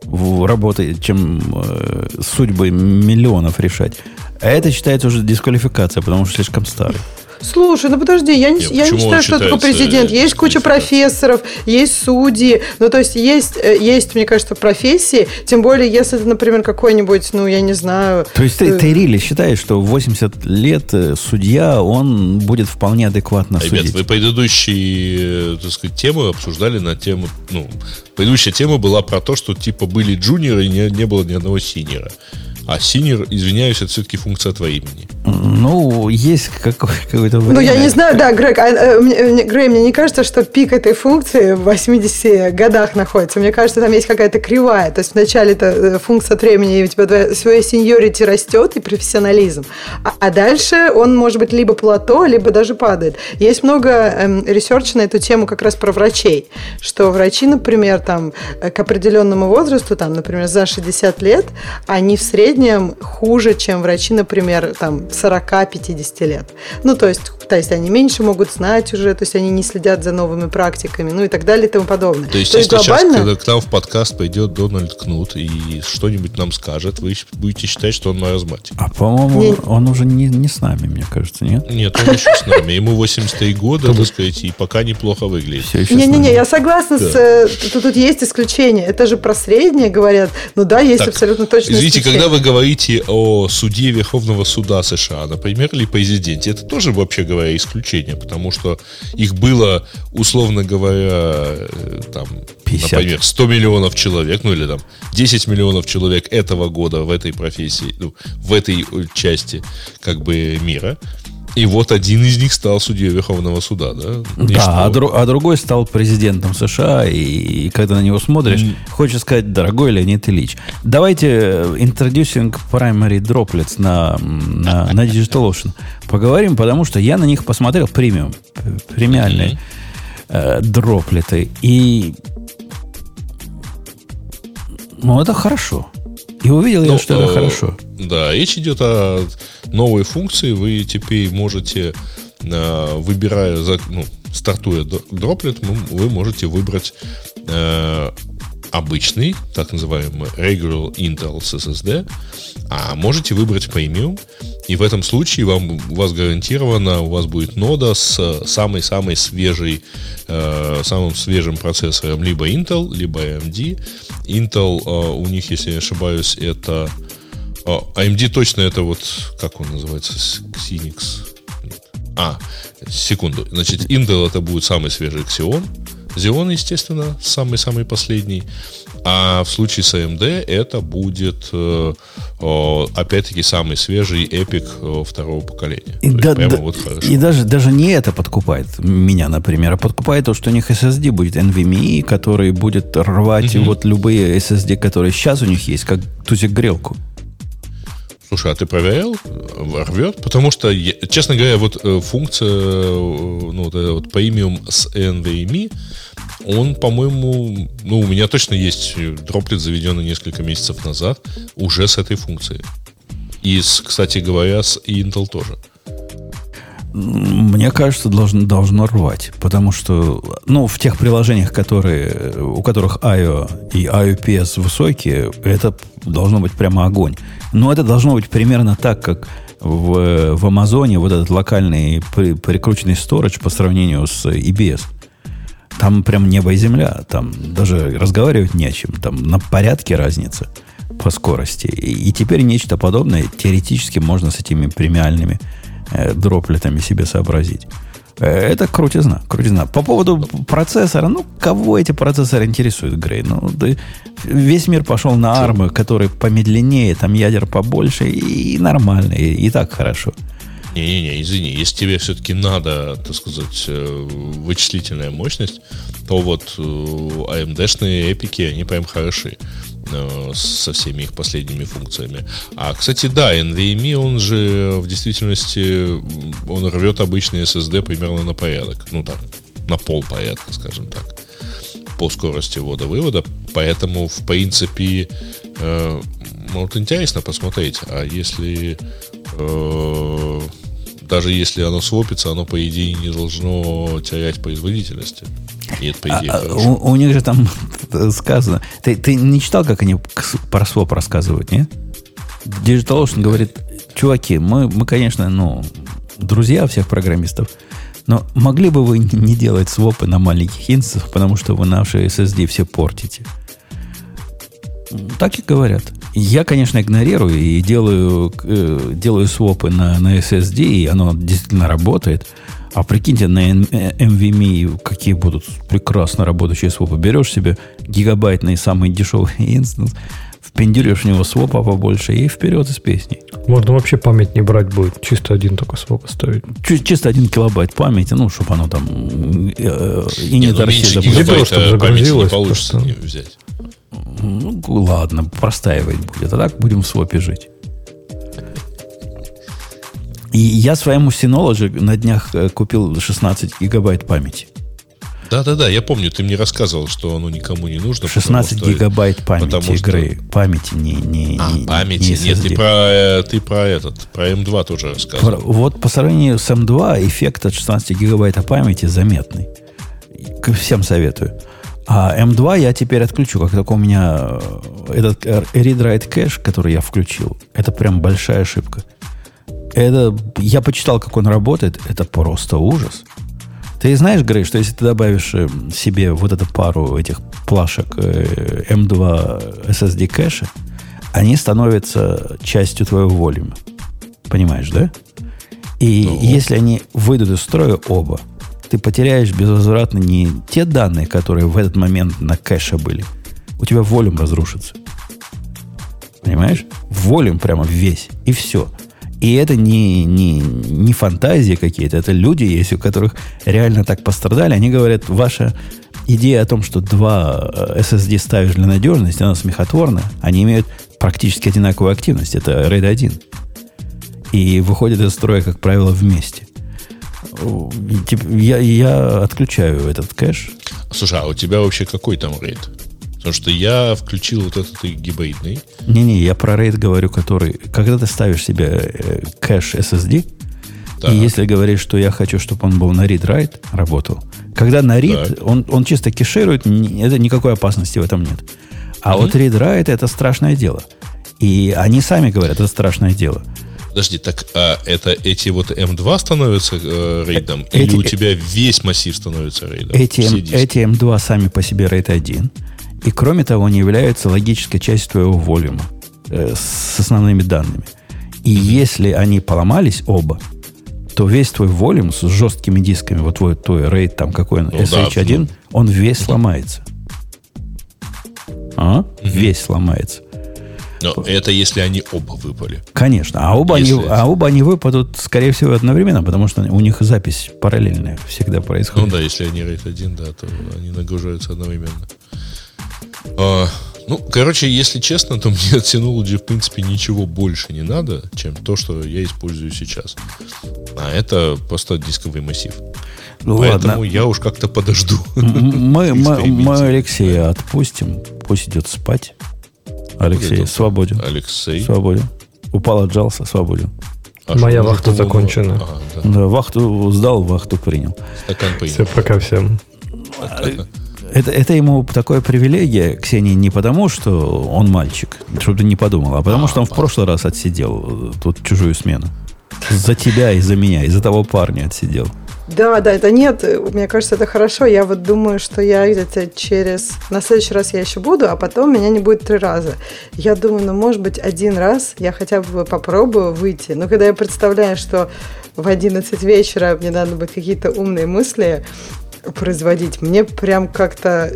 в работе, чем э, судьбы миллионов решать, а это считается уже дисквалификация, потому что слишком старый. Слушай, ну подожди, я не, я не считаю, что такое президент. Есть куча профессоров, есть судьи. Ну, то есть, есть, есть, мне кажется, профессии. Тем более, если ты, например, какой-нибудь, ну, я не знаю... То есть, ты, ты Рилли считаешь, что в восемьдесят лет судья, он будет вполне адекватно Ребят, судить? Ребят, вы предыдущие, так сказать, темы обсуждали на тему... Ну, предыдущая тема была про то, что, типа, были джуниоры и не, не было ни одного синьора. А синьор, извиняюсь, это все-таки функция твоего имени. Ну, есть какой- какое-то время. Ну, я не знаю, да, Грег, а, а, мне, Грей, мне не кажется, что пик этой функции в восьмидесяти годах находится. Мне кажется, там есть какая-то кривая. То есть вначале это функция от времени, и у тебя свое сеньорити растет и профессионализм. А, а дальше он может быть либо плато, либо даже падает. Есть много эм, ресерча на эту тему как раз про врачей. Что врачи, например, там, к определенному возрасту, там, например, за шестьдесят лет, они в среднем хуже, чем врачи, например, там, сорок-пятьдесят лет. Ну, то есть, то есть, они меньше могут знать уже, то есть, они не следят за новыми практиками, ну, и так далее, и тому подобное. То есть, то есть если глобально... сейчас, когда к нам в подкаст пойдет Дональд Кнут и что-нибудь нам скажет, вы будете считать, что он маразматик. А, по-моему, не... он уже не, не с нами, мне кажется, нет? Нет, он еще с нами. Ему восемьдесят три года, так сказать, и пока неплохо выглядит. Не-не-не, я согласна да. с... Тут, тут есть исключения. Это же про среднее говорят. Ну да, есть так, абсолютно точно извините, исключения. Когда вы говорите о суде Верховного суда США, например, или президенте, это тоже, вообще говоря, говоря, исключение, потому что их было, условно говоря, там, пятьдесят. Например, сто миллионов человек, ну или там десять миллионов человек этого года в этой профессии, ну, в этой части как бы мира. И вот один из них стал судьей Верховного суда, да? И да, а, дру, а другой стал президентом США, и, и когда на него смотришь, mm. хочешь сказать, дорогой Леонид Ильич, давайте introducing primary droplets на, на, на DigitalOcean поговорим, потому что я на них посмотрел премиум, премиальные mm-hmm. э, дроплеты, и ну, это хорошо. И увидел я, ну, что это э, хорошо. Да, речь идет о новой функции. Вы теперь можете, э, выбирая, ну, стартуя дроплет, вы можете выбрать э, обычный, так называемый regular Intel эс эс эс ди, а можете выбрать премиум. И в этом случае вам, у вас гарантированно, у вас будет нода с самой-самой свежей, э, самым свежим процессором либо Intel, либо эй эм ди. Intel, э, у них, если я не ошибаюсь, это... Э, эй эм ди точно это вот... Как он называется? Xenix? Нет. А, секунду. Значит, Intel это будет самый свежий Xeon. Xeon, естественно, самый-самый последний. А в случае с эй эм ди это будет э, э, опять-таки самый свежий Epic э, второго поколения. И, да, прямо да, вот хорошо. И даже, даже не это подкупает меня, например, а подкупает то, что у них эс эс ди будет NVMe, который будет рвать mm-hmm. вот любые эс эс ди, которые сейчас у них есть, как тузик-грелку. Слушай, а ты проверял? Рвет? Потому что, честно говоря, вот функция, ну, вот, вот Premium с NVMe, он, по-моему, ну, у меня точно есть дроплет, заведенный несколько месяцев назад, уже с этой функцией. И, с, кстати говоря, с Intel тоже. Мне кажется, должно, должно рвать, потому что, ну, в тех приложениях, которые, у которых ай о и ай о пи эс высокие, это должно быть прямо огонь. Но это должно быть примерно так, как в, в Амазоне вот этот локальный при, прикрученный сторидж по сравнению с и би эс. Там прям небо и земля, там даже разговаривать не о чем, там на порядке разница по скорости. И, и теперь нечто подобное теоретически можно с этими премиальными дроплетами себе сообразить. Это крутизна, крутизна. По поводу процессора, ну, кого эти процессоры интересуют, Грей? Ну, да, весь мир пошел на армы, который помедленнее, там ядер побольше, и нормально, и, и так хорошо. Не-не-не, извини, если тебе все-таки надо, так сказать, вычислительная мощность, то вот эй эм ди-шные эпики, они прям хороши со всеми их последними функциями. А, кстати, да, NVMe, он же в действительности, он рвет обычный эс эс ди примерно на порядок. Ну так, на полпорядка, скажем так, по скорости ввода-вывода. Поэтому, в принципе, э, ну, вот интересно посмотреть. А если э, даже если оно свопится, оно, по идее, не должно терять производительности. И это, по идее, а, у, у них же там сказано. Ты, ты не читал, как они про своп рассказывают, нет? DigitalOcean говорит, чуваки, мы, мы, конечно, ну, друзья всех программистов, но могли бы вы не делать свопы на маленьких инстансах, потому что вы наши эс эс ди все портите. Так и говорят. Я, конечно, игнорирую и делаю, э, делаю свопы на, на эс эс ди, и оно действительно работает. А прикиньте, на NVMe какие будут прекрасно работающие свопы. Берешь себе гигабайтный самый дешевый инстанс, впендюришь в него свопа побольше и вперед из песней. Можно вообще память не брать будет. Чисто один только своп оставить. Ч- чисто один килобайт памяти, ну, чтобы оно там э, и не, не торчит. Ну, гигабайта памяти не получится не взять. Ну, ладно, простаивать будет. А так будем в свопе жить. И я своему Synology на днях купил шестнадцать гигабайт памяти. Да-да-да, я помню, ты мне рассказывал, что оно никому не нужно. шестнадцать потому, гигабайт памяти, потому что... Грей. Памяти не, не, а, не, памяти. не Нет, ты про, ты про этот, про эм два тоже рассказывал. Про, вот по сравнению с эм два эффект от шестнадцати гигабайта памяти заметный. Всем советую. А эм два я теперь отключу, как только у меня этот read-write кэш, который я включил, это прям большая ошибка. Это, я почитал, как он работает, это просто ужас. Ты знаешь, Грей, что если ты добавишь себе вот эту пару этих плашек эм два эс эс ди кэша, они становятся частью твоего волюма. Понимаешь, да? И ну. если они выйдут из строя оба, ты потеряешь безвозвратно не те данные, которые в этот момент на кэше были. У тебя волюм разрушится. Понимаешь? Волюм прямо весь. И все. И это не, не, не фантазии какие-то. Это люди есть, у которых реально так пострадали. Они говорят, ваша идея о том, что два эс эс ди ставишь для надежности, она смехотворна. Они имеют практически одинаковую активность. Это RAID один. И выходят из строя, как правило, вместе. Я, я отключаю этот кэш. Слушай, а у тебя вообще какой там RAID? Потому что я включил вот этот гибридный. Не-не, я про RAID говорю, который... Когда ты ставишь себе кэш эс эс ди, так. И если говоришь, что я хочу, чтобы он был на read-write, работал. Когда на read, он, он чисто кеширует, это никакой опасности в этом нет. А угу. вот read-write это страшное дело. И они сами говорят, это страшное дело. Подожди, так а это эти вот эм два становятся э, рейдом? Эти, или у тебя весь массив становится рейдом? Эти, эти эм два сами по себе RAID один. И кроме того, они являются логической частью твоего волюма э, с основными данными. И mm-hmm. если они поломались оба, то весь твой волюм с жесткими дисками, вот твой, твой RAID там какой он, ну, эс эйч один, да, ну, он весь mm-hmm. сломается. А? Mm-hmm. Весь сломается. Но это если они оба выпали. Конечно. А оба, они, а оба они выпадут, скорее всего, одновременно, потому что у них запись параллельная всегда происходит. Ну да, если они RAID один, да, то они нагружаются одновременно. А, ну, короче, если честно, то мне от Synology, в принципе, ничего больше не надо, чем то, что я использую сейчас. А это просто дисковый массив. Ну, поэтому ладно. Я уж как-то подожду. Мы, мы, мы Алексея отпустим, пусть идет спать. Алексей свободен. Алексей. Свободен. Упал, отжался, свободен. А Моя вахта закончена. Ага, да. Да, вахту сдал, вахту принял. Стакан принял. Все, пока всем. Это, это ему такая привилегия, Ксении, не потому, что он мальчик, чтобы ты не подумал, а потому, а, что он в прошлый раз отсидел тут чужую смену. За тебя и за меня, и за того парня отсидел. Да, да, это нет, мне кажется, это хорошо. Я вот думаю, что я где-то через... На следующий раз я еще буду, а потом меня не будет три раза. Я думаю, ну, может быть, один раз я хотя бы попробую выйти. Но когда я представляю, что в одиннадцать вечера мне надо будет какие-то умные мысли производить, мне прям как-то,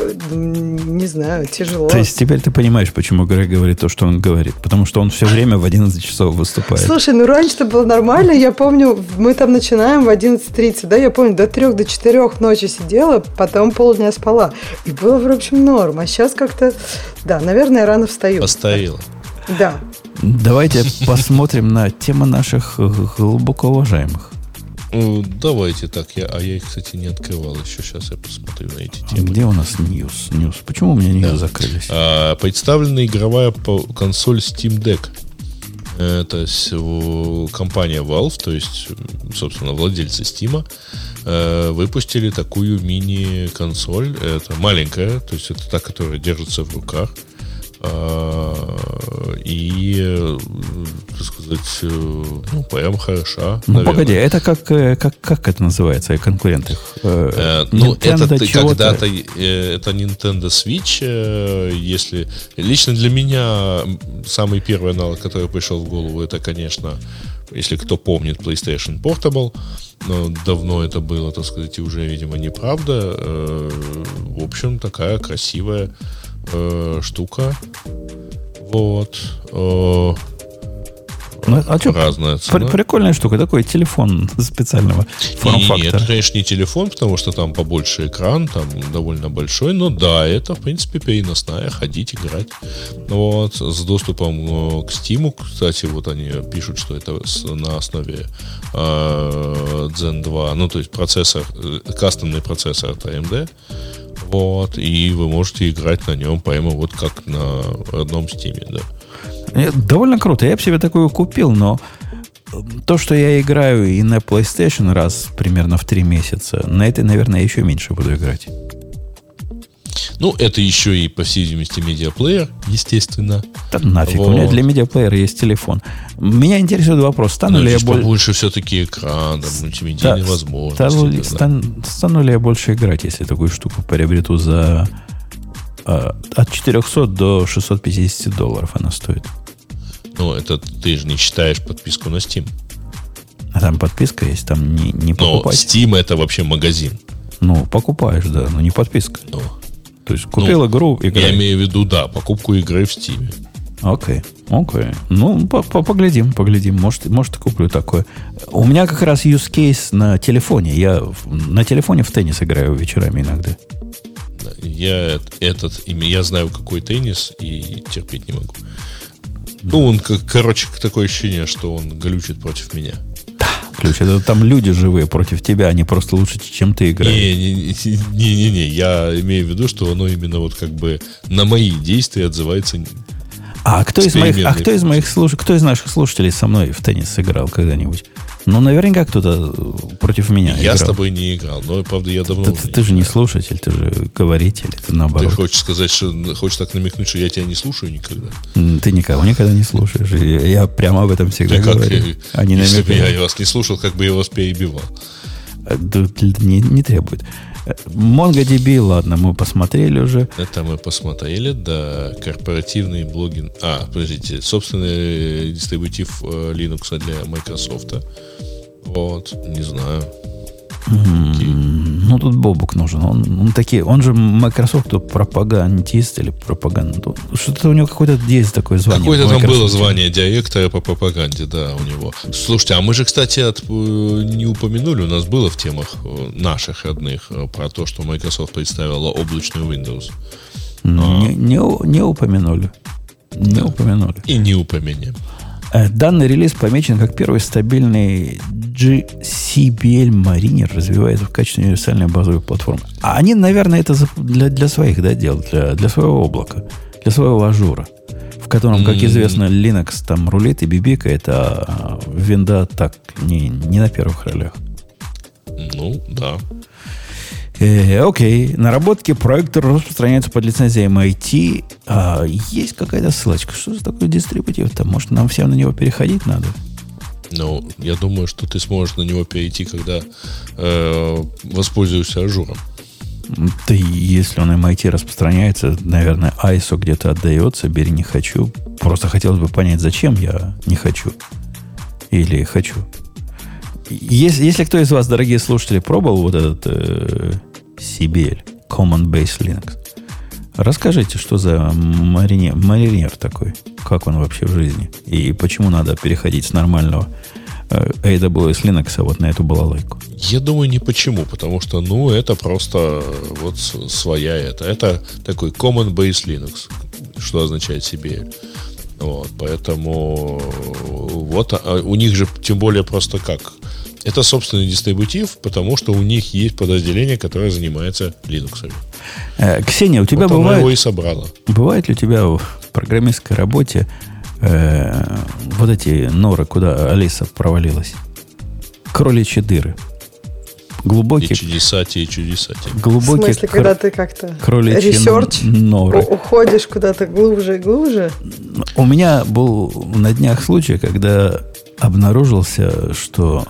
не знаю, тяжело. То есть теперь ты понимаешь, почему Грег говорит то, что он говорит. Потому что он все время в одиннадцать часов выступает. Слушай, ну раньше-то было нормально. Я помню, мы там начинаем в одиннадцать тридцать, да, я помню, до трех, до четырех ночи сидела, потом полдня спала. И было, в общем, норм. А сейчас как-то, да, наверное, рано встаю. Поставила. Да. Давайте посмотрим на тему наших глубоко уважаемых. Ну, давайте так. Я, а я их, кстати, не открывал еще. Сейчас я посмотрю на эти темы. Где у нас News? News. Почему у меня News да. закрылись? А, представлена игровая консоль Steam Deck. Это компания Valve, то есть, собственно, владельцы Steam, выпустили такую мини-консоль. Это маленькая, то есть это та, которая держится в руках. И, так сказать, ну, прям хороша. Ну, наверное. Погоди, это как, как, как это называется, конкуренты? Э, ну, это когда-то это Nintendo Switch. Если лично для меня самый первый аналог, который пришел в голову, это, конечно, если кто помнит, PlayStation Portable. Но давно это было, так сказать, и уже, видимо, неправда. В общем, такая красивая штука. Вот. Э, ну, а что, разная цена. При, прикольная штука. Такой телефон специального форм-фактора. Нет, это, конечно, не телефон, потому что там побольше экран, там довольно большой. Но да, это, в принципе, переносная. Ходить, играть. Вот. С доступом к Steam. Кстати, вот они пишут, что это на основе э, Zen два. Ну, то есть процессор, кастомный процессор от эй эм ди. Вот, и вы можете играть на нем прямо вот как на родном Steam, да. Довольно круто. Я бы себе такую купил, но то, что я играю и на PlayStation раз примерно в три месяца, на этой, наверное, я еще меньше буду играть. Ну, это еще и, по всей видимости, медиаплеер, естественно. Да нафиг, вот. У меня для медиаплеера есть телефон. Меня интересует вопрос, стану Но ли я больше... побольше все-таки экран, там, мультимедийные да, возможности. Стану, да. стану ли я больше играть, если такую штуку приобрету за... Э, от четырехсот до шестьсот пятьдесят долларов она стоит. Ну, это ты же не считаешь подписку на Steam. А там подписка есть, там не, не покупать. Но Steam это вообще магазин. Ну, покупаешь, да, но не подписка. Ну, То есть купил ну, игру, играй. Я имею в виду, да, покупку игры в Steam. Окей, окей. Ну, по -по поглядим, поглядим. Может, может, куплю такое. У меня как раз use case на телефоне. Я на телефоне в теннис играю вечерами иногда. Я этот я знаю, какой теннис, и терпеть не могу. Ну, он, короче, такое ощущение, что он глючит против меня. Да, ключ. Это там люди живые против тебя, они просто лучше, чем ты играешь. Не-не-не, я имею в виду, что оно именно вот как бы на мои действия отзывается. А кто из моих, а кто из моих слуш... кто из наших слушателей со мной в теннис сыграл когда-нибудь? Ну, наверняка кто-то против меня я играл. С тобой не играл, но, правда, я давно... Ты, ты, ты же не слушатель, ты же говоритель, ты наоборот. Ты хочешь сказать, что хочешь так намекнуть, что я тебя не слушаю никогда? Ты никого никогда не слушаешь. Я, я прямо об этом всегда да говорю. Как, а не если бы я вас не слушал, как бы я вас перебивал? Не, не требует. MongoDB, ладно, мы посмотрели уже. Это мы посмотрели, да. Корпоративный блогинг. А, подождите, собственный дистрибутив Linux для Microsoft. Вот, не знаю. Mm, ну, тут Бобук нужен. Он, он, такие, он же Microsoft пропагандист или пропаганда. Что-то у него какое-то есть такое звание. Какое-то там было звание директора по пропаганде, да, у него. Слушайте, а мы же, кстати, от, не упомянули, у нас было в темах наших родных про то, что Microsoft представила облачный Windows. Ну, а. не, не, не упомянули. Не да. упомянули. И не упомянем. Данный релиз помечен как первый стабильный джи си би эл Mariner, развивается в качестве универсальной базовой платформы. А они, наверное, это для, для своих да, дел, для, для своего облака, для своего ажура, в котором, как известно, Linux там рулит и бибикает, а винда так не, не на первых ролях. Ну, да. Э, окей, наработки проекта распространяются под лицензией эм ай ти. А, есть какая-то ссылочка. Что за такой дистрибутив-то? Может, нам всем на него переходить надо? Ну, я думаю, что ты сможешь на него перейти, когда э, воспользуешься ажуром. Да если он эм ай ти распространяется, наверное, ай эс о где-то отдается, бери не хочу. Просто хотелось бы понять, зачем я не хочу. Или хочу. Если, если кто из вас, дорогие слушатели, пробовал вот этот э, си би эл, Common Base Linux, расскажите, что за маринер, маринер такой, как он вообще в жизни, и почему надо переходить с нормального э, эй дабл ю эс Linux вот на эту балалайку. Я думаю, не почему, потому что, ну, это просто вот своя это. Это такой Common Base Linux, что означает си би эл. Вот, поэтому вот а у них же тем более просто как. Это собственный дистрибутив, потому что у них есть подразделение, которое занимается Linux. Э, Ксения, у тебя вот бывает... его и собрала. Бывает ли у тебя в программистской работе э, вот эти норы, куда Алиса провалилась? Кроличьи дыры. Глубокие... И чудесати, и чудесати. Глубокие... В смысле, кр... когда ты как-то ресерч норы. Уходишь куда-то глубже и глубже? У меня был на днях случай, когда обнаружился, что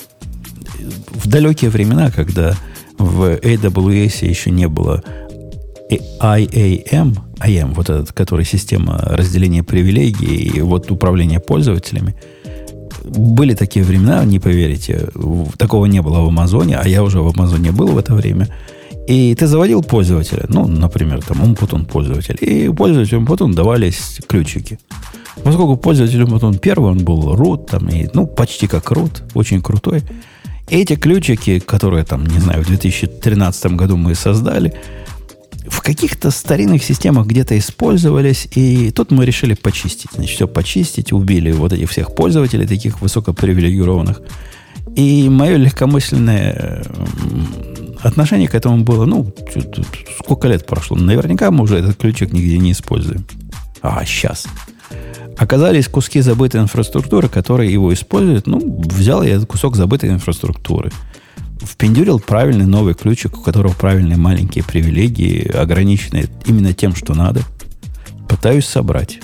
в далекие времена, когда в эй дабл ю эс еще не было ай эй эм, ай эм, вот этот, который система разделения привилегий и вот управления пользователями, были такие времена, не поверите, такого не было в Амазоне, а я уже в Амазоне был в это время. И ты заводил пользователя, ну, например, там Умпутун пользователь, и пользователю Умпутун давались ключики. Поскольку пользователь Умпутун первый, он был root, там, и, ну, почти как root, очень крутой. И эти ключики, которые там, не знаю, в две тысячи тринадцатом году мы создали, в каких-то старинных системах где-то использовались, и тут мы решили почистить. Значит, все почистить, убили вот этих всех пользователей, таких высокопривилегированных. И мое легкомысленное отношение к этому было, ну, сколько лет прошло. Наверняка мы уже этот ключик нигде не используем. А, сейчас. Оказались куски забытой инфраструктуры, которые его используют. Ну, взял я этот кусок забытой инфраструктуры. Впендюрил правильный новый ключик, у которого правильные маленькие привилегии, ограниченные именно тем, что надо. Пытаюсь собрать.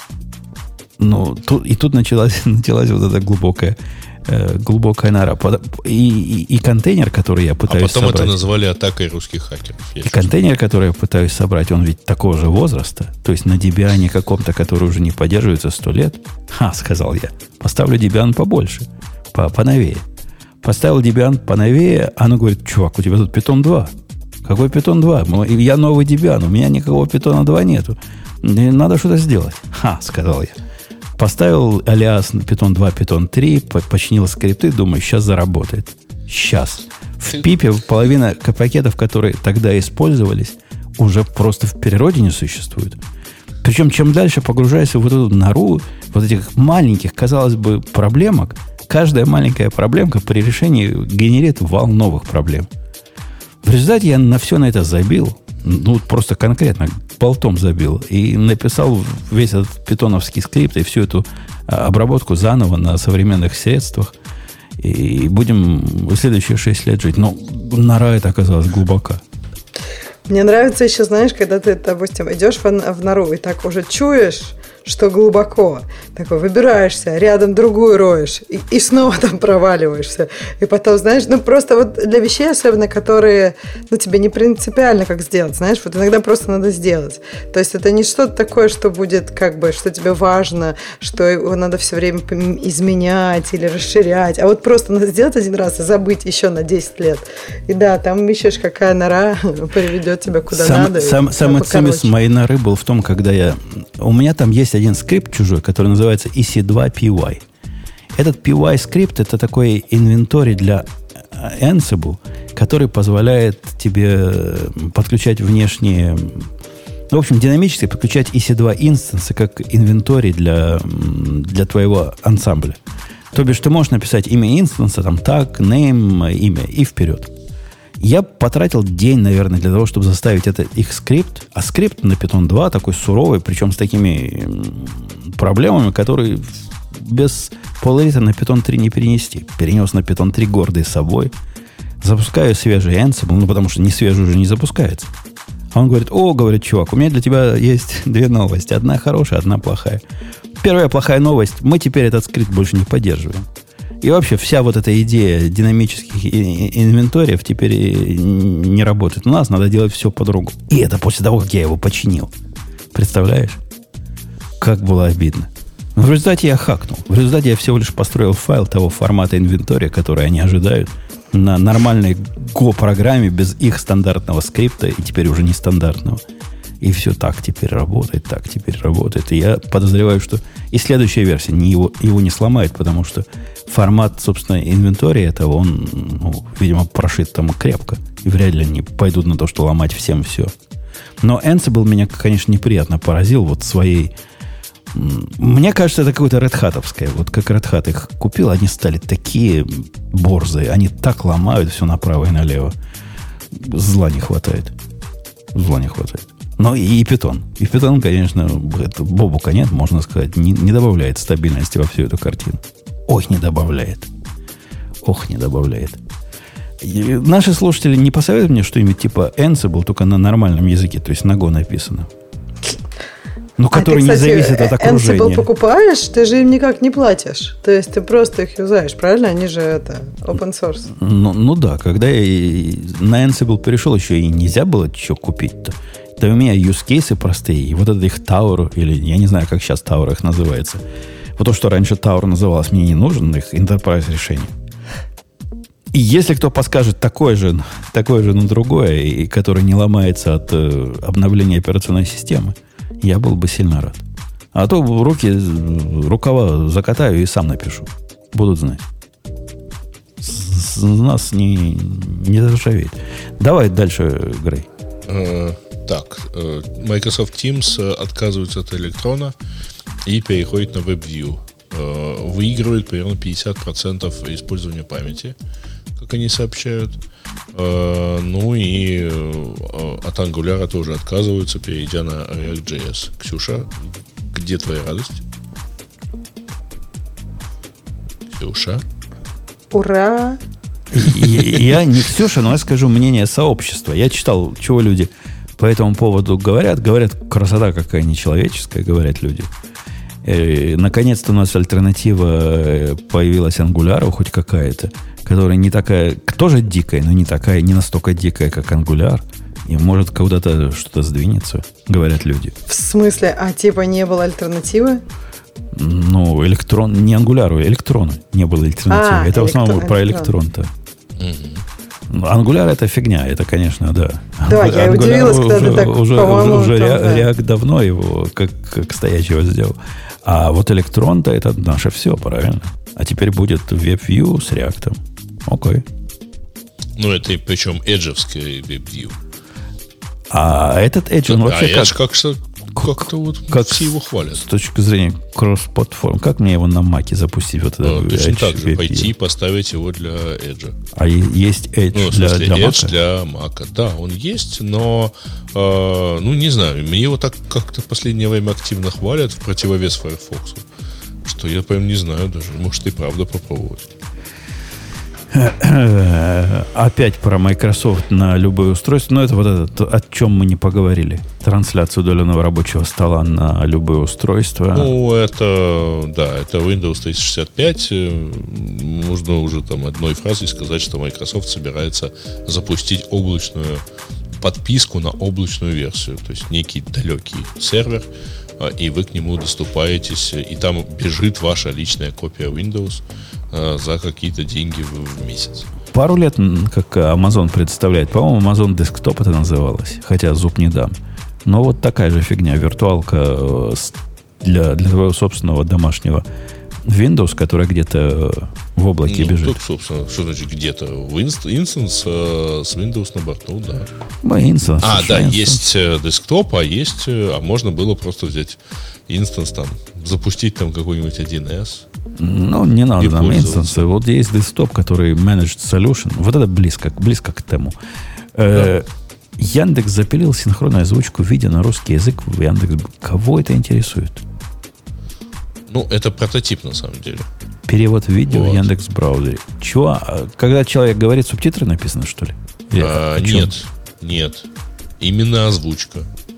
Ну, тут, и тут началась, началась вот эта глубокая, э, глубокая нора. И, и, и контейнер, который я пытаюсь собрать... А потом собрать, это назвали атакой русских хакеров. И контейнер, который я пытаюсь собрать, он ведь такого же возраста. То есть на Debian каком-то, который уже не поддерживается сто лет. Ха, сказал я. Поставлю Debian побольше. по, поновее. Поставил Debian поновее, оно говорит, чувак, у тебя тут Python два. Какой Python два? Я новый Debian, у меня никакого Python два нету. Надо что-то сделать. Ха, сказал я. Поставил алиас на Python два, Python три, починил скрипты, думаю, сейчас заработает. Сейчас. В пипе половина пакетов, которые тогда использовались, уже просто в природе не существуют. Причем, чем дальше погружаешься в вот эту нору, вот этих маленьких, казалось бы, проблемок, каждая маленькая проблемка при решении генерирует вал новых проблем. В результате я на все на это забил, ну, просто конкретно болтом забил, и написал весь этот питоновский скрипт и всю эту обработку заново на современных средствах. И будем в следующие шесть лет жить. Но нора это оказалась глубока. Мне нравится еще, знаешь, когда ты, допустим, идешь в, в нору и так уже чуешь, что глубоко. Такой выбираешься, рядом другую роешь, и, и снова там проваливаешься. И потом, знаешь, ну просто вот для вещей, особенно, которые, ну, тебе не принципиально как сделать, знаешь, вот иногда просто надо сделать. То есть это не что-то такое, что будет как бы, что тебе важно, что его надо все время изменять или расширять, а вот просто надо сделать один раз и забыть еще на десять лет. И да, там ищешь, какая нора приведет тебя куда сам, надо. Сам, самый цимис моей норы был в том, когда я... У меня там есть один скрипт чужой, который называется и си два пи уай. Этот пи уай скрипт это такой инвентарь для Ansible, который позволяет тебе подключать внешние, ну, в общем, динамически подключать и си два инстансы как инвентарь для, для твоего ансамбля. То бишь ты можешь написать имя инстанса, там tag, name, имя и вперед. Я потратил день, наверное, для того, чтобы заставить это их скрипт. А скрипт на Python два такой суровый, причем с такими проблемами, которые без Polaris на Python три не перенести. Перенес на Python три гордый собой. Запускаю свежий Ansible, ну, потому что не свежий уже не запускается. А он говорит, о, говорит, чувак, у меня для тебя есть две новости. Одна хорошая, одна плохая. Первая плохая новость. Мы теперь этот скрипт больше не поддерживаем. И вообще вся вот эта идея динамических инвентариев теперь не работает. У нас надо делать все по-другому. И это после того, как я его починил. Представляешь? Как было обидно. Но в результате я хакнул. В результате я всего лишь построил файл того формата инвентария, который они ожидают, на нормальной Go-программе без их стандартного скрипта, и теперь уже не стандартного. И все так теперь работает, так теперь работает. И я подозреваю, что и следующая версия не его, его не сломает, потому что формат, собственно, инвентария этого, он, ну, видимо, прошит там крепко. И вряд ли они пойдут на то, что ломать всем все. Но Ansible меня, конечно, неприятно поразил вот своей... Мне кажется, это какое-то Red Hat-овское. Вот как Red Hat их купил, они стали такие борзые. Они так ломают все направо и налево. Зла не хватает. Зла не хватает. Но и Python. И Python, конечно, это, бобука нет, можно сказать, не, не добавляет стабильности во всю эту картину. Ох, не добавляет. Ох, не добавляет. И наши слушатели не посоветуют мне что-нибудь типа Ansible, только на нормальном языке, то есть на Go написано. Ну, который а ты, кстати, не зависит от окружения. Ansible покупаешь, ты же им никак не платишь. То есть ты просто их юзаешь, правильно? Они же это open source. Ну, ну да, когда я на Ansible перешел, еще и нельзя было что купить-то. Да у меня use кейсы простые. И вот этот их Tower, или я не знаю, как сейчас Tower их называется. Вот то, что раньше Tower называлось, мне не нужен, их Enterprise решение. И если кто подскажет такое же, такое же, но другое, и которое не ломается от э, обновления операционной системы, я был бы сильно рад. А то руки, рукава закатаю и сам напишу. Будут знать. С, с нас не, не заржавеет. Давай дальше, Грей. Так, Microsoft Teams отказывается от Электрона и переходит на WebView. Выигрывает примерно пятьдесят процентов использования памяти, как они сообщают. Ну и от Angular тоже отказываются, перейдя на React.js. Ксюша, где твоя радость? Ксюша? Ура! Я не Ксюша, но я скажу мнение сообщества. Я читал, чего люди по этому поводу говорят. Говорят, красота какая нечеловеческая, говорят люди. И, наконец-то у нас альтернатива появилась Angular, хоть какая-то, которая не такая, тоже дикая, но не такая, не настолько дикая, как Angular. И может куда-то что-то сдвинется, говорят люди. В смысле? А типа не было альтернативы? Ну, электрон, не ангуляру, электроны не было альтернативы. А, это в основном электрон, про электрон-то. Ангуляр это фигня, это, конечно, да. Да, Angular, я удивилась, когда уже, ты так, уже, по-моему, уже, уже там, React, да. React давно его как, как стоячего сделал. А вот электрон-то это наше все, правильно? А теперь будет WebView с React. Окей. Ну, это и причем эджевский WebView. А этот Edge, он а вообще я как... ж как-то, как-то вот как все его хвалят. С точки зрения кросс-платформ, как мне его на Маке запустить? Вот Ну, этот точно Edge так же WebView? пойти и поставить его для Edge. А е- есть Edge Ну, в для, смысле, для Edge Mac? для Mac. Да, он есть, но, э, ну, не знаю, мне его так как-то в последнее время активно хвалят в противовес Firefox, что я прям не знаю даже. Может, и правда попробовать. Опять про Microsoft на любое устройство. Но это вот это, о чем мы не поговорили. Трансляцию удаленного рабочего стола на любое устройство. Ну, это, да, это Windows триста шестьдесят пять. Можно уже там одной фразой сказать, что Microsoft собирается запустить облачную подписку на облачную версию. То есть некий далекий сервер, и вы к нему доступаетесь, и там бежит ваша личная копия Windows за какие-то деньги в, в месяц. Пару лет, как Amazon представляет, по-моему, Amazon Desktop это называлось, хотя зуб не дам. Но вот такая же фигня, виртуалка для, для твоего собственного домашнего Windows, которая где-то в облаке ну, бежит. Тут, собственно, что значит где-то? Instance э, с Windows на борту, да. Мы instance, А, да, instance. есть э, десктоп, а есть, э, а можно было просто взять инстанс там, запустить там какой-нибудь один эс. Ну, не надо И нам пользоваться. инстансы. Вот есть десктоп, который Managed Solution. Вот это близко, близко к тему. Э, Яндекс запилил синхронную озвучку видео на русский язык в Яндекс. Кого это интересует? Ну, это прототип на самом деле. Перевод видео Вот. в Яндекс браузере. Чего? А когда человек говорит, субтитры написаны, что ли? Или А, о чем? нет, нет. Именно озвучка.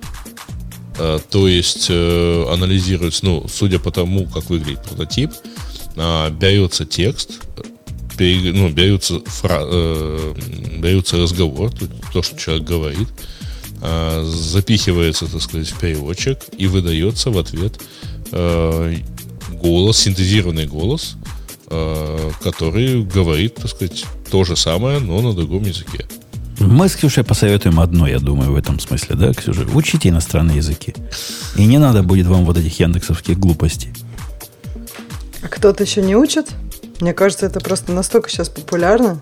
А, то есть э, анализируется, ну, судя по тому, как выглядит прототип, а, берется текст, пере- ну, берется, фра- э, берется разговор, то, то, что человек говорит, а, запихивается, так сказать, в переводчик и выдается в ответ э, голос, синтезированный голос, э, который говорит, так сказать, то же самое, но на другом языке. Мы с Ксюшей посоветуем одно, я думаю, в этом смысле, да, Ксюша? Учите иностранные языки. И не надо будет вам вот этих яндексовских глупостей. А кто-то еще не учит? Мне кажется, это просто настолько сейчас популярно.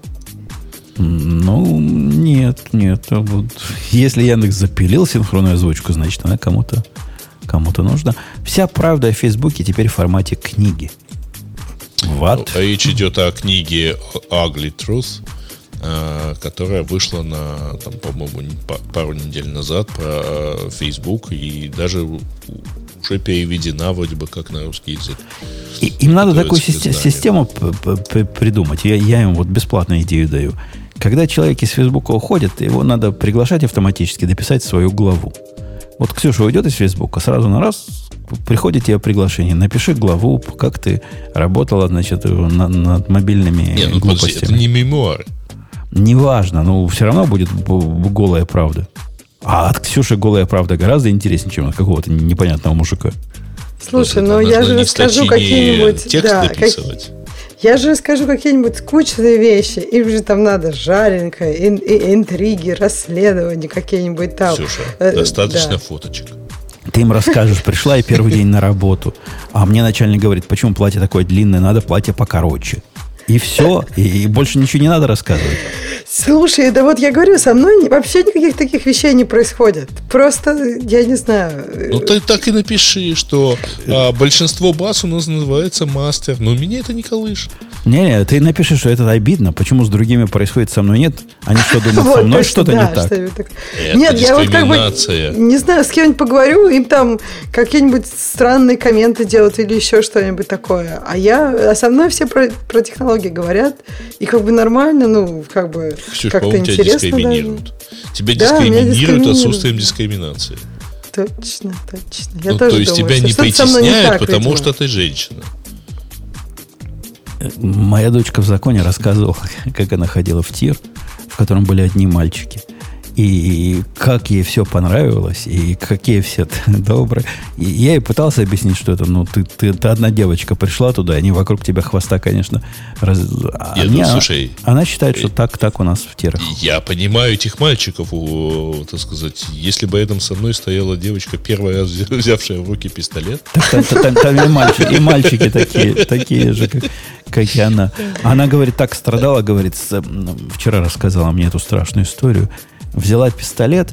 Ну, нет, нет. Вот. Если Яндекс запилил синхронную озвучку, значит, она кому-то кому-то нужна. Вся правда о Фейсбуке теперь в формате книги. Вот. Ну, речь идет о книге Ugly Truth, э, которая вышла на, там, по-моему, не- па- пару недель назад про э, Facebook и даже у- уже переведена вроде бы как на русский язык. И- им надо такую Готовится к систе- изданию. систему п- п- п- придумать. Я, я им вот бесплатную идею даю. Когда человек из Фейсбука уходит, его надо приглашать автоматически, дописать свою главу. Вот Ксюша уйдет из Фейсбука, сразу на раз приходит тебе приглашение. Напиши главу, как ты работала, значит, на- над мобильными Не, ну подожди, глупостями. это не мемуары. Неважно, но все равно будет б- б- голая правда. А от Ксюши голая правда гораздо интереснее, чем от какого-то непонятного мужика. Слушай, Вот ну это я нужно же не расскажу статьи, не какие-нибудь... текст да, как- дописывать. Я же расскажу какие-нибудь скучные вещи. Им же там надо жаренка, ин- и- интриги, расследования какие-нибудь там. Ксюша, Э, достаточно да. фоточек. Ты им расскажешь, пришла я первый день на работу, а мне начальник говорит, почему платье такое длинное, надо платье покороче. И все, и, и больше ничего не надо рассказывать. Слушай, да вот я говорю, со мной ни- вообще никаких таких вещей не происходит. Просто, я не знаю... Ну, ты так и напиши, что а, большинство баз у нас называется мастер. Но меня это не колышет. Не, ты напиши, что это обидно, почему с другими происходит, со мной нет. Они что думают, со Вот, мной точно, что-то да, не так. что-нибудь такое. Это Нет, я вот как бы дискриминация. не знаю, с кем-нибудь поговорю, им там какие-нибудь странные комменты делают или еще что-нибудь такое. А я, а со мной все про, про технологии говорят, и как бы нормально, ну, как бы Ксюш, как-то по-моему, тебя интересно даже. дискриминируют. Тебя Да, меня дискриминируют дискриминируют. отсутствием дискриминации. Точно, точно. Я Ну, тоже то есть думаю, тебя что не что-то со мной не притесняют, так, потому видимо. что ты женщина. Моя дочка в законе рассказывала, как она ходила в тир, в котором были одни мальчики. И как ей все понравилось, и какие все добрые. И я ей пытался объяснить, что это, ну, ты, ты, ты одна девочка пришла туда, они вокруг тебя хвоста, конечно, раз... а Я, мне, ну, слушай, она считает, что так, так у нас в тирах. Я понимаю этих мальчиков, так сказать, если бы рядом со мной стояла девочка, первый раз взявшая в руки пистолет. Там, там, там и, мальчики, и мальчики такие, такие же, как, как и она. Она, говорит, так страдала, говорит, вчера рассказала мне эту страшную историю. Взяла пистолет,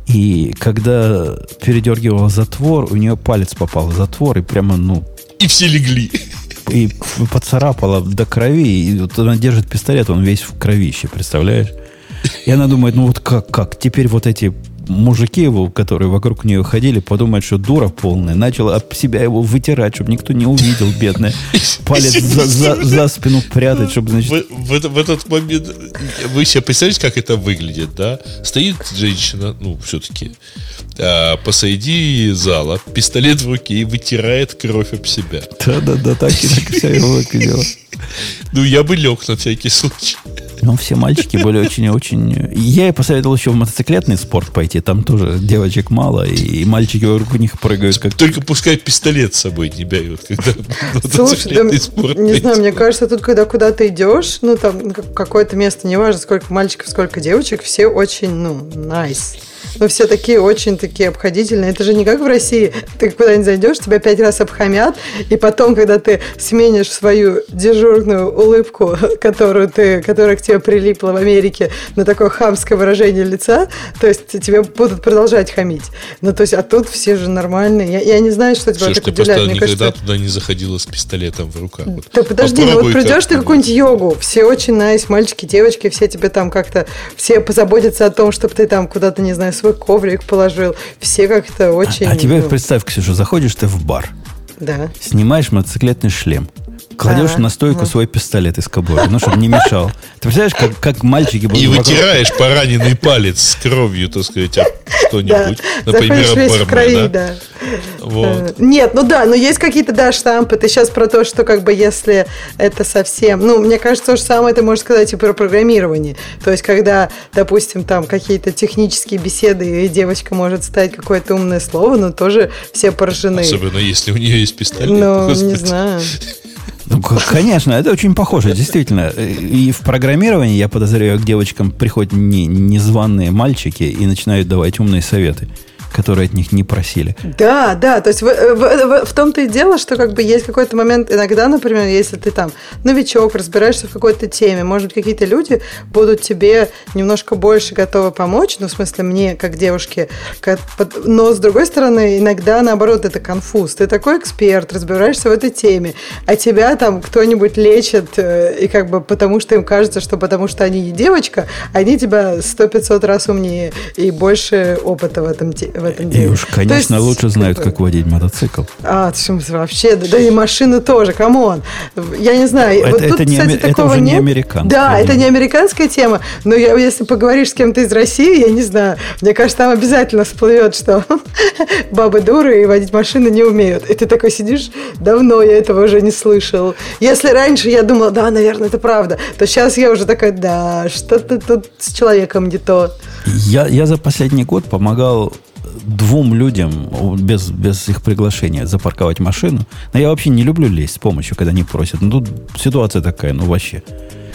и когда передергивала затвор, у нее палец попал в затвор, и прямо, ну... И все легли. И поцарапала до крови, и вот она держит пистолет, он весь в кровище, представляешь? И она думает, ну вот как, как? Теперь вот эти мужики, его, которые вокруг нее ходили, подумают, что дура полная. Начала об себя его вытирать, чтобы никто не увидел, бедная. Палец за, за, за спину прятать, чтобы, значит... В, в, в этот момент... Вы себе представляете, как это выглядит, да? Стоит женщина, ну, все-таки, а, посреди зала, пистолет в руке и вытирает кровь об себя. Да-да-да, так и так вся его выглядела. Ну, я бы лег на всякий случай. Ну, все мальчики были очень-очень... Я ей посоветовал еще в мотоциклетный спорт пойти. Там тоже девочек мало, и мальчики вокруг них прыгают. Как... Только пускай пистолет с собой не берут, когда Слушай, да, спорт не знаю, мне кажется, тут, когда куда ты идешь, ну, там какое-то место, неважно, сколько мальчиков, сколько девочек, все очень, ну, nice. Ну, все такие очень такие обходительные. Это же не как в России. Ты куда-нибудь зайдешь, тебя пять раз обхамят, и потом, когда ты сменишь свою дежурную улыбку, которую ты, которая к тебе прилипла в Америке, на такое хамское выражение лица, то есть тебе будут продолжать хамить. Ну, то есть, а тут все же нормальные. Я, я не знаю, что тебя так удивляет. Ты Мне никогда кажется... туда не заходила с пистолетом в руках. Вот. Да подожди, ну вот придешь ты какую-нибудь йогу, все очень найс, мальчики, девочки, все тебе там как-то, все позаботятся о том, чтобы ты там куда-то, не знаю, свой коврик положил. Все как-то очень... А, а тебе ну... представь, Ксюша, заходишь ты в бар, да. снимаешь мотоциклетный шлем, кладешь а, на стойку а. свой пистолет из кобуры, ну, чтобы не мешал. Ты представляешь, как, как мальчики будут... И вокруг... вытираешь пораненный палец с кровью, так сказать, об что-нибудь. Да. Например, об бармена. В крови, да. Вот. Нет, ну да, но есть какие-то, да, штампы. Ты сейчас про то, что как бы если это совсем... Ну, мне кажется, то же самое ты можешь сказать и про программирование. То есть, когда, допустим, там какие-то технические беседы, и девочка может ставить какое-то умное слово, но тоже все поражены. Особенно, если у нее есть пистолет. Ну, не знаю. Ну, конечно, это очень похоже, действительно. И в программировании, я подозреваю, к девочкам приходят не, незваные мальчики и начинают давать умные советы, которые от них не просили. Да, да, то есть в, в, в, в том-то и дело, что как бы есть какой-то момент, иногда, например, если ты там новичок, разбираешься в какой-то теме, может быть, какие-то люди будут тебе немножко больше готовы помочь, ну, в смысле, мне, как девушке, как, но, с другой стороны, иногда, наоборот, это конфуз. Ты такой эксперт, разбираешься в этой теме, а тебя там кто-нибудь лечит, и как бы потому что им кажется, что потому что они не девочка, они тебя сто-пятьсот раз умнее и больше опыта в этом теме. В этом деле. И уж, конечно, есть, лучше знают, как, как водить мотоцикл. А, вообще, да, да и машины тоже, камон. Я не знаю. Это, вот это, тут, не, кстати, это такого уже нет. не американская. Да, не. это не американская тема, но я, если поговоришь с кем-то из России, я не знаю, мне кажется, там обязательно всплывет, что бабы дуры и водить машины не умеют. И ты такой сидишь, давно я этого уже не слышал. Если раньше я думала, да, наверное, это правда, то сейчас я уже такая, да, что-то тут с человеком не то. Я, я за последний год помогал двум людям без, без их приглашения запарковать машину. Но я вообще не люблю лезть с помощью, когда не просят. Ну, тут ситуация такая, ну, вообще.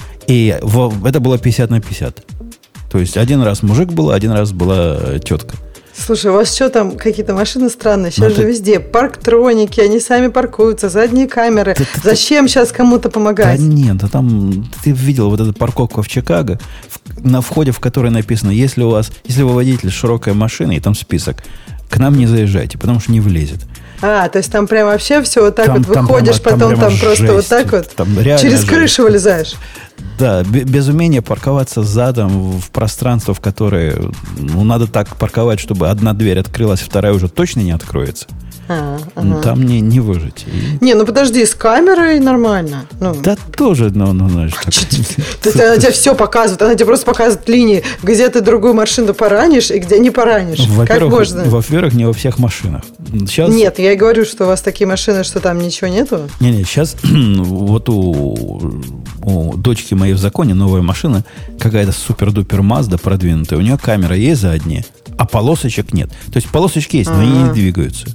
И в, это было пятьдесят на пятьдесят. То есть, один раз мужик был, один раз была тетка. Слушай, у вас что там, какие-то машины странные? Сейчас же ты... везде парктроники, они сами паркуются, задние камеры. Ты, ты, Зачем ты... сейчас кому-то помогать? Да нет, да там ты видел вот эту парковку в Чикаго, в, на входе в которой написано, если у вас, если вы водитель широкой машины, и там список, к нам не заезжайте, потому что не влезет. А, то есть там прям вообще все вот так там, вот выходишь, прямо, потом там, там просто жесть, вот так вот там через жесть. Крышу вылезаешь. Да, без умения парковаться задом в пространство, в которое ну, надо так парковать, чтобы одна дверь открылась, вторая уже точно не откроется. А, ага. Там не, не выжить. И... Не, ну подожди, с камерой нормально. Ну, да тоже, ну, ну знаешь, так... Она тебе все показывает, она тебе просто показывает линии, где ты другую машину поранишь и где не поранишь. Как можно? Во-первых, не во всех машинах. Сейчас... Нет, я и говорю, что у вас такие машины, что там ничего нету. Не-не, сейчас вот у, у дочки моей в законе новая машина, какая-то супер-дупер Mazda продвинутая, у нее камера есть задняя, а полосочек нет. То есть полосочки есть, но они не двигаются.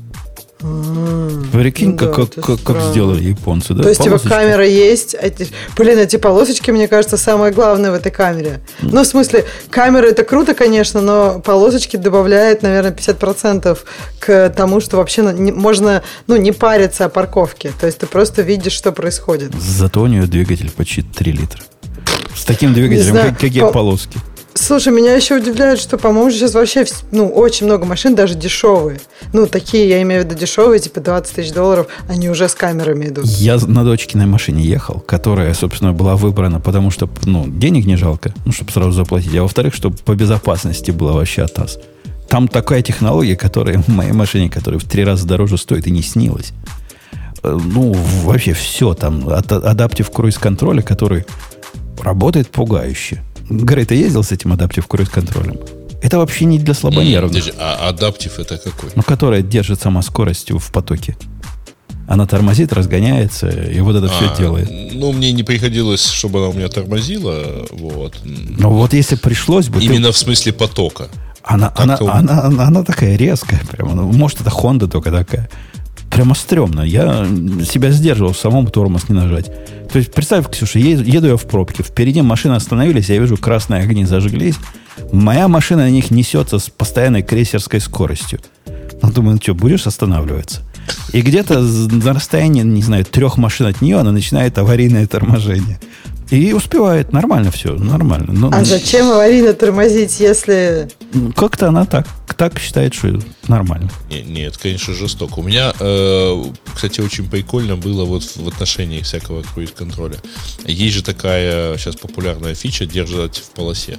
Прикинь, да, как, как, как сделали японцы. Да? То есть, полосочки. типа, камера есть. Эти, блин, эти полосочки, мне кажется, самое главное в этой камере. Ну, в смысле, камера это круто, конечно, но полосочки добавляют, наверное, пятьдесят процентов к тому, что вообще не, можно, ну, не париться о парковке. То есть, ты просто видишь, что происходит. Зато у нее двигатель почти три литра. С таким двигателем, знаю, как, какие по... полоски. Слушай, меня еще удивляет, что, по-моему, сейчас вообще ну, очень много машин, даже дешевые. Ну, такие, я имею в виду дешевые, типа двадцать тысяч долларов, они уже с камерами идут. Я на дочкиной машине ехал, которая, собственно, была выбрана, потому что, ну, денег не жалко, ну, чтобы сразу заплатить, а во-вторых, чтобы по безопасности было вообще атас. Там такая технология, которая в моей машине, которая в три раза дороже стоит, и не снилась. Ну, вообще все там. Adaptive Cruise Control, который работает пугающе. Грей, ты ездил с этим Adaptive Cruise контролем? Это вообще не для слабонервных. Mm, а Adaptive это какой? Ну, которая держит сама скоростью в потоке. Она тормозит, разгоняется, и вот это а, все делает. Ну, мне не приходилось, чтобы она у меня тормозила. Вот. Ну, вот если пришлось бы... Именно ты... в смысле потока. Она, она, она, она, она такая резкая прямо. Ну, может, это Honda только такая. Прямо стрёмно. Я себя сдерживал, самому тормоз не нажать. То есть, представь, Ксюша, еду, еду я в пробке. Впереди машины остановились, я вижу, красные огни зажглись. Моя машина на них несется с постоянной крейсерской скоростью. Ну, думаю, ну что, будешь останавливаться? И где-то на расстоянии, не знаю, трех машин от нее она начинает аварийное торможение. И успевает. Нормально все, нормально. Но, а зачем аварийно тормозить, если... Как-то она так, так считает, что нормально. Нет, нет, конечно, жестоко. У меня, э, кстати, очень прикольно было вот в отношении всякого круиз-контроля. Есть же такая сейчас популярная фича держать в полосе.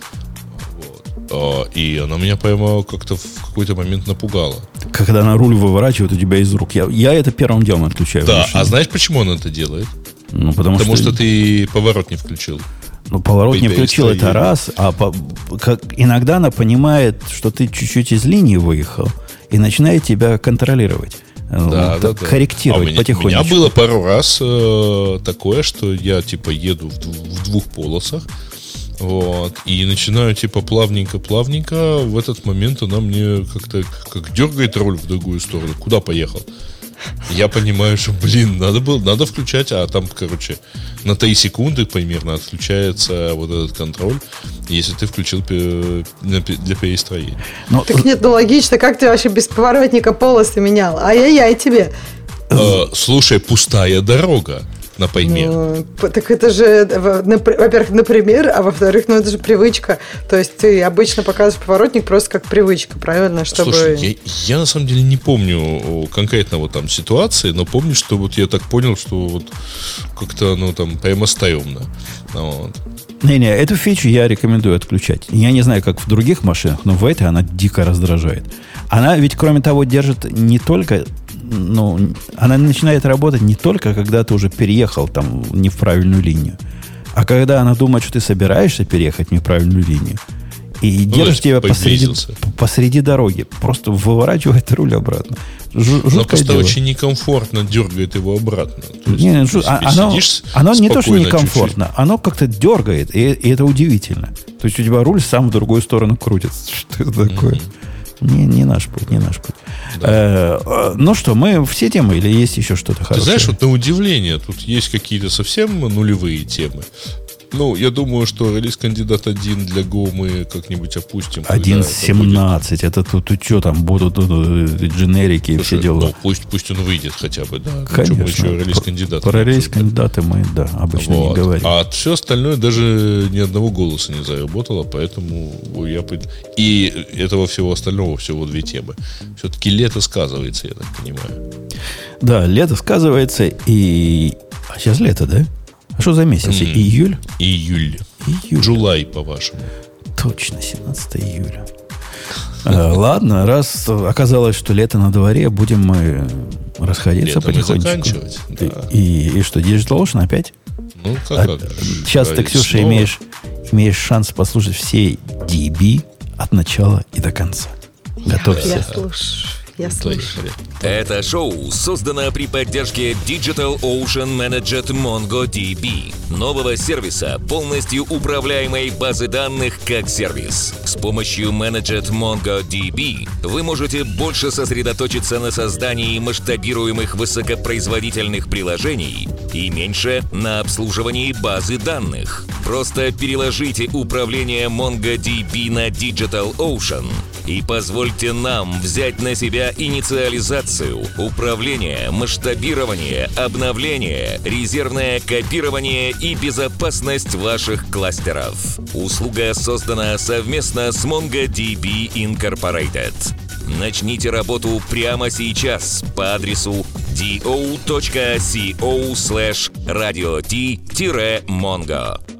Вот. И она меня прямо как-то в какой-то момент напугала. Когда она руль выворачивает у тебя из рук. Я, я это первым делом отключаю. Да, а знаешь, почему она это делает? Ну, потому потому что... что ты поворот не включил. Ну, поворот не включил, это раз. А по, как, иногда она понимает, что ты чуть-чуть из линии выехал и начинает тебя контролировать. Да, ну, да, так, да. Корректировать а у меня, потихонечку. У меня было пару раз э, такое, что я типа еду в, в двух полосах. Вот, и начинаю типа плавненько-плавненько. В этот момент она мне как-то как дергает руль в другую сторону. Куда поехал? Я понимаю, что, блин, надо было, надо включать, а там, короче, на три секунды примерно отключается вот этот контроль, если ты включил для перестроения. Но... Так нет, ну логично, как ты вообще без поворотника полосы менял? Ай-яй-яй тебе. Э, слушай, пустая дорога. Например. Ну, так это же, во-первых, например, а во-вторых, ну это же привычка. То есть ты обычно показываешь поворотник просто как привычка, правильно? Чтобы... Слушай, я, я на самом деле не помню конкретно вот там ситуации, но помню, что вот я так понял, что вот как-то ну там прямо стрёмно. Вот. Не-не, эту фичу я рекомендую отключать. Я не знаю, как в других машинах, но в этой она дико раздражает. Она ведь, кроме того, держит не только... Ну, она начинает работать не только, когда ты уже переехал там не в правильную линию, а когда она думает, что ты собираешься переехать в неправильную линию, и ну, держит тебя посреди, посреди дороги. Просто выворачивает руль обратно. Ж, но просто дело. Очень некомфортно дергает его обратно. То есть, не, ж, оно оно не то, что некомфортно, чуть-чуть. Оно как-то дергает, и, и это удивительно. То есть у тебя руль сам в другую сторону крутится. Что это такое? Mm-hmm. Не, не наш путь, не наш путь. Да. Э, ну что, мы все темы или есть еще что-то хорошее? Ты знаешь, вот на удивление, тут есть какие-то совсем нулевые темы. Ну, я думаю, что релиз-кандидат один для Go мы как-нибудь опустим. один точка семнадцать, это, это тут, тут что там, будут тут, дженерики и все дела. Ну, пусть, пусть он выйдет хотя бы, да. Конечно. Мы еще релиз-кандидаты. Про, про релиз-кандидаты мы, да, обычно вот. Не говорим. А все остальное даже ни одного голоса не заработало, поэтому я... И этого всего остального всего две темы. Все-таки лето сказывается, я так понимаю. Да, лето сказывается, и... А сейчас лето, да? А что за месяц? Mm. Июль? Июль. Июль. Джулай, по-вашему. Точно, семнадцатого июля. Ладно, раз оказалось, что лето на дворе, будем мы расходиться Летом и потихонечку. заканчивать, да. И, и, и что, DigitalOcean опять? Ну, как, А, как же сейчас ты, говорить, Ксюша, снова. имеешь, имеешь шанс послушать все ди би от начала и до конца. Готовься. Я слушаю. Я слушаю. Поехали. Это шоу создано при поддержке DigitalOcean Managed MongoDB, нового сервиса, полностью управляемой базы данных как сервис. С помощью Managed MongoDB вы можете больше сосредоточиться на создании масштабируемых высокопроизводительных приложений и меньше на обслуживании базы данных. Просто переложите управление MongoDB на DigitalOcean и позвольте нам взять на себя инициализацию, управление, масштабирование, обновление, резервное копирование и безопасность ваших кластеров. Услуга создана совместно с MongoDB Incorporated. Начните работу прямо сейчас по адресу do.co slash radio t-mongo.